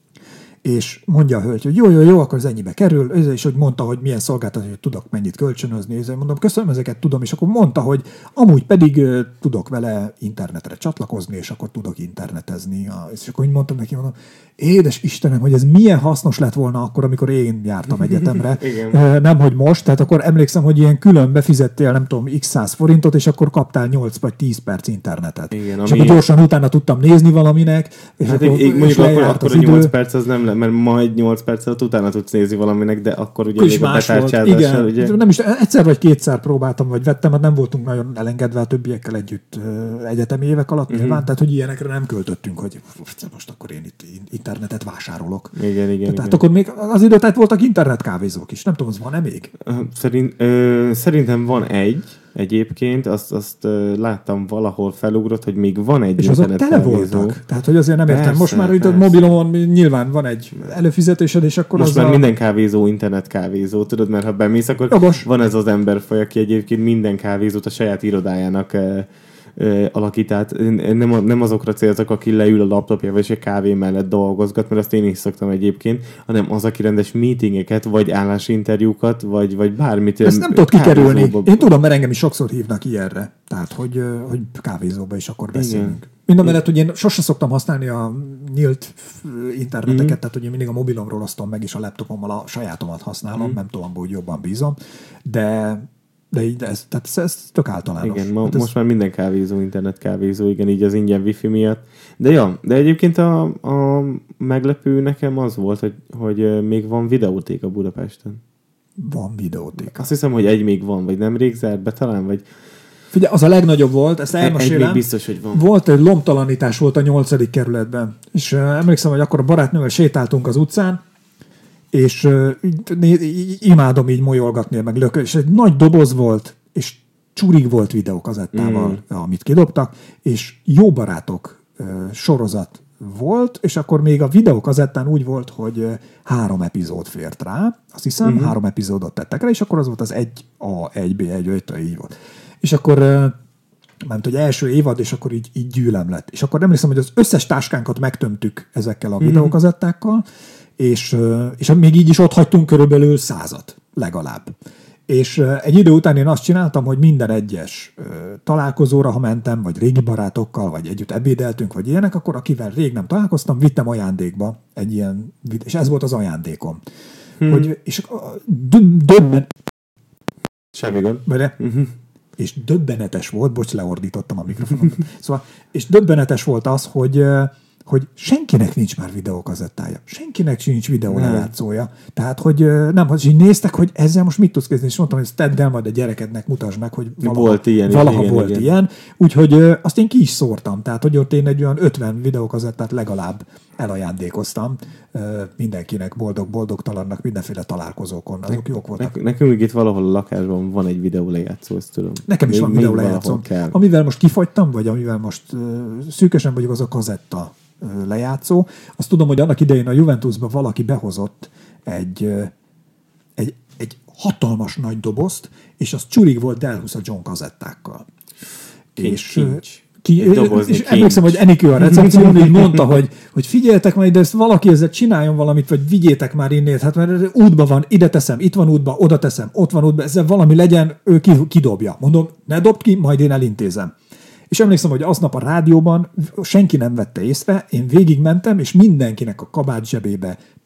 és mondja a hölgy, hogy jó, jó, jó, akkor ez ennyibe kerül, és hogy mondta, hogy milyen szolgáltatást tudok mennyit kölcsönözni, és mondom, köszönöm, ezeket tudom, és akkor mondta, hogy amúgy pedig uh, tudok vele internetre csatlakozni, és akkor tudok internetezni. És akkor úgy mondtam neki, mondom, édes Istenem, hogy ez milyen hasznos lett volna akkor, amikor én jártam egyetemre. uh, nem, hogy most, tehát akkor emlékszem, hogy ilyen külön befizettél, nem tudom, x száz forintot, és akkor kaptál nyolc vagy tíz perc internetet. Igen, és akkor gyorsan utána tudtam nézni valaminek, és hát akkor, én, és akkor, akkor akkor a nyolc perc az nem le, mert majd nyolc perc alatt utána tudsz nézni valaminek, de akkor ugye még a betárcsázással, ugye? Nem is, egyszer vagy kétszer próbáltam, vagy vettem, mert nem voltunk nagyon elengedve a többiekkel együtt egyetemi évek alatt, uh-huh. nyilván, tehát hogy ilyenekre nem költöttünk, hogy most akkor én itt internetet vásárolok. Igen, igen, tehát, igen. Tehát akkor még az idő, tehát voltak internetkávézók is, nem tudom, az van-e még? Szerint, ö, szerintem van egy, egyébként, azt, azt ö, láttam valahol felugrott, hogy még van egy és azok tele voltak. Tehát, hogy azért nem értem. Persze, most már itt a mobilon nyilván van egy előfizetésed, és akkor most az már a... minden kávézó internet kávézó, tudod, mert ha bemész, akkor Jogos. Van ez az emberfaj, aki egyébként minden kávézót a saját irodájának ö, ö, alakít át. Nem, a, nem azokra célzak, aki leül a laptopjával és a kávé mellett dolgozgat, mert azt én is szoktam egyébként, hanem az, aki rendes meetingeket, vagy állásinterjúkat, vagy, vagy bármit. Ezt nem tudod kikerülni. Én tudom, mert engem is sokszor hívnak ilyenre. Tehát, hogy, hogy kávézóba is akkor beszélünk. Minden mellett, hogy én sosem szoktam használni a nyílt interneteket, mm-hmm. tehát hogy én mindig a mobilomról osztom meg, és a laptopommal a sajátomat használom, mm-hmm. nem tudom, hogy jobban bízom, de, de így ez, tehát ez, ez tök általános. Igen, ma, hát most ez... már minden kávézó, internet kávézó, igen, így az ingyen wifi miatt. De ja, de egyébként a, a meglepő nekem az volt, hogy, hogy még van videótéka Budapesten. Van videótéka. Azt hiszem, hogy egy még van, vagy nemrég zárt be talán, vagy... Figyelj, az a legnagyobb volt, ezt elmesélem. Egy még biztos, hogy van. Volt egy lombtalanítás volt a nyolcadik kerületben, és uh, emlékszem, hogy akkor a barátnővel sétáltunk az utcán, és uh, imádom így molyolgatni, meg lökö, és egy nagy doboz volt, és csurig volt videókazettával, mm. amit kidobtak, és Jó barátok uh, sorozat volt, és akkor még a videókazettán úgy volt, hogy uh, három epizód fért rá, azt hiszem, mm-hmm. három epizódot tettek rá, és akkor az volt az egy A, egy B, egy öt, így volt. És akkor, mert hogy első évad, és akkor így, így gyűlöm lett. És akkor emlékszem, hogy az összes táskánkat megtömtük ezekkel a videókazettákkal, és, és még így is ott hagytunk körülbelül százat, legalább. És egy idő után én azt csináltam, hogy minden egyes találkozóra, ha mentem, vagy régi barátokkal, vagy együtt ebédeltünk, vagy ilyenek, akkor akivel rég nem találkoztam, vittem ajándékba egy ilyen, és ez volt az ajándékom. Hmm. Hogy, és döbben... Semmi gond. Uh-huh. És döbbenetes volt, bocs, leordítottam a mikrofonon. Szóval, és döbbenetes volt az, hogy, hogy senkinek nincs már videókazettája. Senkinek nincs videólejátszója. Tehát, hogy nem, hogy így néztek, hogy ezzel most mit tudsz kezdeni, és mondtam, hogy ezt tedd el majd a gyerekednek, mutasd meg, hogy valaha volt ilyen. Valaha igen, volt igen. ilyen. Úgyhogy azt én ki is szórtam. Tehát, hogy ott én egy olyan ötven videókazettát legalább elajándékoztam mindenkinek, boldog-boldogtalannak, mindenféle találkozókon. Azok jók voltak. Nekünk itt valahol a lakásban van egy videólejátszó, ezt tudom. Nekem is még, van videólejátszó. Amivel most kifagytam, vagy amivel most uh, szűkösen vagyok, az a kazetta uh, lejátszó. Azt tudom, hogy annak idején a Juventusban valaki behozott egy, uh, egy, egy hatalmas nagy dobozt, és az csurig volt Delhusz a John kazettákkal. Kincs, és kincs. Ki, és emlékszem, hogy Enikő a recepción így mondta, hogy, hogy figyeljetek majd, de ezt valaki ezzel csináljon valamit, vagy vigyétek már innét, hát mert útba van, ide teszem, itt van útba, oda teszem, ott van útba, ezzel valami legyen, ő kidobja. Mondom, ne dobd ki, majd én elintézem. És emlékszem, hogy aznap a rádióban senki nem vette észre, én végigmentem, és mindenkinek a kabát zsebébe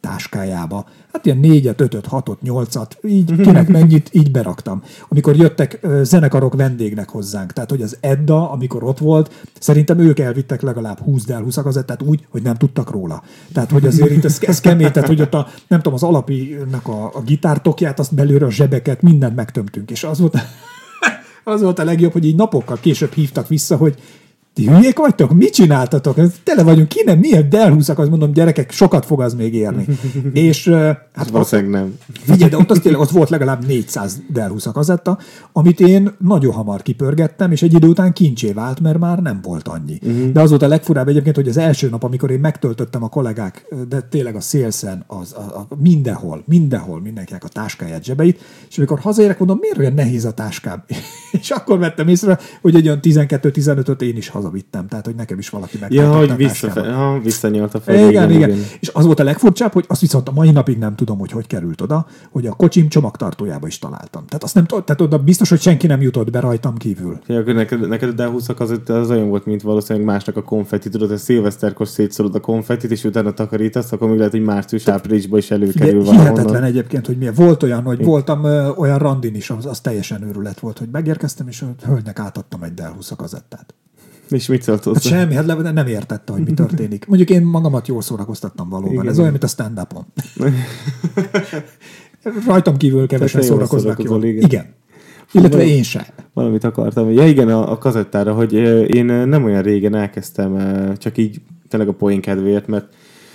táskájába. Hát ilyen négyet, ötöt, hatot, nyolcat, így kinek mennyit, így beraktam. Amikor jöttek ö, zenekarok vendégnek hozzánk, tehát hogy az Edda, amikor ott volt, szerintem ők elvittek legalább húsz del húsz kazettát úgy, hogy nem tudtak róla. Tehát, hogy azért itt ez, ez kemény, tehát, hogy ott a, nem tudom, az alapinak a, a gitártokját, azt belőle a zsebeket, mindent megtömtünk. És az volt, az volt a legjobb, hogy így napokkal később hívtak vissza, hogy ti hülyék vagytok? Mit csináltatok? Tele vagyunk, ki nem, miért del húszak? Azt mondom, gyerekek, sokat fog az még érni. És hát valószínűleg nem. Figyelj, de ott, az tényleg, ott volt legalább négyszáz del húsz kazetta, amit én nagyon hamar kipörgettem, és egy idő után kincsé vált, mert már nem volt annyi. Uh-huh. De az volt a legfurább egyébként, hogy az első nap, amikor én megtöltöttem a kollégák, de tényleg a szélszen, az, a, a, mindenhol, mindenhol mindenkinek a táskáját, zsebeit, és amikor hazaérek, mondom, miért olyan nehéz a táskám? És akkor vettem észre, hogy egy olyan tizenkettő-tizenötöt én is hazavittem, tehát hogy nekem is valaki megtartotta ja, hogy visszafe- ha, visszanyalt a fel. Igen, igen, igen. igen. És az volt a legfurcsább, hogy azt viszont a mai napig nem tudom, hogy hogy került oda, hogy a kocsim csomagtartójába is találtam. Tehát azt nem, tehát oda biztos, hogy senki nem jutott be rajtam kívül. Ja, akkor neked, neked a del húszak az, az olyan volt, mint valószínűleg másnak a konfetti. Tudod, hogy szilveszterkor szétszorod a konfettit, és utána takarítasz, akkor még lehet, hogy március-áprilisban is előkerül valahonnan. Hihetetlen egyébként, hogy milyen. Volt olyan, hogy voltam ö, olyan randin is, az, az teljesen őrület volt, hogy megérkeztem, és a hölgynek átadtam egy del húsz kazettát. És mit szólt hát semmi, hát nem értette, hogy mi történik. Mondjuk én magamat jól szórakoztattam valóban. Igen. Ez olyan, mint a stand-upon. Rajtam kívül kevesen szórakoznak jól. Igen. igen. Illetve én sem. Valamit akartam. Ja igen, a, a kazettára, hogy én nem olyan régen elkezdtem, csak így tényleg a poén kedvéért, mert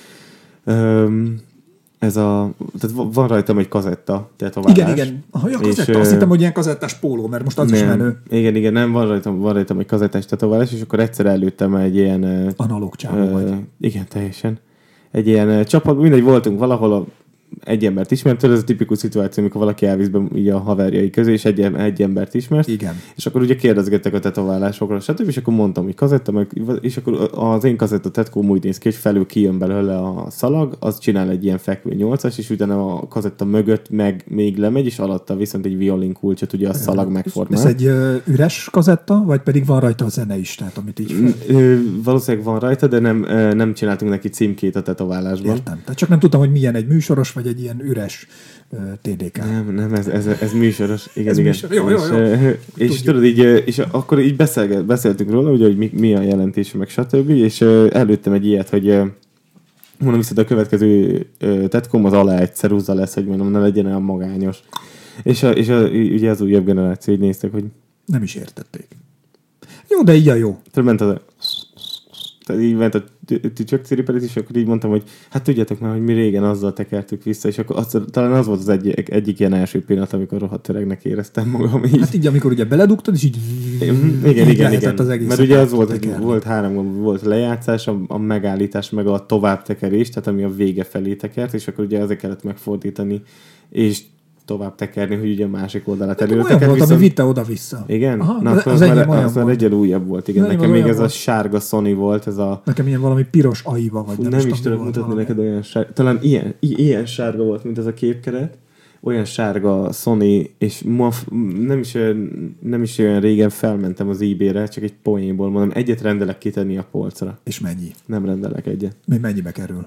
um, ez a, tehát van rajtam egy kazetta, tetoválás. Igen, igen. Aha, a kazetta. És, azt hittem, hogy ilyen kazettás póló, mert most az nem, is menő. Igen, igen, nem, van rajtam, van rajtam egy kazettás tetoválás, és akkor egyszer előttem egy ilyen... Analóg csávó uh, vagy. Igen, teljesen. Egy ilyen csapatban, mindegy, voltunk valahol a egy embert ismert, ez a tipikus szituáció, amikor valaki elvisz be így a haverjai közé, és egy, egy embert ismert. Igen. És akkor ugye kérdezgettek a tetoválásokról, stb. És akkor mondtam, hogy kazetta, meg, és akkor az én kazetta tetkóm úgy néz ki, hogy felül kijön belőle a szalag, az csinál egy ilyen fekvő nyolcas, és utána a kazetta mögött meg még lemegy, és alatta viszont egy violin kulcsot, ugye a szalag megformál. Ez egy ö, üres kazetta, vagy pedig van rajta a zene is, tehát amit így... Fel... Ö, valószínűleg van rajta, de nem, nem csináltunk neki címkét a tetoválásban. Értem. Tehát csak nem tudtam, hogy milyen egy műsoros, vagy egy ilyen üres uh, té dé ká. Nem, nem, ez, ez, ez műsoros. Igen, ez igen. Műsor. Jó, jó, jó. És, és tudod, így, és akkor így beszélget, beszéltünk róla, ugye, hogy mi, mi a jelentése, meg stb. És előttem egy ilyet, hogy mondom, viszont a következő tetkom az alá egy ceruza lesz, hogy mondom, ne legyen olyan magányos. És, a, és a, ugye az újabb generáció így néztek, hogy... Nem is értették. Jó, de így a jó. Tehát ment az... Tehát így ment a tücsök ciripelés, és akkor így mondtam, hogy hát tudjátok már, hogy mi régen azzal tekertük vissza, és akkor az, talán az volt az egy, egyik ilyen első pillanat, amikor rohadt öregnek éreztem magam így. Hát így, amikor ugye beledugtad, és így... Igen, igen, igen. igen. Az egész. Mert ugye az volt, hogy volt három, volt lejátszás, a, a megállítás, meg a továbbtekerés, tehát ami a vége felé tekert, és akkor ugye azért kellett megfordítani, és tovább tekerni, hogy ugye a másik oldalát előre tekert. Olyan volt, viszont... ami vitte oda-vissza. Igen? Aha, Na, az, az, az, már, az már egyel újabb volt. Igen, nekem még ez volt. A sárga Sony volt. Ez a... Nekem ilyen valami piros aiva, vagy nem, nem is tudok mutatni valami. Neked olyan sárga. Talán ilyen, ilyen sárga volt, mint ez a képkeret. Olyan sárga Sony, és ma nem is, nem is olyan régen felmentem az eBay-re, csak egy poénból mondom, egyet rendelek kitenni a polcra. És mennyi? Nem rendelek egyet. Mi mennyibe kerül?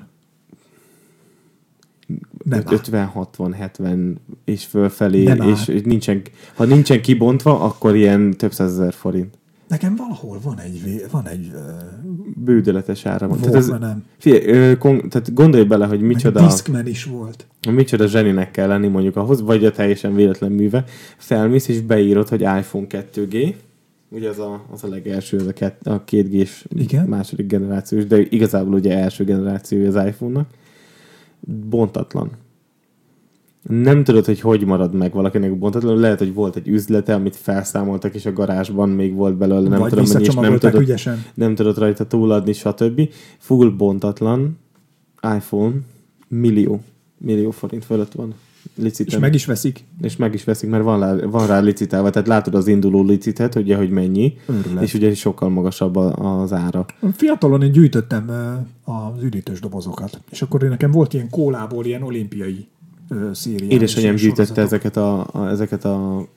ötven, hatvan, hetven és fölfelé, és nincsen, ha nincsen kibontva, akkor ilyen több százezer forint. Nekem valahol van egy, van egy uh, bődöletes ára. Tehát, ez, nem. Figyelj, uh, kon, tehát gondolj bele, hogy micsoda... Discman is volt. Micsoda zseninek kell lenni mondjuk ahhoz, vagy a teljesen véletlen műve. Felmész és beírod, hogy iPhone kettő G, ugye az a, az a legelső, az a, kett, a két G-s második generációs, de igazából ugye első generációja az iPhone-nak. Bontatlan. Nem tudod, hogy hogy marad meg valakinek bontatlan. Lehet, hogy volt egy üzlete, amit felszámoltak, és a garázsban még volt belőle. Nem vagy tudom, mennyi, és nem tudod, ügyesen. nem tudod rajta túladni, stb. Full bontatlan iPhone millió. Millió forint fölött van. Liciten. És meg is veszik. És meg is veszik, mert van rá, van rá licitálva. Tehát látod az induló licitet, ugye, hogy mennyi. Örület. És ugye sokkal magasabb az ára. Fiatalon én gyűjtöttem az üdítős dobozokat. És akkor nekem volt ilyen kólából ilyen olimpiai szériás. Édesanyám gyűjtötte ezeket a, a, ezeket a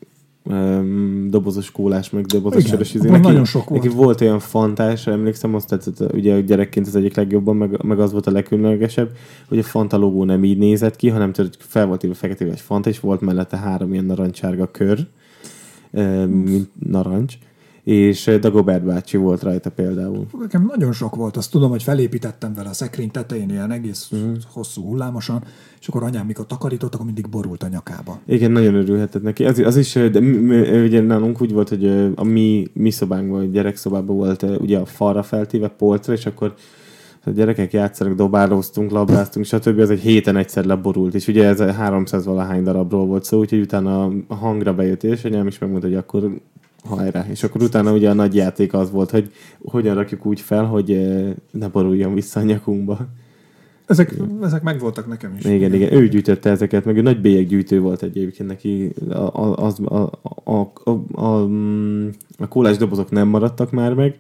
um, dobozos kólás, meg dobozos igen, sörös izé. neki, nagyon sok volt. Neki volt olyan fantás, emlékszem, azt tetszett, ugye gyerekként az egyik legjobban, meg, meg az volt a legkülönlegesebb, hogy a Fanta logó nem így nézett ki, hanem tudod, fel volt írva feketével egy Fanta, és volt mellette három ilyen narancsárga kör, mint narancs, és Dagobert bácsi volt rajta például. Nekem nagyon sok volt, azt tudom, hogy felépítettem vele a szekrény tetején ilyen egész uh-huh. hosszú hullámosan, és akkor anyám mikor takarított, akkor mindig borult a nyakába. Igen, nagyon örülhetett neki. Az, az is, de mi, mi, ugye nálunk úgy volt, hogy a mi, mi szobánkban, a gyerekszobában volt ugye a falra feltéve polcra, és akkor a gyerekek játszanak, dobálóztunk, labdáztunk, stb. Az egy héten egyszer leborult, és ugye ez háromszáz valahány darabról volt szó, úgyhogy utána a hangra bejött, és anyám is megmondta, hogy akkor hajrá. És akkor utána ugye a nagy játék az volt, hogy hogyan rakjuk úgy fel, hogy ne boruljon vissza a nyakunkba. Ezek, ezek megvoltak nekem is. Igen, igen, ő gyűjtötte ezeket, meg egy nagy bélyeggyűjtő volt egyébként neki. A, az, a, a, a, a, a, a kólás dobozok nem maradtak már meg,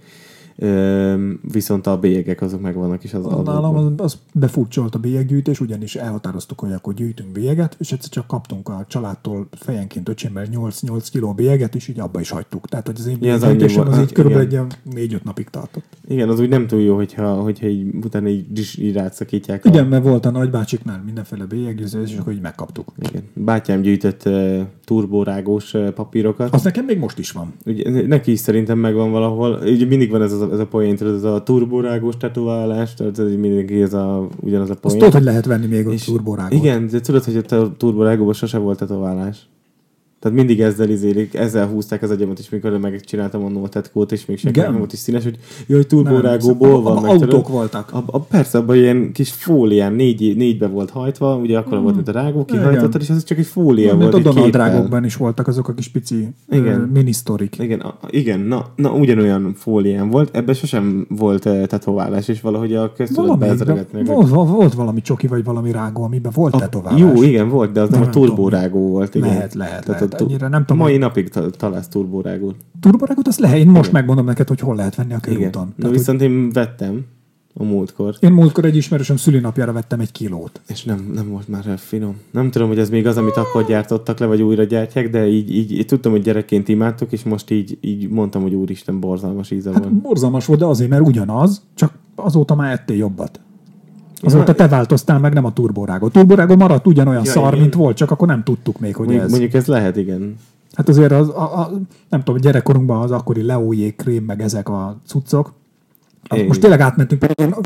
viszont a bélyegek azok megvannak is. Az, az nálam az, az befurcsolt a bélyeggyűjtés, ugyanis elhatároztuk, hogy akkor gyűjtünk bélyeget, és egyszer csak kaptunk a családtól fejenként öcsémmel nyolc-nyolc kiló bélyeget, és így abba is hagytuk. Tehát, hogy az én bélyeggyűjtésem az így körülbelül egy négy-öt napig tartott. Igen, az úgy nem túl jó, hogyha, hogyha így, utána így, így rátszakítják. Igen, a... mert volt a nagybácsiknál mindenféle bélyeggyűjtés, és akkor így megkaptuk. Igen. Bátyám gyűjtött uh, turborágós uh, papírokat. Az nekem még most is van. Ugye, neki is szerintem megvan valahol. Ugye mindig van ez a, ez a poén, ez a turborágós tetoválás, tehát ez mindig ez a, ugyanaz a poén. Azt tudod, hogy lehet venni még a turborágót. Igen, de tudod, hogy a turborágóban sose volt tetoválás. Tehát mindig ezzel izélik, ezzel húzták az agyamat is, mikor megcsináltam a notetkót, és még senki nem volt is színes, hogy jaj, turborágóból van. Meg, autók tudod, voltak. A, a, persze, abban ilyen kis fólián, négy, négybe volt hajtva, ugye akkor mm. volt, mint a rágó, kihajtottad, és az csak egy fólia mint volt. Mint a Donald rágókban is voltak azok a kis pici igen. uh, mini-sztorik. Igen, a, igen na, na, ugyanolyan fólián volt, ebben sosem volt uh, tetoválás, és valahogy a köztudatban ezreget meg. Volt, volt valami csoki, vagy valami rágó, amiben volt a, tetoválás. Jó, igen, volt, de az nem a turborágó volt. Lehet, lehet, ennyire nem tudom. Mai napig találsz turborágót. Turborágót azt lehet, én most igen. megmondom neked, hogy hol lehet venni a körúton. Na viszont hogy... én vettem a múltkor. Én múltkor egy ismerősöm szülinapjára vettem egy kilót. És nem, nem volt már finom. Nem tudom, hogy ez még az, amit akkor gyártottak le, vagy újra gyártják, de így, így, így tudtam, hogy gyerekként imádtok, és most így, így mondtam, hogy úristen, borzalmas íze hát volt. Borzalmas volt, de azért, mert ugyanaz, csak azóta már ettél jobbat. Azóta te változtál meg, nem a turborágó. A turborágó maradt ugyanolyan ja, szar, én... mint volt, csak akkor nem tudtuk még, hogy mondjuk, ez. Mondjuk ez lehet, igen. Hát azért az, a, a, nem tudom, gyerekkorunkban az akkori Leójé krém, meg ezek a cuccok. Most tényleg átmentünk,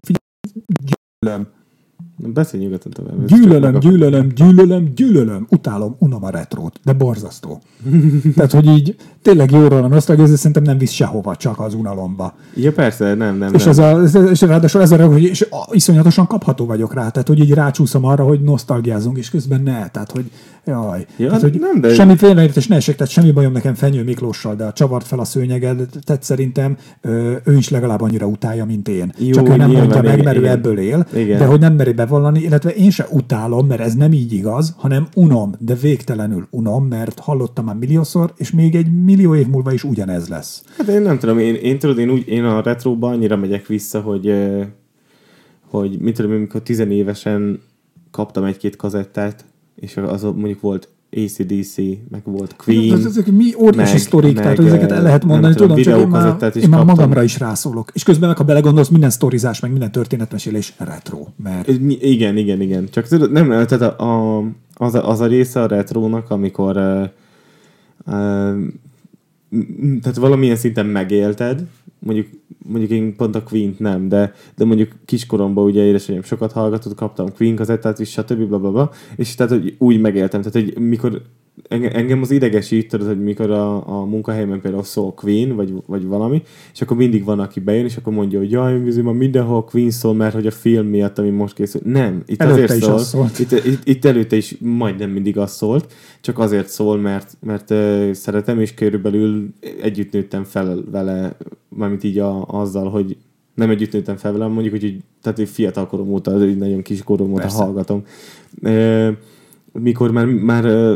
gyűlölöm. Beszélj nyugodtan tovább. Gyűlölöm, gyűlölöm, gyűlölöm, gyűlölöm, utálom, unom a retrót, de borzasztó. Tehát, hogy így tényleg jóról a nosztalgia, szerintem nem visz sehova, csak az unalomba. Ja, persze, nem, nem. És, nem. Ez a, és ráadásul ez a, hogy és iszonyatosan kapható vagyok rá, tehát, hogy így rácsúszom arra, hogy nosztalgiázunk, és közben ne, tehát, hogy jaj. Ja, tehát, hogy nem, de... semmi félreértés ne esek, tehát semmi bajom nekem Fenyő Miklóssal, de a csavart fel a szőnyeged, tehát szerintem ő is legalább annyira utálja, mint én. Jó, csak ő nem mondja meg, mert ő ebből él, igen. De hogy nem meri bevallani, illetve én se utálom, mert ez nem így igaz, hanem unom, de végtelenül unom, mert hallottam már milliószor, és még egy millió év múlva is ugyanez lesz. Hát én nem tudom, én, én tudod, én, úgy, én a retróba annyira megyek vissza, hogy, hogy mit tudom, amikor tizenévesen kaptam egy-két kazettát, és az mondjuk volt á cé dé cé, meg volt Queen. Ez, ezek mi óriási sztorik, tehát ezeket el lehet mondani, tudom, tudom csak én már, én már magamra is rászólok. És közben meg, ha belegondolsz, minden sztorizás, meg minden történetmesélés retro. Mert... Igen, igen, igen. Csak tudod, nem, tehát a, a, az, a, az a része a retrónak, amikor uh, uh, tehát valamilyen szinten megélted, mondjuk, mondjuk én pont a Queen-t nem, de, de mondjuk kiskoromban ugye édesanyám sokat hallgatott, kaptam Queen kazettát is, stb. Blablabla, és tehát hogy úgy megéltem, tehát hogy mikor engem az idegesít, tudod, hogy mikor a, a munkahelyemen például szól Queen, vagy, vagy valami, és akkor mindig van, aki bejön, és akkor mondja, hogy jaj, ma mindenhol Queen szól, mert hogy a film miatt, ami most készül. Nem, itt előtte azért szól. Szólt. Itt, itt, itt előtte is majdnem mindig az szólt, csak azért szól, mert, mert uh, szeretem, és körülbelül együtt nőttem fel vele, mármint így a, azzal, hogy nem együtt nőttem fel vele, mondjuk, hogy így, tehát hogy fiatal korom óta, nagyon kis korom óta hallgatom. Uh, mikor már, már uh,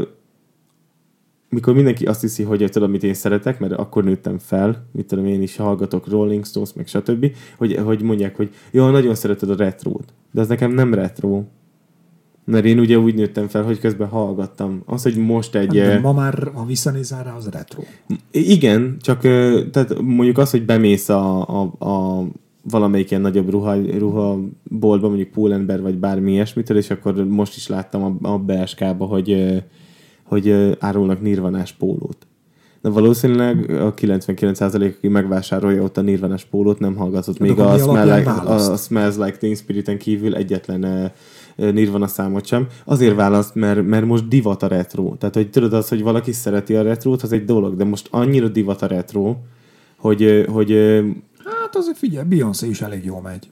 mikor mindenki azt hiszi, hogy tudom, amit én szeretek, mert akkor nőttem fel, mit tudom, én is hallgatok Rolling Stones, meg stb., hogy, hogy mondják, hogy jó, nagyon szereted a retrót, de ez nekem nem retro. Mert én ugye úgy nőttem fel, hogy közben hallgattam. Az, hogy most egy... De ma már, ha visszanézel rá, az retro. Igen, csak tehát mondjuk az, hogy bemész a, a, a valamelyik ilyen nagyobb ruha, ruhaboltba, mondjuk Pull&Bear vagy bármi ilyesmitől, és akkor most is láttam a, a bé es ká-ba, hogy, hogy árulnak nirvanás pólót. De valószínűleg a kilencvenkilenc százalék, aki megvásárolja ott a nirvanás pólót, nem hallgatott még a, smell like, a Smells Like Teen Spiriten kívül egyetlen Nirvana számot sem. Azért választ, mert, mert most divat a retro. Tehát, hogy tudod az, hogy valaki szereti a retrót, az egy dolog, de most annyira divat a retro, hogy... hogy hát azért figyelj, Beyoncé is elég jól megy.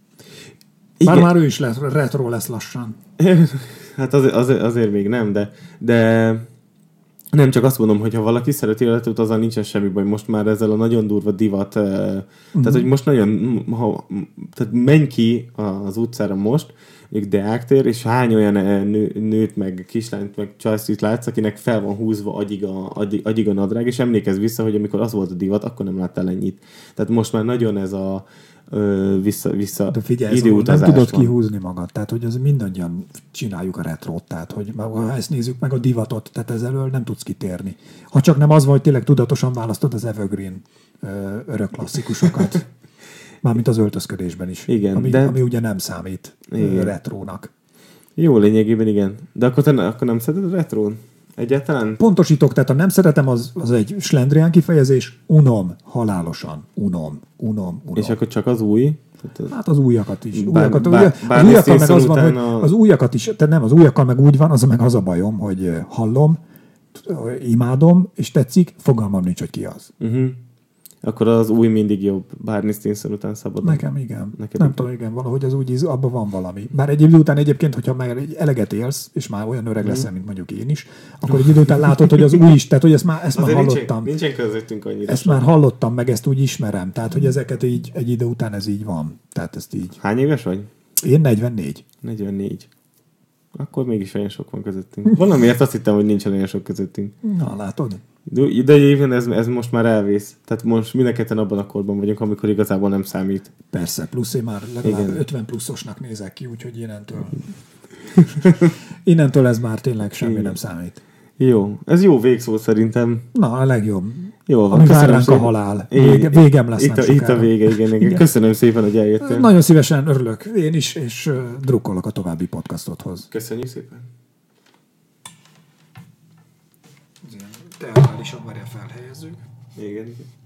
Bár már ő is lesz, retro lesz lassan. Hát azért, azért, azért még nem, de, de nem csak azt mondom, hogy ha valaki szereti a retrót, azzal nincsen semmi baj. Most már ezzel a nagyon durva divat, uh-huh. tehát, hogy most nagyon, ha, tehát menj ki az utcára most, még Deák-tér, és hány olyan nő, nőt, meg kislányt, meg csajszit látsz, akinek fel van húzva agyig a, agyig, agyig a nadrág, és emlékezz vissza, hogy amikor az volt a divat, akkor nem láttál ennyit. Tehát most már nagyon ez a ö, vissza, vissza de figyelj, időutazás nem tudod van. Kihúzni magad, tehát hogy az mindannyian csináljuk a retrót, tehát hogy ha ezt nézzük meg a divatot, tehát ezelől nem tudsz kitérni. Ha csak nem az van, hogy tényleg tudatosan választod az evergreen ö, örök klasszikusokat. Mármint az öltözködésben is. Igen, ami, de... ami ugye nem számít igen. retrónak. Jó, lényegében igen. De akkor, te, akkor nem szereted a retrón? Egyáltalán? Pontosítok, tehát a nem szeretem, az, az egy slendrián kifejezés, unom, halálosan, unom, unom, unom. És akkor csak az új? Az... Hát az újakat is. Bár, újakat, bár, az újakkal meg az van, hogy a... az újakat is, tehát nem, az újakkal meg úgy van, az meg az a bajom, hogy hallom, imádom, és tetszik, fogalmam nincs, hogy ki az. Uh-huh. Akkor az új mindig jobb, Barney Stinson után szabadon. Nekem igen. Neked nem tudom, igen, valahogy az úgy, abban van valami. Bár egy idő után egyébként, hogyha már egy eleget élsz, és már olyan öreg leszel, mm. mint mondjuk én is, akkor egy idő után látod, hogy az új is, tehát hogy ezt már, ezt már hallottam. Nincsen, nincsen közöttünk annyira. Ezt már hallottam, meg ezt úgy ismerem. Tehát, hogy ezeket így egy idő után ez így van. Tehát ezt így. Hány éves vagy? Én negyvennégy. negyvennégy. Akkor mégis olyan sok van közöttünk. Valamiért azt hittem, hogy nincsen olyan sok közöttünk. Na, látod? De, de egyébként ez, ez most már elvész. Tehát most mindenketten abban a korban vagyunk, amikor igazából nem számít. Persze, plusz én már legalább igen. ötven pluszosnak nézek ki, úgyhogy innentől... innentől ez már tényleg semmi igen. nem számít. Jó, ez jó végszó szerintem. Na, a legjobb. Jó van. Ami vár ránk a halál. Vége, végem lesz itt, a, itt a vége, igen, igen. Köszönöm szépen, hogy eljöttél. Nagyon szívesen örülök én is, és uh, drukkolok a további podcastodhoz. Köszönjük szépen. Teatálisan várja felhelyezzük. Igen, igen.